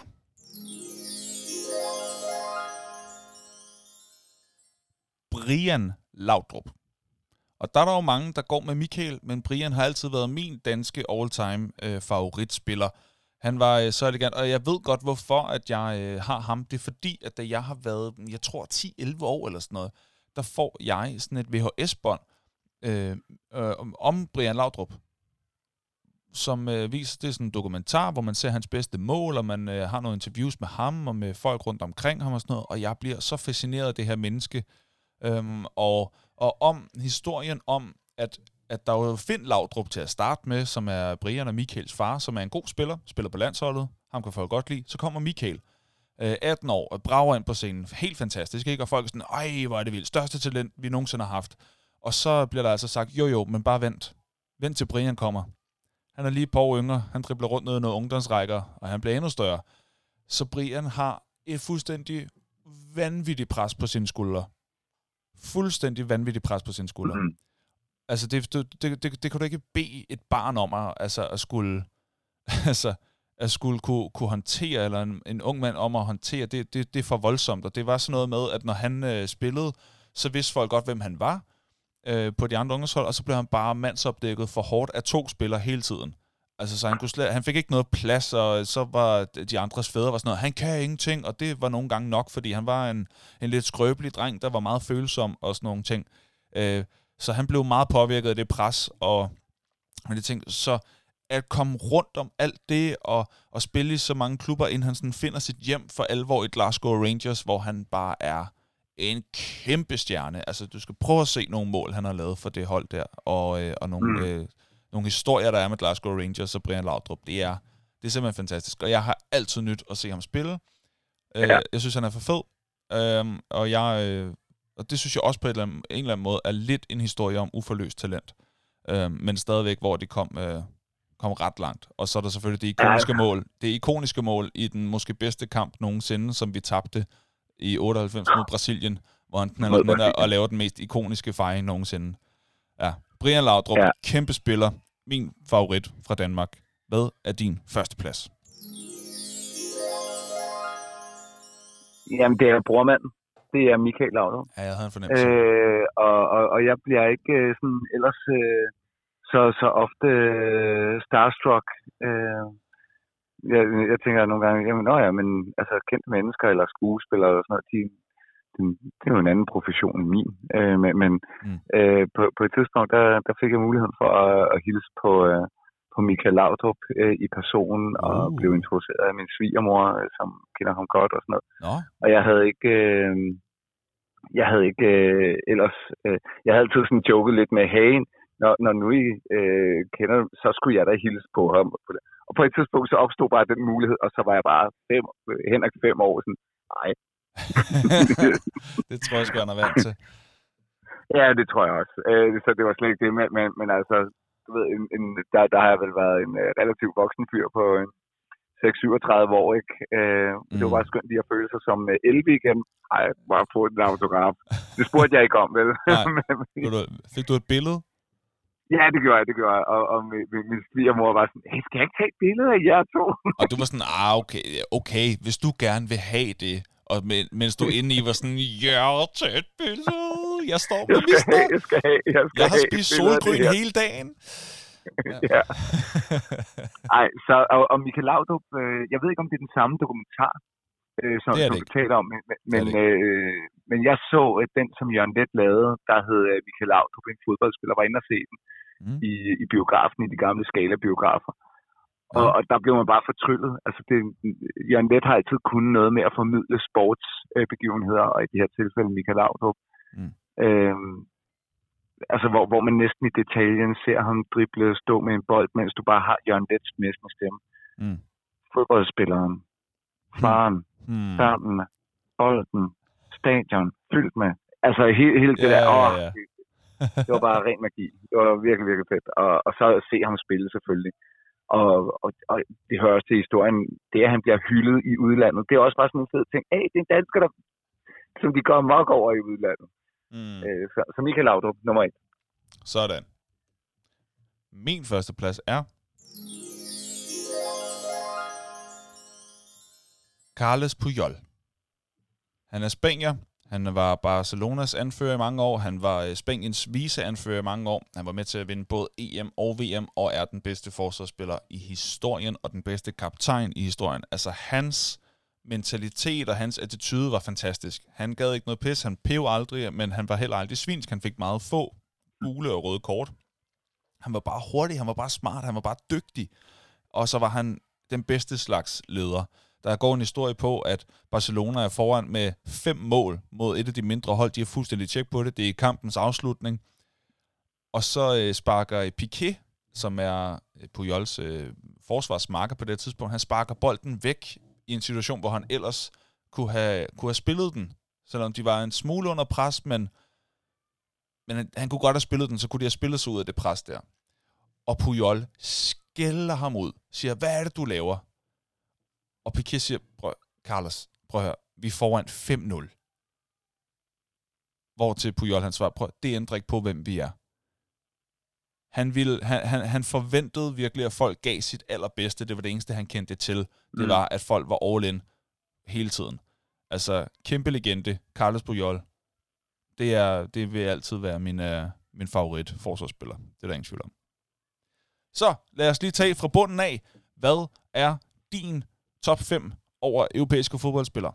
Brian Laudrup. Og der er der jo mange, der går med Michael, men Brian har altid været min danske all-time favoritspiller. Han var så elegant, og jeg ved godt, hvorfor at jeg har ham. Det er fordi, at da jeg har været, jeg tror 10-11 år eller sådan noget, der får jeg sådan et VHS-bånd om Brian Laudrup, som viser, det er sådan en dokumentar, hvor man ser hans bedste mål, og man har nogle interviews med ham, og med folk rundt omkring ham og sådan noget, og jeg bliver så fascineret af det her menneske, og om historien om, at der er jo Finn Laudrup til at starte med, som er Brian og Michaels far, som er en god spiller på landsholdet, ham kan folk godt lide, så kommer Michael, 18 år, og brager ind på scenen, helt fantastisk, ikke? Og folk er sådan, ej, hvor er det vildt, største talent, vi nogensinde har haft, og så bliver der altså sagt, jo, men bare vent til Brian kommer. Han er lige et par år yngre, han dribler rundt ned i nogle ungdomsrækker, og han bliver endnu større. Så Brian har et fuldstændig vanvittigt pres på sine skuldre. Fuldstændig vanvittigt pres på sine skuldre. Altså, det kan du ikke bede et barn om at skulle kunne håndtere, eller en ung mand om at håndtere. Det er for voldsomt, og det var sådan noget med, at når han spillede, så vidste folk godt, hvem han var på de andre ungdomshold, og så blev han bare mandsopdækket for hårdt af 2 spillere hele tiden. Altså, så han fik ikke noget plads, og så var de andres fædre var sådan noget, han kan ingenting, og det var nogle gange nok, fordi han var en lidt skrøbelig dreng, der var meget følsom og sådan nogle ting. Så han blev meget påvirket af det pres, og de ting. Så at komme rundt om alt det, og spille i så mange klubber, inden han sådan finder sit hjem for alvor i Glasgow Rangers, hvor han bare er en kæmpe stjerne. Altså, du skal prøve at se nogle mål, han har lavet for det hold der, og nogle historier, der er med Glasgow Rangers og Brian Laudrup. Det er simpelthen fantastisk, og jeg har altid nyt at se ham spille. Jeg synes, han er for fed, og det synes jeg også på en eller anden måde er lidt en historie om uforløst talent, men stadigvæk, hvor de kom ret langt. Og så er der selvfølgelig det ikoniske mål i den måske bedste kamp nogensinde, som vi tabte i 98 mod Brasilien, hvor han knalder den der og laver den mest ikoniske fejring nogensinde. Ja, Brian Laudrup, kæmpe spiller, min favorit fra Danmark. Hvad er din første plads? Jamen, det er brormanden. Det er Michael Laudrup. Ja, jeg havde en fornemmelse. Og jeg bliver ikke sådan ellers så ofte starstruck. Jeg tænker nogle gange, jamen, men altså kendte mennesker eller skuespillere eller sådan noget, det er jo en anden profession end min. Men på et tidspunkt, der fik jeg muligheden for at hilse på Michael Laudrup i personen, og blev introduceret af min svigermor, som kender ham godt og sådan noget. Og jeg havde ikke ellers... jeg havde altid sådan joket lidt med, hey, når nu I kender, så skulle jeg da hilse på ham. Og på et tidspunkt, så opstod bare den mulighed, og så var jeg bare 5 år sådan, nej, Det tror jeg sgu, han er vant til. Ja, det tror jeg også. Så det var slet ikke det, men altså, du ved, der har jeg vel været en relativt voksen fyr på 6-37 år, ikke? Det var bare skønt lige at føle sig som 11 igen. Ej, bare få en autograf. Det spurgte jeg ikke om, vel? Nej. Fik du et billede? Ja, det gjorde jeg. Og min svigermor var sådan, hey, skal jeg ikke tage et billede af jer to? Og du var sådan, okay, hvis du gerne vil have det, og mens du inde i var sådan, tag et billede, jeg står på listen. Jeg har spist solgryn hele dagen. Ja. Ej, så, og Michael Laudrup, jeg ved ikke, om det er den samme dokumentar, som du taler om, men jeg så den, som Jørgen Leth lavede, der hed Michael Laudrup, en fodboldspiller, var inde og se den i biografen, i de gamle Scala-biografer. Og der blev man bare fortryllet. Altså, Jørgen Leth har altid kunnet noget med at formidle sportsbegivenheder, og i det her tilfælde Michael Laudrup. Altså, hvor man næsten i detaljen ser ham drible og stå med en bold, mens du bare har Jørgen Leths næsten stemme. Fodboldspilleren, faren, sammen, bolden, stadion, fyldt med. Altså, hele det der. Det var bare ren magi. Det var virkelig, virkelig fedt. Og så se ham spille selvfølgelig. Og det hører også til historien. Det, at han bliver hyldet i udlandet, det er også bare sådan en fed ting. Det er en dansker, som de går mok over i udlandet. Så Michael Laudrup, nummer 1. Sådan. Min første plads er Carles Puyol. Han er spanier. Han var Barcelonas anfører i mange år. Han var Spaniens viceanfører i mange år. Han var med til at vinde både EM og VM, og er den bedste forsvarsspiller i historien, og den bedste kaptajn i historien. Altså, hans mentalitet og hans attitude var fantastisk. Han gad ikke noget pis, han pev aldrig, men han var heller aldrig svinsk. Han fik meget få gule og røde kort. Han var bare hurtig, han var bare smart, han var bare dygtig. Og så var han den bedste slags leder. Der går en historie på, at Barcelona er foran med 5 mål mod et af de mindre hold. De har fuldstændig tjek på det. Det er kampens afslutning. Og så sparker Piqué, som er Pujols forsvarsmarker på det tidspunkt, han sparker bolden væk i en situation, hvor han ellers kunne have spillet den. Selvom de var en smule under pres, men han kunne godt have spillet den, så kunne de have spillet sig ud af det pres der. Og Puyol skælder ham ud, siger, hvad er det, du laver? Og Piqué siger, Carlos, prøv at høre, vi er foran 5-0. Hvortil Puyol, han svarer, det ændrer ikke på, hvem vi er. Han forventede virkelig, at folk gav sit allerbedste. Det var det eneste, han kendte til. Det var, at folk var all in hele tiden. Altså, kæmpe legende, Carles Puyol. Det vil altid være min favorit forsvarsspiller. Det er der ingen tvivl om. Så, lad os lige tage fra bunden af. Hvad er din top 5 over europæiske fodboldspillere?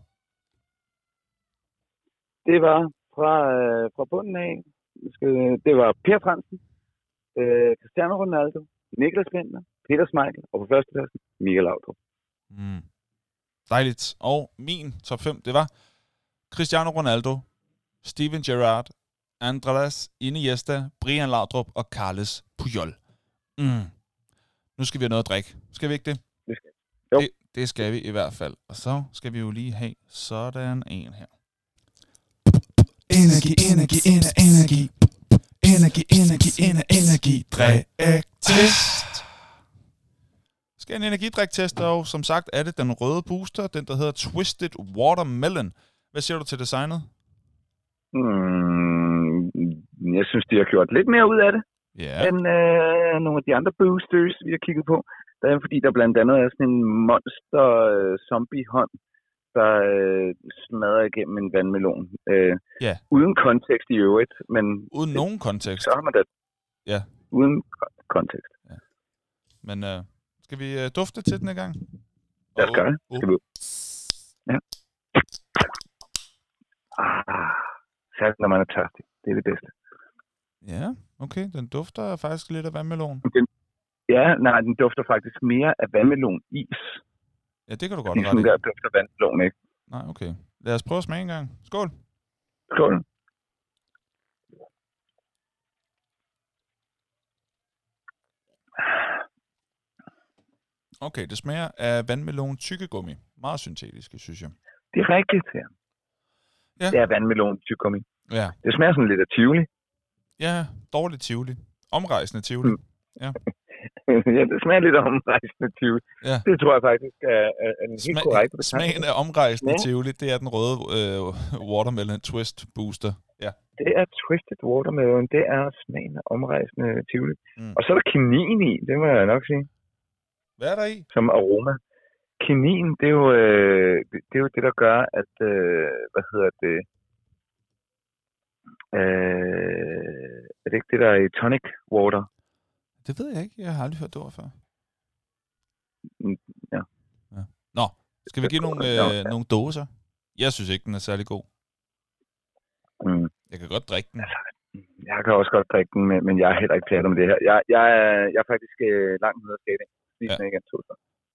Det var fra bunden af. Det var Per Fransen, Cristiano Ronaldo, Niklas Bentner, Peter Schmeichel, og på førstepladsen Michael Laudrup. Dejligt. Og min top 5, det var Cristiano Ronaldo, Steven Gerrard, Andrés Iniesta, Brian Laudrup og Carles Puyol. Nu skal vi have noget at drikke. Skal vi ikke det? Det skal vi. Det skal vi i hvert fald. Og så skal vi jo lige have sådan en her. Energi. Driktest. Skal en energidriktest, og som sagt er det den røde booster, den der hedder Twisted Watermelon. Hvad siger du til designet? Jeg synes, de har gjort lidt mere ud af det, end nogle af de andre boosters, vi har kigget på. Det er fordi, der blandt andet er sådan en monster zombie-hånd, der smadrer igennem en vandmelon. Uden kontekst i øvrigt, men... Uden nogen kontekst? Så har man det. Ja. Uden kontekst. Ja. Men skal vi dufte til den i gang? Lad os gøre det. Skal vi ud. Ja. Særligt når man er tørstig. Det er det bedste. Ja, okay. Den dufter faktisk lidt af vandmelon. Den dufter faktisk mere af vandmelon-is. Ja, det kan du godt ret i. Sådan der dufter vandmelon, ikke? Nej, okay. Lad os prøve at smage en gang. Skål. Skål. Okay, det smager af vandmelon tykkegummi. Meget syntetisk, synes jeg. Det er rigtigt, ja. Ja. Det er vandmelon tyggegummi. Ja. Det smager sådan lidt af tivoli. Ja, dårligt tivoli. Omrejsende tivoli. Ja. Ja, det smager lidt af omrejsende tivoli. Ja. Det tror jeg faktisk er en helt korrekt betegnelse. Smagen af omrejsende tivoli, det er den røde watermelon twist booster. Ja. Det er twisted watermelon. Det er smagen af omrejsende tivoli. Og så er der kinin i, det må jeg nok sige. Hvad er der i? Som aroma. Kinin, det er jo det, der gør, at, er det ikke det, der er i tonic water? Det ved jeg ikke. Jeg har aldrig hørt det ord før. Ja. Nå, skal vi give nogle dåser? Jeg synes ikke, den er særlig god. Jeg kan godt drikke den. Jeg kan også godt drikke den, men jeg er heller ikke talt om det her. Jeg er faktisk langt nede af skating. Lige sådan igen, toster.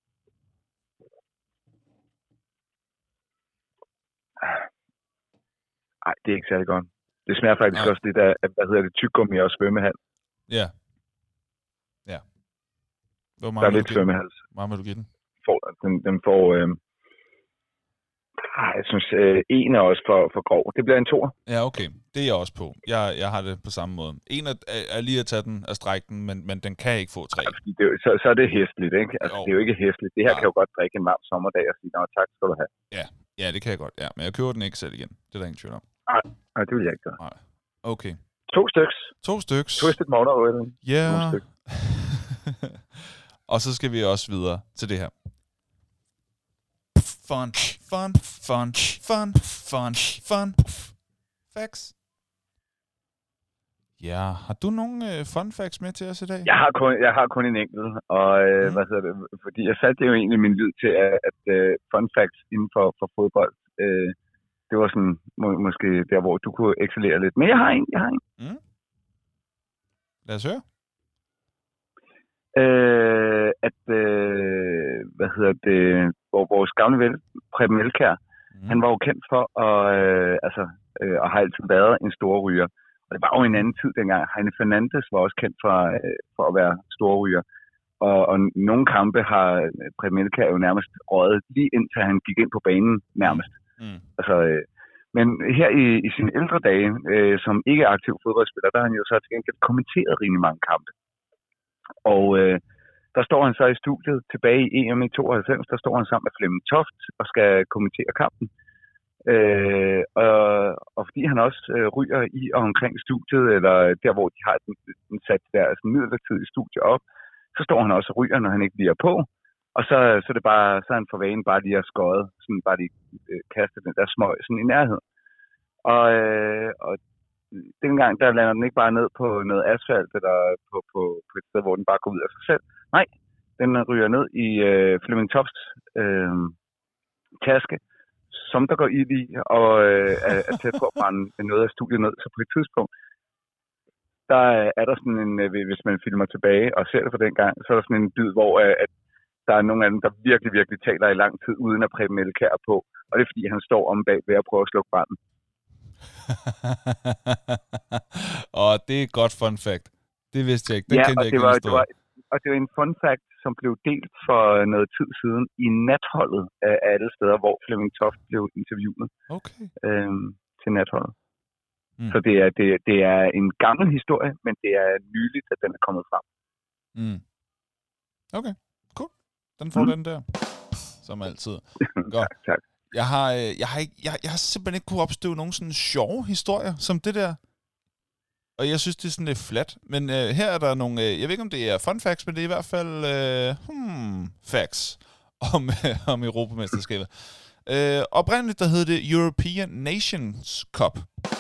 Ej, det er ikke særlig godt. Det smager faktisk også lidt af, tyggegummi og svømmehal. Ja. Ja. Der er lidt svømmehals. Hvor meget vil du give den? Den får... jeg synes, en er også for grov. Det bliver en 2'er. Ja, okay. Det er jeg også på. Jeg har det på samme måde. En er lige at tage den af strækken, men den kan ikke få 3. Ja, så er det hæsligt, ikke? Altså, det er jo ikke hæsligt. Det her kan jo godt drikke en varm sommerdag og sige, tak skal du have. Ja, det kan jeg godt. Ja, men jeg køber den ikke selv igen. Det er der ingen tvivl om. Nej, det vil jeg ikke gøre. Nej. Okay. 2 styks. 2 styks. Twisted motor oil. Ja. Og så skal vi også videre til det her. Fun. Facts. Ja, har du nogle fun facts med til os i dag? Jeg har kun en enkelt, og fordi jeg satte jo egentlig min lid til, at fun facts inden for fodbold, det var sådan måske der, hvor du kunne excellere lidt. Men jeg har en. Lad os høre. Vores gamle ven, Preben Elkjær, han var jo kendt for at have altid været en stor ryger. Og det var jo en anden tid dengang. Heine Fernandes var også kendt for at være store ryger. Og nogle kampe har Preben Elkjær jo nærmest røget lige indtil han gik ind på banen nærmest. Men her i sine ældre dage, som ikke aktiv fodboldspiller, der har han jo så til gengæld kommenteret rimelig mange kampe. Og der står han så i studiet tilbage i EM i 92, der står han sammen med Flemming Toft og skal kommentere kampen. Og fordi han også ryger i og omkring studiet, eller der hvor de har den sat der midlertidige studie op, så står han også og ryger, når han ikke bliver på. Og så er det bare, så er han for vanen bare lige at skøjet, sådan bare lige kaste den der smøg sådan i nærhed. Og dengang, der lander den ikke bare ned på noget asfalt, eller på et sted, hvor den bare går ud af sig selv. Nej, den ryger ned i Flemming Tofts taske, som der går ild i, og er tæt på at brænde noget af studiet ned. Så på et tidspunkt, der er der sådan en, hvis man filmer tilbage og ser det fra den gang, så er der sådan en bid, hvor at der er nogle af dem, der virkelig, virkelig taler i lang tid, uden at Preben Elkjær er på. Og det er fordi, han står om bag ved at prøve at slukke branden. Og det er et godt fun fact. Det vidste jeg ikke. Den kendte jeg ikke. Og det var en fun fact, som blev delt for noget tid siden i Natholdet af alle steder, hvor Flemming Toft blev interviewet til Natholdet. Så det er en gammel historie, men det er nyligt, at den er kommet frem. Okay, cool. Den får den der, som altid. Godt. Tak. Jeg har simpelthen ikke kunne opstøve nogen sådan sjove historier som det der. Og jeg synes, det er sådan lidt flat. Men her er der nogle, jeg ved ikke, om det er fun facts, men det er i hvert fald facts om Europamesterskabet. Oprindeligt, der hed det European Nations Cup.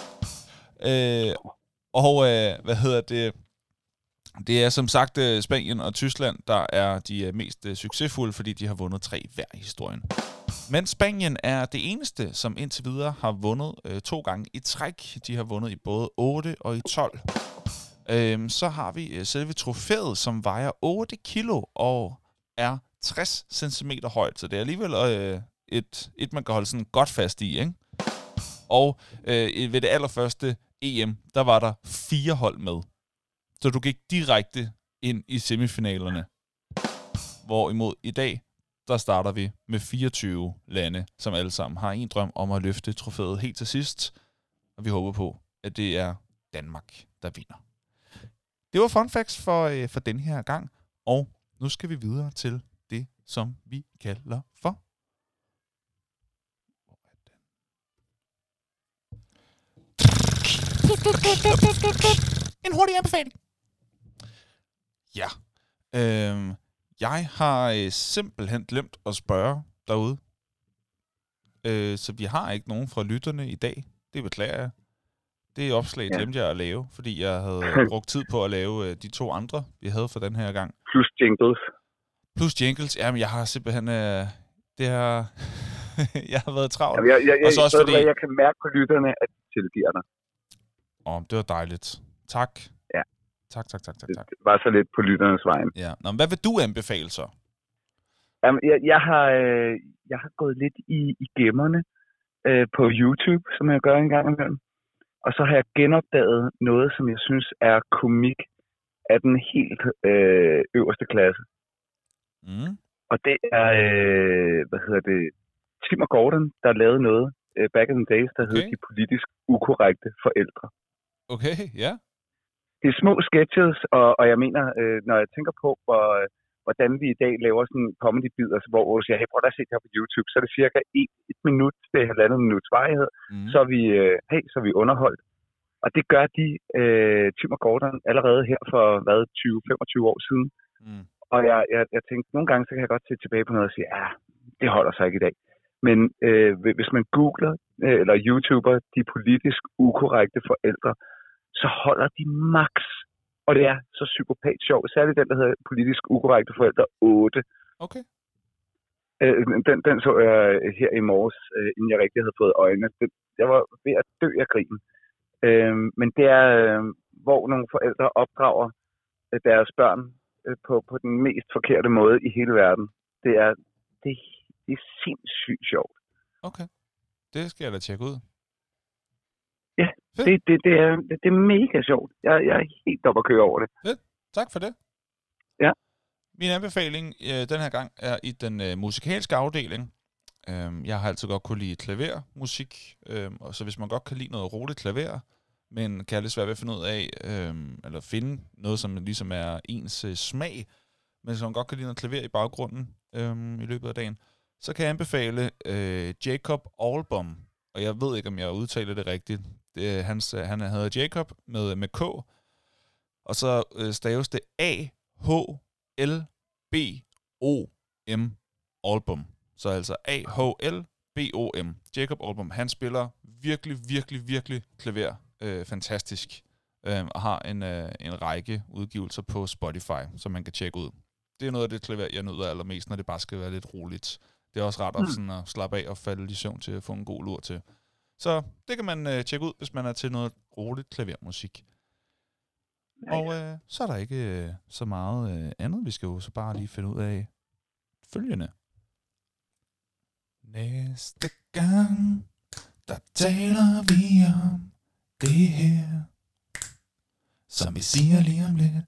Det er som sagt Spanien og Tyskland, der er de mest succesfulde, fordi de har vundet 3 hver i historien. Men Spanien er det eneste, som indtil videre har vundet 2 gange i træk. De har vundet i både 8 og i 12. Så har vi selve trofæet, som vejer 8 kilo og er 60 cm højt. Så det er alligevel et man kan holde sådan godt fast i, ikke? Og ved det allerførste EM, der var der 4 hold med. Så du gik direkte ind i semifinalerne. Hvorimod i dag, der starter vi med 24 lande, som alle sammen har en drøm om at løfte trofæet helt til sidst. Og vi håber på, at det er Danmark, der vinder. Det var fun facts for den her gang. Og nu skal vi videre til det, som vi kalder for... En hurtig anbefaling. Ja. Jeg har simpelthen glemt at spørge derude. Så vi har ikke nogen fra lytterne i dag. Det beklager jeg. Det opslag glemte jeg at lave, fordi jeg havde brugt tid på at lave de 2 andre, vi havde for den her gang. Plus jingles. Plus jingles. Jamen, jeg har simpelthen... det har... jeg har været travlt. Jamen, og så også fordi... Jeg kan mærke på lytterne, at de tilgiver dig. Det var dejligt. Tak. Ja. Tak. Det var så lidt på lytternes vejen. Ja. Nå, men hvad vil du anbefale så? Jamen, jeg har gået lidt i gemmerne på YouTube, som jeg gør en gang imellem. Og så har jeg genopdaget noget, som jeg synes er komik af den helt øverste klasse. Mm. Og det er, Tim og Gordon, der lavede noget back in the days, der hed De politisk ukorrekte forældre. Okay, ja. Det er små sketches, og jeg mener, når jeg tænker på, hvordan vi i dag laver sådan comedy-bidder, hvor vi siger, hey, prøv at se det her på YouTube, så er det cirka 1 minut til 1,5 minuts varighed, så er vi underholdt. Og det gør de, Tim og Gordon, allerede her for, 20-25 år siden. Mm. Og jeg tænkte, nogle gange, så kan jeg godt se tilbage på noget og sige, det holder sig ikke i dag. Men hvis man googler eller YouTuber de politisk ukorrekte forældre, så holder de max. Og det er så psykopat sjovt. Særligt den, der hedder politisk ukorrekte forældre 8. Okay. Den så jeg her i morges, inden jeg rigtig havde fået øjnene. Jeg var ved at dø af grinen. Men det er, hvor nogle forældre opdrager deres børn på den mest forkerte måde i hele verden. Det er sindssygt sjovt. Okay. Det skal jeg da tjekke ud. Ja, det er mega sjovt. Jeg er helt oppe at køre over det. Fedt. Tak for det. Ja. Min anbefaling den her gang er i den musikalske afdeling. Jeg har altid godt kunne lide klavermusik, og så hvis man godt kan lide noget roligt klaver, men kan have lidt svært ved at finde ud af, eller finde noget, som ligesom er ens smag, men som man godt kan lide noget klaver i baggrunden i løbet af dagen, så kan jeg anbefale Jacob Album. Og jeg ved ikke, om jeg udtaler det rigtigt. Han hedder Jacob med K, og så staves det AHLBOM Album. Så altså AHLBOM. Jacob Album. Han spiller virkelig klaver. Fantastisk. Og har en række udgivelser på Spotify, som man kan tjekke ud. Det er noget af det klaver, jeg nyder allermest, når det bare skal være lidt roligt. Det er også ret op sådan at slappe af og falde i søvn til at få en god lur til. Så det kan man tjekke ud, hvis man er til noget roligt klavermusik. Ja. Og så er der ikke så meget andet. Vi skal jo så bare lige finde ud af følgende. Næste gang, der taler vi om det her, som vi siger lige om lidt.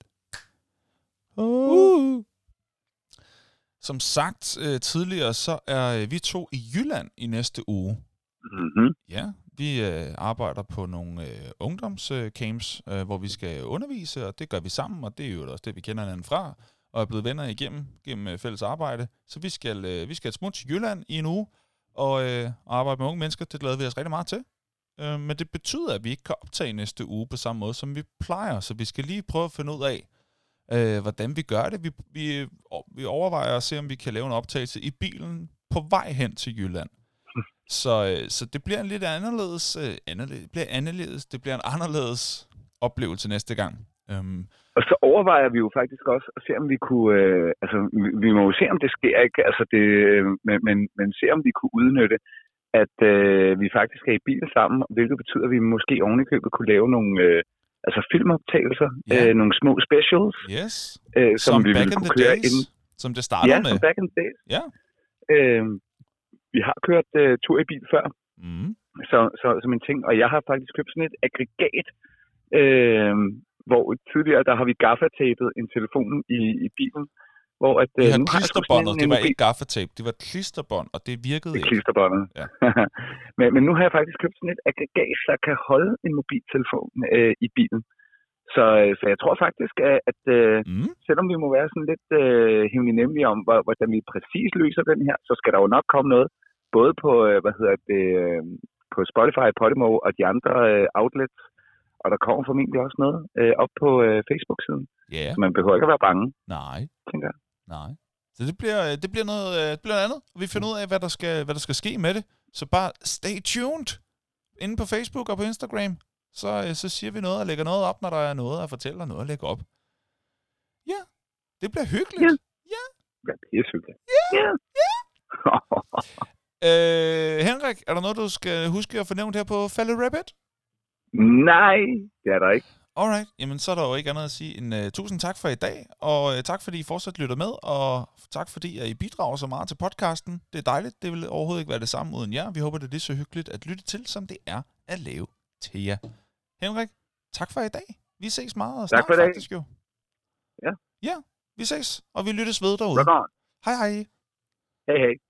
Som sagt tidligere, så er vi 2 i Jylland i næste uge. Mm-hmm. Ja, vi arbejder på nogle ungdomscamps, hvor vi skal undervise, og det gør vi sammen, og det er jo også det, vi kender hinanden fra, og er blevet venner gennem fælles arbejde. Så vi skal et smut til Jylland i en uge, og arbejde med unge mennesker. Det glæder vi os rigtig meget til. Men det betyder, at vi ikke kan optage næste uge på samme måde, som vi plejer, så vi skal lige prøve at finde ud af, hvordan vi gør det. Vi overvejer at se, om vi kan lave en optagelse i bilen på vej hen til Jylland. Så det bliver en lidt anderledes, det bliver en anderledes oplevelse næste gang. Og så overvejer vi jo faktisk også at se, om vi kunne, vi må jo se, om det sker, ikke? Altså men se, om vi kunne udnytte, at vi faktisk er i bil sammen, hvilket betyder, at vi måske ovenikøbet kunne lave nogle filmoptagelser, nogle små specials, som vi Back in the Days, som det startede med. Ja, som Back in the Days. Ja. Vi har kørt tur i bil før, som en ting, og jeg har faktisk købt sådan et aggregat, hvor tidligere, der har vi gaffatapet en telefon i bilen, hvor at, Vi har nu har jeg sgu sådan klisterbåndet, det var mobil- ikke gaffatape, det var klisterbånd, og det virkede Det er ikke. klisterbåndet. Ja. men nu har jeg faktisk købt sådan et aggregat, der kan holde en mobiltelefon i bilen. Så jeg tror faktisk, at selvom vi må være sådan lidt hemmelig nemlige om, hvordan vi præcis løser den her, så skal der jo nok komme noget, både på, på Spotify, Podimo og de andre outlets, og der kommer formentlig også noget op på Facebook-siden. Ja. Så man behøver ikke at være bange, Nej. tænker jeg. Nej. Så det bliver noget andet, og vi finder ud af, hvad der skal ske med det. Så bare stay tuned inde på Facebook og på Instagram. Så siger vi noget og lægger noget op, når der er noget at fortælle og noget at lægge op. Ja, det bliver hyggeligt. Ja, det er hyggeligt. Ja. Henrik, er der noget, du skal huske at fornævne her på Faldet Rabbit? Nej, det er der ikke. Alright, jamen så er der jo ikke andet at sige end tusind tak for i dag, og tak fordi I fortsat lytter med, og tak fordi at I bidrager så meget til podcasten. Det er dejligt, det vil overhovedet ikke være det samme uden jer. Vi håber, det er lige så hyggeligt at lytte til, som det er at lave til jer. Henrik, tak for i dag. Vi ses meget snart faktisk jo. Ja. Ja, vi ses, og vi lyttes ved derude. Rock on. Hej hej. Hej hej.